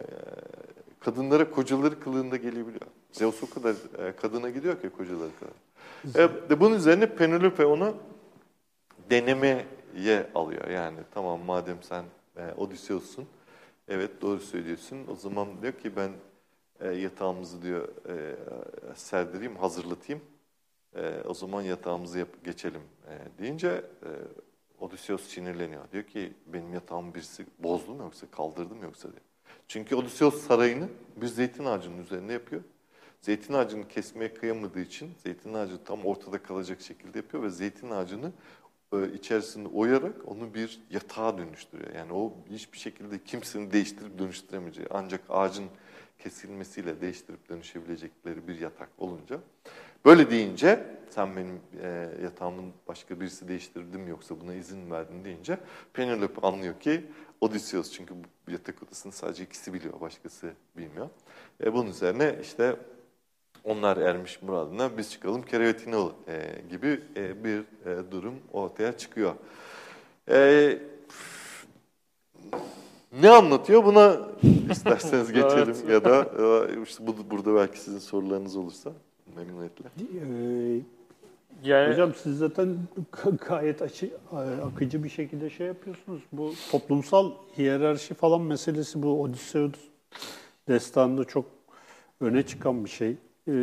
kadınlara kocaları kılığında gelebiliyor. Zeus o kadar e, kadına gidiyor ki kocaları kadar. E, de bunun üzerine Penelope onu denemeye alıyor. Yani tamam madem sen e, Odysseus'sun, evet doğru söylüyorsun. O zaman diyor ki ben e, yatağımızı diyor e, serdireyim, hazırlatayım. E, o zaman yatağımızı yap, geçelim e, deyince e, Odysseus sinirleniyor. Diyor ki benim yatağımı birisi bozdu mu yoksa kaldırdı mı yoksa diyor. Çünkü Odysseus sarayını bir zeytin ağacının üzerinde yapıyor. Zeytin ağacını kesmeye kıyamadığı için zeytin ağacı tam ortada kalacak şekilde yapıyor ve zeytin ağacını e, içerisinde oyarak onu bir yatağa dönüştürüyor. Yani o hiçbir şekilde kimsenin değiştirip dönüştüremeyeceği ancak ağacın kesilmesiyle değiştirip dönüşebilecekleri bir yatak olunca. Böyle deyince sen benim e, yatağımın başka birisi değiştirdi mi yoksa buna izin verdin deyince Penelope anlıyor ki Odysseus çünkü bu yatak odasını sadece ikisi biliyor, başkası bilmiyor. E, bunun üzerine işte onlar ermiş muradına biz çıkalım kerevetine ol e, gibi e, bir e, durum ortaya çıkıyor. E, ne anlatıyor buna isterseniz geçelim Evet. ya da e, işte bu, burada belki sizin sorularınız olursa memnuniyetle. Ee, Yani Hocam siz zaten gayet açı, akıcı bir şekilde şey yapıyorsunuz. Bu toplumsal hiyerarşi falan meselesi bu Odysseus destanında çok öne çıkan bir şey. Ee,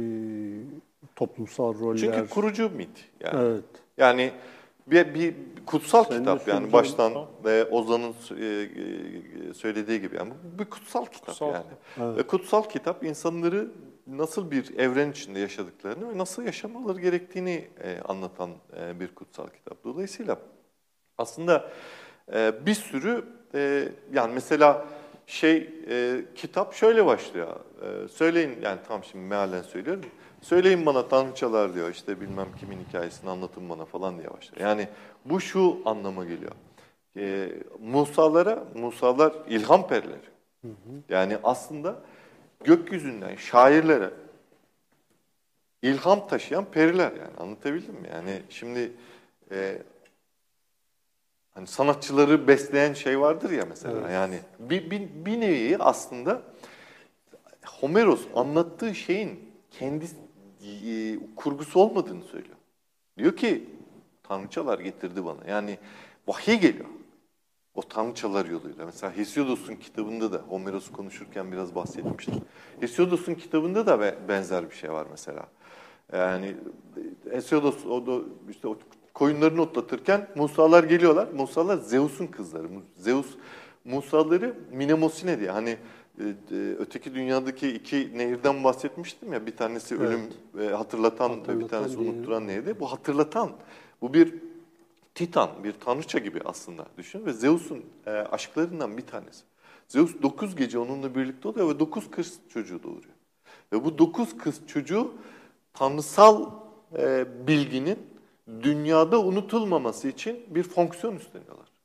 toplumsal roller. Çünkü kurucu mit. Yani, Evet. yani bir, bir kutsal Sen kitap de yani söyleyeceğim. baştan e, Ozan'ın e, e, söylediği gibi yani bu bir kutsal kitap Kutsal yani. Evet. Ve kutsal kitap insanları nasıl bir evren içinde yaşadıklarını ve nasıl yaşamaları gerektiğini e, anlatan e, bir kutsal kitap. Dolayısıyla aslında e, bir sürü e, yani mesela şey e, kitap şöyle başlıyor. E, söyleyin yani tam şimdi mealen söylüyorum. Söyleyin bana tanrıçalar diyor işte bilmem kimin hikayesini anlatın bana falan diye başlıyor. Yani bu şu anlama geliyor. E, Musalara, Musalar ilham perileri. Hı hı. Yani aslında gökyüzünden şairlere ilham taşıyan periler yani anlatabildim mi? Yani şimdi e, hani sanatçıları besleyen şey vardır ya mesela evet. Yani bir, bir, bir nevi aslında Homeros anlattığı şeyin kendi e, kurgusu olmadığını söylüyor. Diyor ki tanrıçalar getirdi bana yani vahiy geliyor. O tanrıçalar yoluyla. Mesela Hesiodos'un kitabında da, Homeros'u konuşurken biraz bahsetmiştim. Hesiodos'un kitabında da benzer bir şey var mesela. Yani Hesiodos o da işte o koyunlarını otlatırken Musalar geliyorlar. Musalar Zeus'un kızları. Zeus Musaları Minemosine diye. Hani öteki dünyadaki iki nehirden bahsetmiştim ya. Bir tanesi evet. ölüm hatırlatan, hatırlatan bir tanesi değil. Unutturan nehirdi. Bu hatırlatan. Bu bir Titan, bir tanrıça gibi aslında düşün ve Zeus'un e, aşklarından bir tanesi. Zeus dokuz gece onunla birlikte oluyor ve dokuz kız çocuğu doğuruyor. Ve bu dokuz kız çocuğu tanrısal e, bilginin dünyada unutulmaması için bir fonksiyon üstleniyorlar.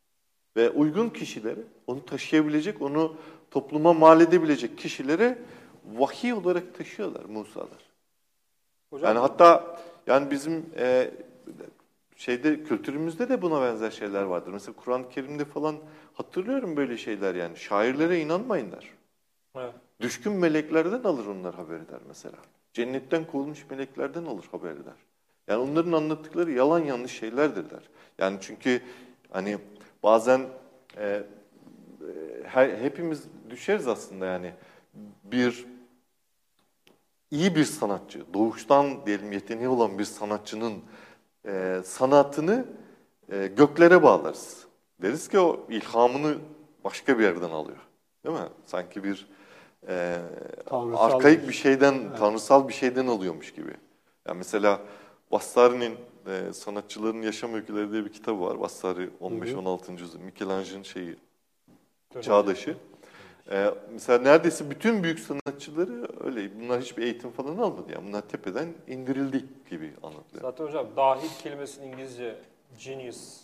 Ve uygun kişilere, onu taşıyabilecek, onu topluma mal edebilecek kişilere vahiy olarak taşıyorlar Musalar. Hocam, Yani hatta yani bizim e, şeyde kültürümüzde de buna benzer şeyler vardır. Mesela Kur'an-ı Kerim'de falan hatırlıyorum böyle şeyler yani. Şairlere inanmayınlar. evet. Düşkün meleklerden alır onlar haber eder mesela. Cennetten kovulmuş meleklerden alır haber eder. Yani onların anlattıkları yalan yanlış şeylerdir der. Yani çünkü hani bazen e, e, her, hepimiz düşeriz aslında yani bir iyi bir sanatçı, doğuştan diyelim yeteneği olan bir sanatçının e, sanatını e, göklere bağlarız. Deriz ki o ilhamını başka bir yerden alıyor. Değil mi? Sanki bir e, Tanrısal arkaik bir- bir şeyden, Evet. tanrısal bir şeyden alıyormuş gibi. Yani mesela Vasari'nin e, Sanatçıların Yaşam Öyküleri diye bir kitabı var. Vasari on beş on altıncı yüzyıl. Michelangelo'nun şeyi, çağdaşı. Ee, mesela neredeyse bütün büyük sanatçıları öyle. Bunlar hiçbir eğitim falan almadı. Yani bunlar tepeden indirildi gibi anlatılıyor. Zaten hocam dahil kelimesinin İngilizce genius.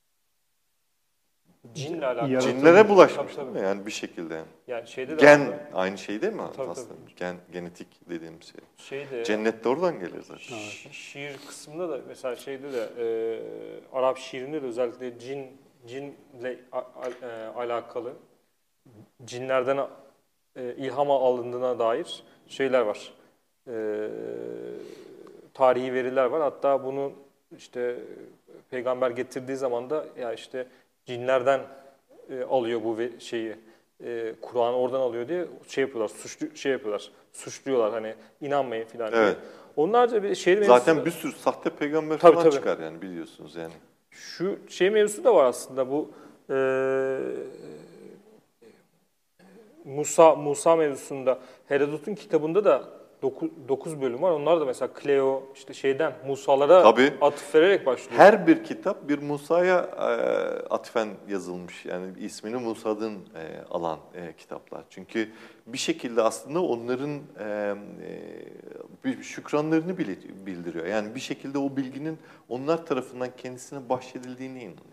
Cinle alakalı. Yaratılmış. Cinlere bulaşmış Tabii, değil tabii. mi? Yani bir şekilde. Yani. Yani şeyde de Gen vardı. aynı şey değil mi Tabii, aslında? tabii. Gen, genetik dediğimiz şey. Şeyde Cennet de oradan gelir zaten. şi- şiir kısmında da mesela şeyde de e, Arap şiirinde de özellikle cin cinle a- a- e, alakalı cinlerden e, ilhama alındığına dair şeyler var. E, tarihi veriler var. Hatta bunu işte peygamber getirdiği zaman da ya işte cinlerden e, alıyor bu ve- şeyi. E, Kur'an'ı oradan alıyor diye şey yapıyorlar, suçlu şey yapıyorlar. Suçluyorlar hani inanmayın filan diye. Evet. Onlarca bir şehir mevzusu Zaten bir sürü sahte peygamber Tabii, falan tabii. çıkar yani biliyorsunuz yani. şu şey mevzusu da var aslında bu e, Musa Musa mevzusunda Herodot'un kitabında da dokuz bölüm var. Onlar da mesela Cleo işte şeyden Musalara Tabii. atıf vererek başlıyor. Her bir kitap bir Musa'ya e, atfen yazılmış. Yani ismini Musa'dan e, alan e, kitaplar. Çünkü bir şekilde aslında onların e, e, bir şükranlarını bile bildiriyor. Yani bir şekilde o bilginin onlar tarafından kendisine bahşedildiğine inanıyor.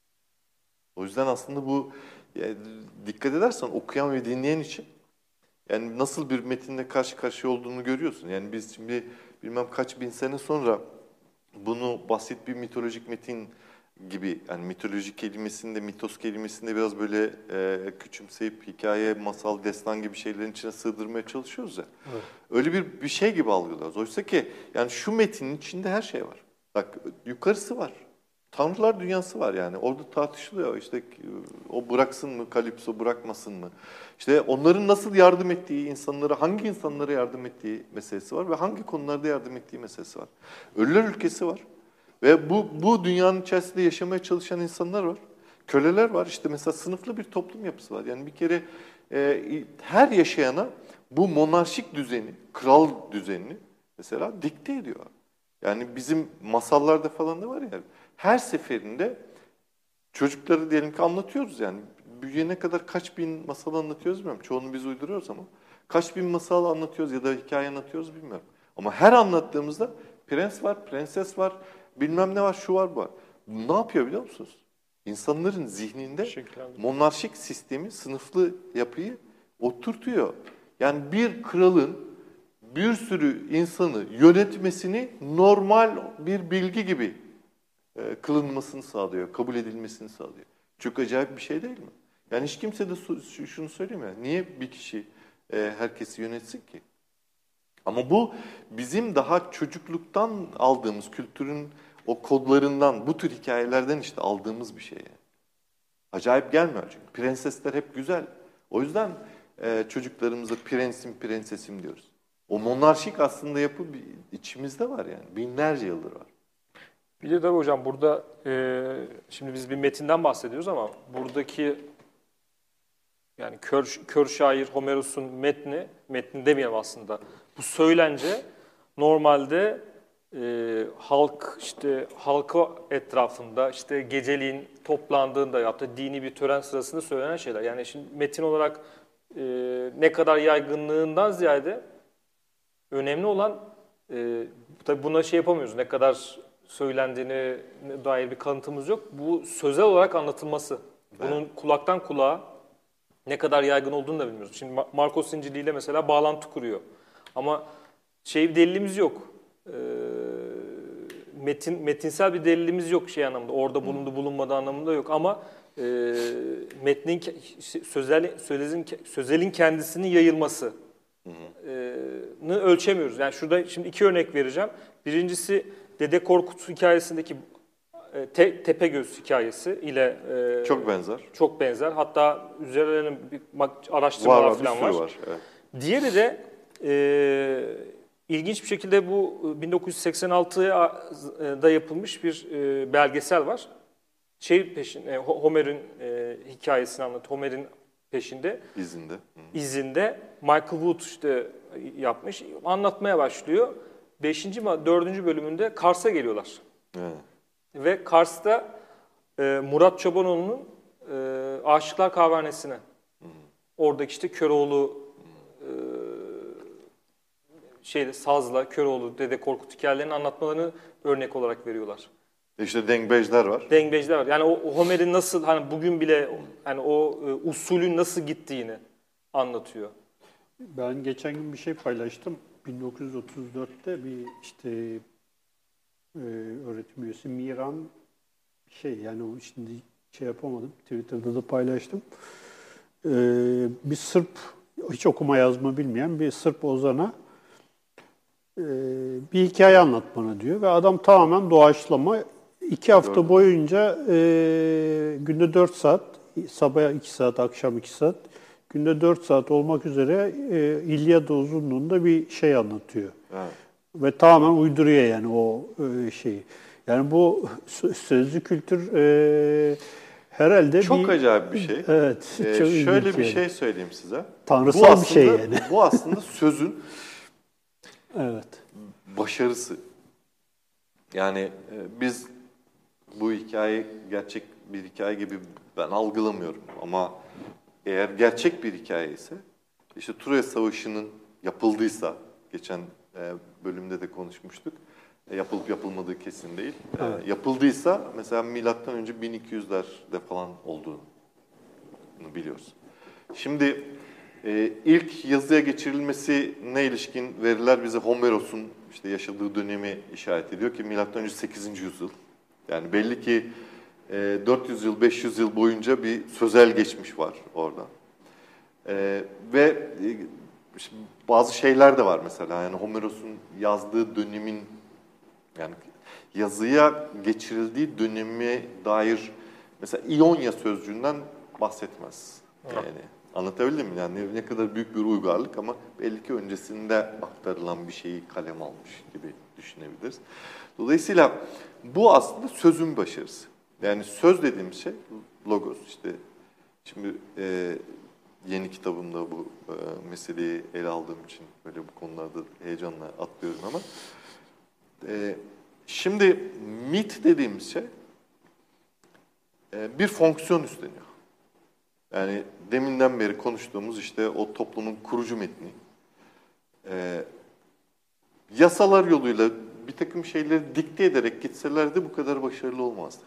O yüzden aslında bu yani dikkat edersen okuyan ve dinleyen için yani nasıl bir metinle karşı karşıya olduğunu görüyorsun. Yani biz şimdi bilmem kaç bin sene sonra bunu basit bir mitolojik metin gibi, yani mitolojik kelimesinde, mitos kelimesinde biraz böyle e, küçümseyip hikaye, masal, destan gibi şeylerin içine sığdırmaya çalışıyoruz ya. Evet. Öyle bir bir şey gibi algılıyoruz. Oysa ki yani şu metinin içinde her şey var. Bak yukarısı var. Tanrılar dünyası var yani. Orada tartışılıyor. İşte o bıraksın mı, Kalipso bırakmasın mı? İşte onların nasıl yardım ettiği, insanlara hangi insanlara yardım ettiği meselesi var ve hangi konularda yardım ettiği meselesi var. Ölüler ülkesi var. Ve bu bu dünyanın içerisinde yaşamaya çalışan insanlar var. Köleler var. İşte mesela sınıflı bir toplum yapısı var. Yani bir kere e, her yaşayana bu monarşik düzeni, kral düzenini mesela dikte ediyor. Yani bizim masallarda falan da var ya. Her seferinde çocukları diyelim ki anlatıyoruz yani. Büyüyene kadar kaç bin masal anlatıyoruz bilmiyorum. Çoğunu biz uyduruyoruz ama. Kaç bin masal anlatıyoruz ya da hikaye anlatıyoruz bilmiyorum. Ama her anlattığımızda prens var, prenses var, bilmem ne var, şu var, bu var. Bu ne yapıyor biliyor musunuz? İnsanların zihninde Şekillendi. monarşik sistemi, sınıflı yapıyı oturtuyor. Yani bir kralın bir sürü insanı yönetmesini normal bir bilgi gibi e, kılınmasını sağlıyor, kabul edilmesini sağlıyor. Çok acayip bir şey değil mi? Yani hiç kimse de su- şunu söylemiyor. Niye bir kişi e, herkesi yönetsin ki? Ama bu bizim daha çocukluktan aldığımız kültürün o kodlarından, bu tür hikayelerden işte aldığımız bir şey. Yani. Acayip gelmiyor çünkü. Prensesler hep güzel. O yüzden e, çocuklarımıza prensim, prensesim diyoruz. O monarşik aslında yapı bir- içimizde var yani. Binlerce yıldır var. Bir de tabii hocam burada e, şimdi biz bir metinden bahsediyoruz ama buradaki yani kör, kör şair Homeros'un metni, metni demeyelim aslında. Bu söylence normalde e, halk işte halka etrafında işte geceliğin toplandığında ya da dini bir tören sırasında söylenen şeyler. Yani şimdi metin olarak e, ne kadar yaygınlığından ziyade önemli olan e, tabii buna şey yapamıyoruz. Ne kadar söylendiğine dair bir kanıtımız yok. Bu sözel olarak anlatılması. Bunun Evet. kulaktan kulağa ne kadar yaygın olduğunu da bilmiyoruz. Şimdi Ma- Markos İncil'i ile mesela bağlantı kuruyor. Ama şey bir delilimiz yok. Ee, metin metinsel bir delilimiz yok şey anlamında. Orada bulundu bulunmadığı anlamında yok. Ama e, metnin ke- sözel sözelin sözelin kendisinin yayılması e, ölçemiyoruz. Yani şurada şimdi iki örnek vereceğim. Birincisi Dede Korkut hikayesindeki e, te, Tepegöz hikayesi ile e, Çok benzer. çok benzer. Hatta üzerlerine bir bak- araştırmalar Var var, bir falan sürü var. var. Evet. Diğeri de e, ilginç bir şekilde bu bin dokuz yüz seksen altıda yapılmış bir e, belgesel var. Şey peşin, e, Homer'in e, hikayesini anlat. Homer'in peşinde, İzinde. Hı. izinde Michael Wood işte yapmış. Anlatmaya başlıyor. Beşinci, ma- dördüncü bölümünde Kars'a geliyorlar. Evet. Ve Kars'ta e, Murat Çobanoğlu'nun e, Aşıklar Kahvehanesi'ne, oradaki işte Köroğlu e, şeyde Saz'la Köroğlu, Dede Korkut hikayelerini anlatmalarını örnek olarak veriyorlar. İşte dengbejler var. Dengbejler var. Yani o o Homer'in nasıl hani bugün bile hani o e, usulün nasıl gittiğini anlatıyor. Ben geçen gün bir şey paylaştım. bin dokuz yüz otuz dörtte bir işte e, öğretim üyesi Miran şey yani o şimdi şey yapamadım. Twitter'da da paylaştım. E, bir Sırp hiç okuma yazma bilmeyen bir Sırp ozana e, bir hikaye anlat bana diyor ve adam tamamen doğaçlama iki hafta Gördüm. boyunca e, günde dört saat sabah iki saat akşam iki saat günde dört saat olmak üzere e, İlyada uzunluğunda bir şey anlatıyor. Evet. Ve tamamen uyduruyor yani o e, şeyi. Yani bu sö- sözlü kültür e, herhalde Çok bir... acayip bir şey. Evet, Ee, çok şöyle ilginç bir yani. şey söyleyeyim size. Tanrısal Bu bir aslında, şey yani. Bu aslında sözün Evet. başarısı. Yani e, biz bu hikaye gerçek bir hikaye gibi ben algılamıyorum. Ama eğer gerçek bir hikaye ise, işte Troya Savaşı'nın yapıldıysa, geçen e, bölümde de konuşmuştuk, e, yapılıp yapılmadığı kesin değil. E, Evet. yapıldıysa mesela milattan önce bin iki yüzlerde falan olduğunu biliyoruz. Şimdi e, ilk yazıya geçirilmesine ilişkin veriler bize Homeros'un işte yaşadığı dönemi işaret ediyor ki milattan önce sekizinci yüzyıl. Yani belli ki e, dört yüz yıl, beş yüz yıl boyunca bir sözel geçmiş var orada. E, ve e, işte bazı şeyler de var mesela. Yani Homeros'un yazdığı dönemin, yani yazıya geçirildiği döneme dair mesela İonya sözcüğünden bahsetmez. Yani anlatabildim mi? Yani ne kadar büyük bir uygarlık ama belli ki öncesinde aktarılan bir şeyi kalem almış gibi düşünebiliriz. Dolayısıyla bu aslında sözün başarısı. Yani söz dediğim şey logos. İşte şimdi e, yeni kitabımda bu e, meseleyi ele aldığım için böyle bu konularda heyecanla atlıyorum ama e, şimdi mit dediğimiz şey e, bir fonksiyon üstleniyor. Yani deminden beri konuştuğumuz işte o toplumun kurucu metni. E, yasalar yoluyla bir takım şeyleri dikte ederek gitselerdi bu kadar başarılı olmazdı.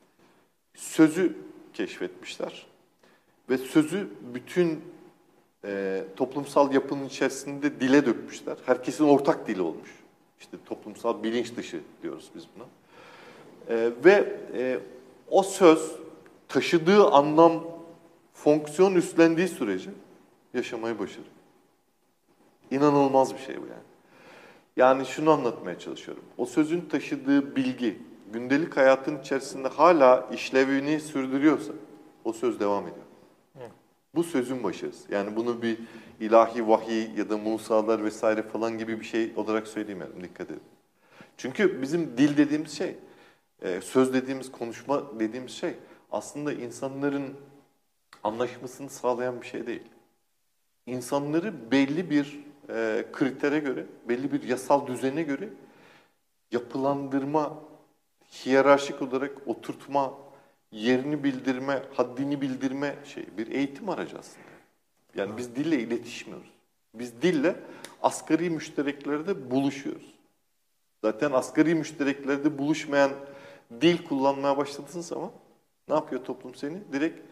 Sözü keşfetmişler ve sözü bütün e, toplumsal yapının içerisinde dile dökmüşler. Herkesin ortak dili olmuş. İşte toplumsal bilinç dışı diyoruz biz buna. E, ve e, o söz taşıdığı anlam, fonksiyon üstlendiği sürece yaşamayı başarıyor. İnanılmaz bir şey bu yani. Yani şunu anlatmaya çalışıyorum. O sözün taşıdığı bilgi, gündelik hayatın içerisinde hala işlevini sürdürüyorsa o söz devam ediyor. Evet. Bu sözün başarısı. Yani bunu bir ilahi vahiy ya da Musalar vesaire falan gibi bir şey olarak söyleyemiyorum. Dikkat edin. Çünkü bizim dil dediğimiz şey, söz dediğimiz, konuşma dediğimiz şey aslında insanların anlaşmasını sağlayan bir şey değil. İnsanları belli bir e, kritere göre, belli bir yasal düzene göre yapılandırma, hiyerarşik olarak oturtma, yerini bildirme, haddini bildirme şey bir eğitim aracı aslında. Yani biz dille iletişmiyoruz. Biz dille asgari müştereklerde buluşuyoruz. Zaten asgari müştereklerde buluşmayan dil kullanmaya başladığın zaman ne yapıyor toplum seni? Direkt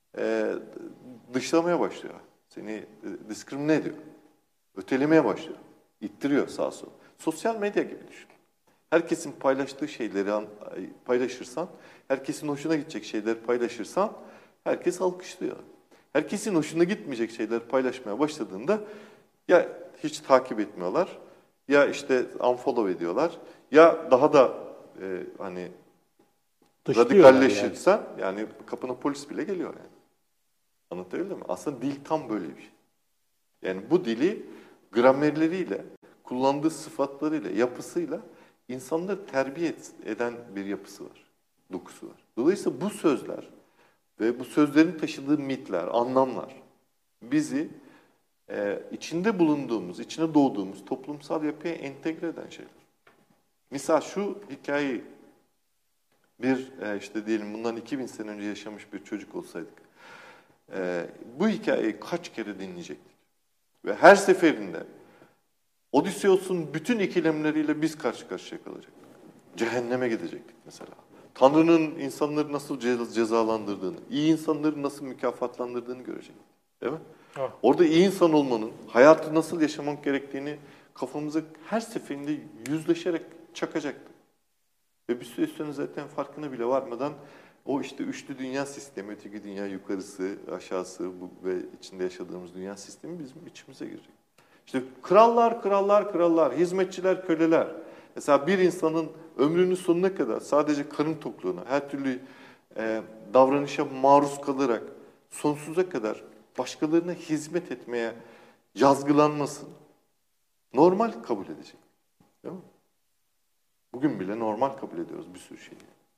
e, dışlamaya başlıyor. Seni e, diskrimine ediyor. Ötelemeye başlıyor. İttiriyor sağa sola. Sosyal medya gibi düşün. Herkesin paylaştığı şeyleri paylaşırsan, herkesin hoşuna gidecek şeyleri paylaşırsan herkes alkışlıyor. Herkesin hoşuna gitmeyecek şeyleri paylaşmaya başladığında ya hiç takip etmiyorlar, ya işte unfollow ediyorlar, ya daha da e, hani radikalleşirsen yani. yani kapına polis bile geliyor yani. Anlatabildim mi? Aslında dil tam böyle bir şey. Yani bu dili gramerleriyle, kullandığı sıfatlarıyla, yapısıyla insanları terbiye eden bir yapısı var, dokusu var. Dolayısıyla bu sözler ve bu sözlerin taşıdığı mitler, anlamlar bizi e, içinde bulunduğumuz, içine doğduğumuz toplumsal yapıya entegre eden şeyler. Misal şu hikayeyi bir e, işte diyelim bundan iki bin sene önce yaşamış bir çocuk olsaydık, e, bu hikayeyi kaç kere dinleyecektik? Ve her seferinde Odysseus'un bütün ikilemleriyle biz karşı karşıya kalacaktık. Cehenneme gidecektik mesela. Tanrı'nın insanları nasıl cezalandırdığını, iyi insanları nasıl mükafatlandırdığını görecektik. Değil mi? Evet. Orada iyi insan olmanın, hayatı nasıl yaşamak gerektiğini kafamıza her seferinde yüzleşerek çakacaktık. Ve bir süre sonra zaten farkına bile varmadan o işte üçlü dünya sistemi, öteki dünya yukarısı, aşağısı bu ve içinde yaşadığımız dünya sistemi bizim içimize girecek. İşte krallar, krallar, krallar, hizmetçiler, köleler. Mesela bir insanın ömrünün sonuna kadar sadece karın tokluğuna, her türlü e, davranışa maruz kalarak sonsuza kadar başkalarına hizmet etmeye yazgılanmasın. Normal kabul edecek. Değil mi? Bugün bile normal kabul ediyoruz bir sürü şeyi.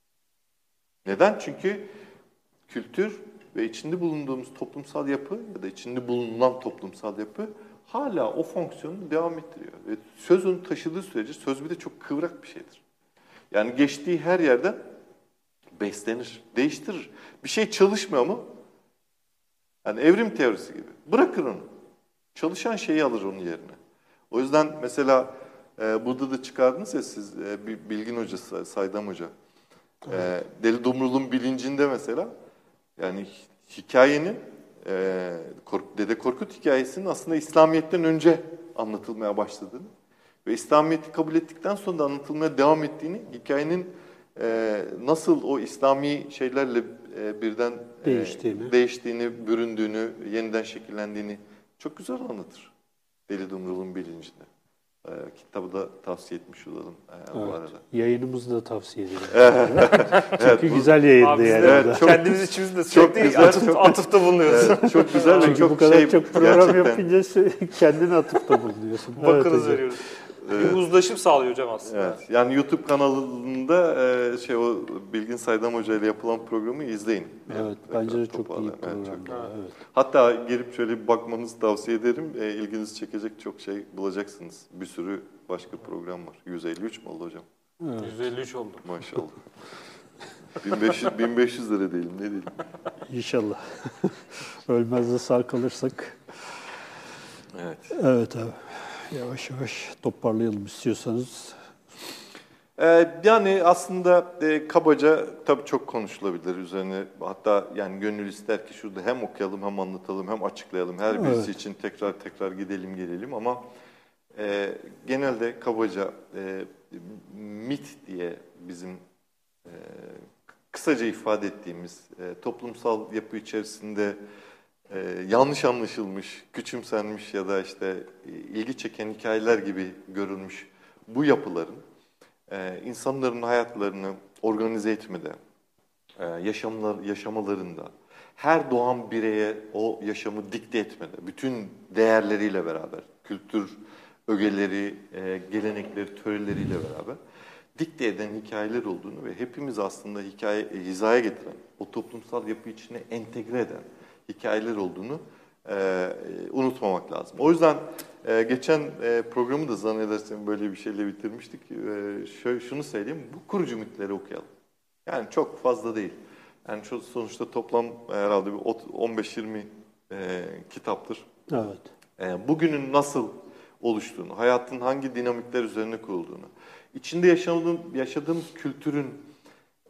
Neden? Çünkü kültür ve içinde bulunduğumuz toplumsal yapı ya da içinde bulunan toplumsal yapı hala o fonksiyonu devam ettiriyor. Ve söz onu taşıdığı sürece söz bir de çok kıvrak bir şeydir. Yani geçtiği her yerden beslenir, değiştirir. Bir şey çalışmıyor mu? Yani evrim teorisi gibi. Bırakır onu. Çalışan şeyi alır onun yerine. O yüzden mesela e, burada da çıkardınız ya siz e, Bilgin Hoca, Saydam Hoca. E, Deli Dumrul'un bilincinde mesela yani hikayenin e, Kork, Dede Korkut hikayesinin aslında İslamiyet'ten önce anlatılmaya başladığını ve İslamiyet'i kabul ettikten sonra da anlatılmaya devam ettiğini, hikayenin e, nasıl o İslami şeylerle e, birden e, değiştiğini. değiştiğini, büründüğünü, yeniden şekillendiğini çok güzel anlatır Deli Dumrul'un bilincinde. E, kitabı da tavsiye etmiş olalım e, evet, bu arada. Yayınımızı da tavsiye edelim. Çünkü evet, bu, güzel yayındı yani. Evet, çok, kendimiz içimizde sürekli güzel, atıf, çok, atıfta bulunuyoruz. Evet, çok güzel ve çok bu kadar şey, çok program gerçekten yapınca kendini atıfta bulunuyorsun. Bakınız evet, veriyoruz. Bir uzlaşım sağlıyor hocam aslında. Evet, yani YouTube kanalında e, şey o Bilgin Saydam Hoca ile yapılan programı izleyin. Evet, yani, bence de çok iyi bir program. Evet, çok, evet. Hatta girip şöyle bir bakmanızı tavsiye ederim. E, ilginizi çekecek çok şey bulacaksınız. Bir sürü başka program var. yüz elli üç mü oldu hocam? Evet. yüz elli üç oldu. Maşallah. bin beş yüz, bin beş yüz lira diyelim, ne diyelim? İnşallah. Ölmez de sağ kalırsak. Evet. Evet abi. Yavaş yavaş toparlayalım istiyorsanız. Ee, yani aslında e, kabaca tabii çok konuşulabilir üzerine. Hatta yani gönül ister ki şurada hem okuyalım hem anlatalım hem açıklayalım. Her birisi evet, için tekrar tekrar gidelim gelelim ama e, genelde kabaca e, mit diye bizim e, kısaca ifade ettiğimiz e, toplumsal yapı içerisinde Ee, yanlış anlaşılmış, küçümsenmiş ya da işte ilgi çeken hikayeler gibi görülmüş bu yapıların e, insanların hayatlarını organize etmede, e, yaşamlar, yaşamalarında, her doğan bireye o yaşamı dikte etmede, bütün değerleriyle beraber, kültür ögeleri, e, gelenekleri, töreleriyle beraber dikte eden hikayeler olduğunu ve hepimiz aslında hikaye, hizaya getiren, o toplumsal yapı içine entegre eden hikayeler olduğunu e, unutmamak lazım. O yüzden e, geçen e, programı da zannedersem böyle bir şeyle bitirmiştik. E, şöyle, şunu söyleyeyim, bu kurucu mitleri okuyalım. Yani çok fazla değil. Yani şu, sonuçta toplam herhalde bir on beş yirmi e, kitaptır. Evet. E, bugünün nasıl oluştuğunu, hayatın hangi dinamikler üzerine kurulduğunu, içinde yaşadığımız, yaşadığımız kültürün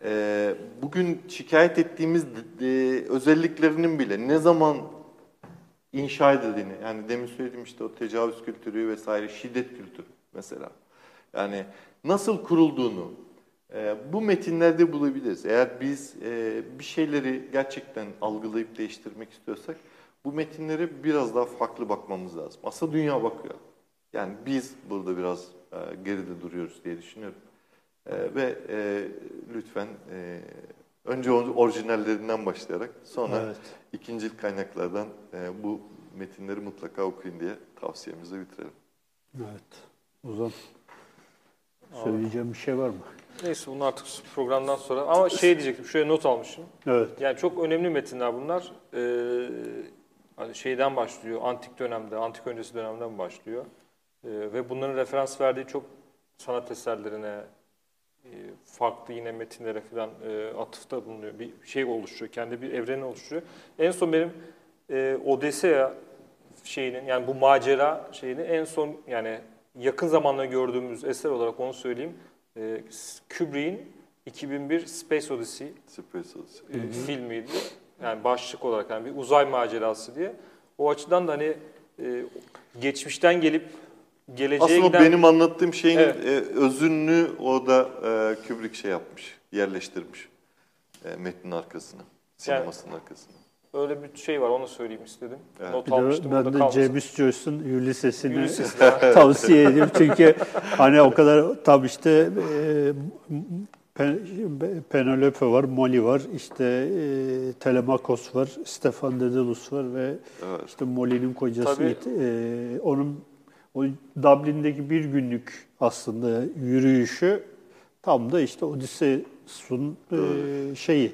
e, bugün şikayet ettiğimiz e, özelliklerinin bile ne zaman inşa edildiğini, yani demin söylediğim işte o tecavüz kültürü vesaire, şiddet kültürü mesela. Yani nasıl kurulduğunu e, bu metinlerde bulabiliriz. Eğer biz e, bir şeyleri gerçekten algılayıp değiştirmek istiyorsak bu metinlere biraz daha farklı bakmamız lazım. Aslında dünya bakıyor. Yani biz burada biraz e, geride duruyoruz diye düşünüyorum. E, ve e, lütfen e, önce orijinallerinden başlayarak sonra evet. ikincil kaynaklardan e, bu metinleri mutlaka okuyun diye tavsiyemizi bitirelim. Evet. Ozan, söyleyeceğim bir şey var mı? Neyse bunu artık programdan sonra. Ama şey diyecektim, şuraya not almışım. Evet. Yani çok önemli metinler bunlar. Ee, hani şeyden başlıyor, antik dönemde, antik öncesi dönemden başlıyor. Ee, ve bunların referans verdiği çok sanat eserlerine, e, farklı yine metinlere falan e, atıfta bulunuyor. Bir şey oluşturuyor, kendi bir evreni oluşturuyor. En son benim e, Odysseia şeyinin, yani bu macera şeyini en son, yani yakın zamanda gördüğümüz eser olarak onu söyleyeyim. E, Kubrick'in iki bin bir Space Odyssey, Space Odyssey. E, filmiydi. Yani başlık olarak yani bir uzay macerası diye. O açıdan da hani e, geçmişten gelip geleceğe aslında giden... benim anlattığım şeyin evet. e, özünü orada e, Kubrick şey yapmış, yerleştirmiş e, metnin arkasına, sinemasının yani, arkasına. Öyle bir şey var, onu söyleyeyim istedim. Evet. Not bir de almıştım. ben de James Joyce'un Ulysses'ini Ulysses'i tavsiye ediyorum. Çünkü hani o kadar tam işte e, Penelope var, Molly var, işte e, Telemakos var, Stefan Dedalus var ve evet. işte Molly'nin kocası. E, onun o Dublin'deki bir günlük aslında yürüyüşü tam da işte Odysseus'un e, şeyi.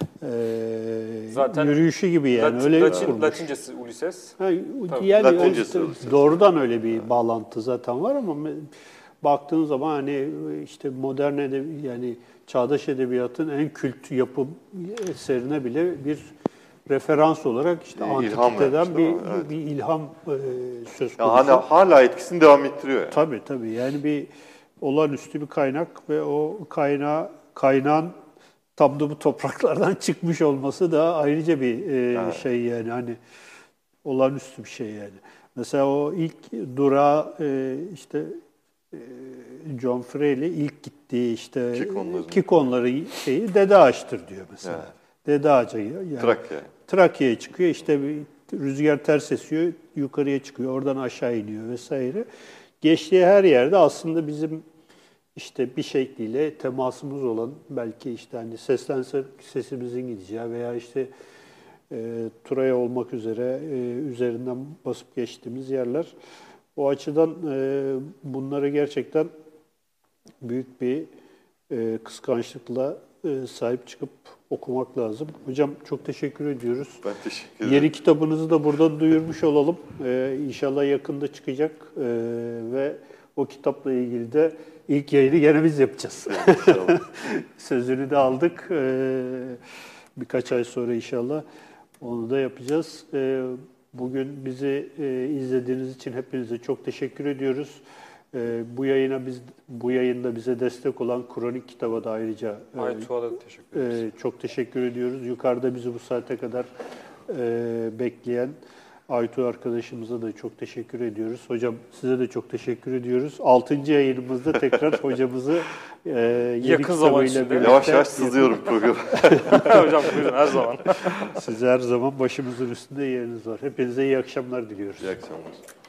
Ee, Zaten yürüyüşü gibi yani. Latin, öyle Latin, Latincesi Ulysses. Ha, yani Latincesi o, Ulysses. Doğrudan öyle bir bağlantı zaten var ama baktığın zaman hani işte modern edebi, yani çağdaş edebiyatın en kült yapım eserine bile bir referans olarak işte antikiteden bir, evet. bir ilham e, söz konusu. Yani hala, hala etkisini devam ettiriyor yani. Tabii tabii. Yani bir olağanüstü bir kaynak ve o kaynağı kaynağın tam da bu topraklardan çıkmış olması da ayrıca bir e, evet. şey yani hani olağanüstü bir şey yani. Mesela o ilk durağı e, işte e, John Fraley ilk gittiği işte Kikonların, Kikonları şeyi Dede Ağaç'tır diyor mesela. Evet. Dede Ağaç'a yani Trakya. Trakya'ya çıkıyor, işte bir rüzgar ters esiyor, yukarıya çıkıyor, oradan aşağı iniyor vesaire. Geçtiği her yerde aslında bizim İşte bir şekliyle temasımız olan, belki işte hani seslense sesimizin gideceği veya işte e, Turaya olmak üzere e, üzerinden basıp geçtiğimiz yerler. O açıdan e, bunları gerçekten büyük bir e, kıskançlıkla e, sahip çıkıp okumak lazım. Hocam çok teşekkür ediyoruz. Ben teşekkür ederim. Yeni kitabınızı da buradan duyurmuş olalım. E, İnşallah yakında çıkacak e, ve o kitapla ilgili de İlk yayını gene biz yapacağız. Sözünü de aldık. Ee, birkaç ay sonra inşallah onu da yapacağız. Ee, bugün bizi e, izlediğiniz için hepinize çok teşekkür ediyoruz. Ee, bu yayına biz bu yayında bize destek olan Kronik Kitaba da ayrıca e, Aytuğ'a da teşekkür ederiz. E, çok teşekkür ediyoruz. Yukarıda bizi bu saate kadar e, bekleyen Aytuğ arkadaşımıza da çok teşekkür ediyoruz. Hocam size de çok teşekkür ediyoruz. Altıncı yayınımızda tekrar hocamızı e, yeni yakın zaman birlikte... Yavaş yavaş sızıyorum programı. Hocam buyurun her zaman. Size her zaman başımızın üstünde yeriniz var. Hepinize iyi akşamlar diliyoruz. İyi akşamlar.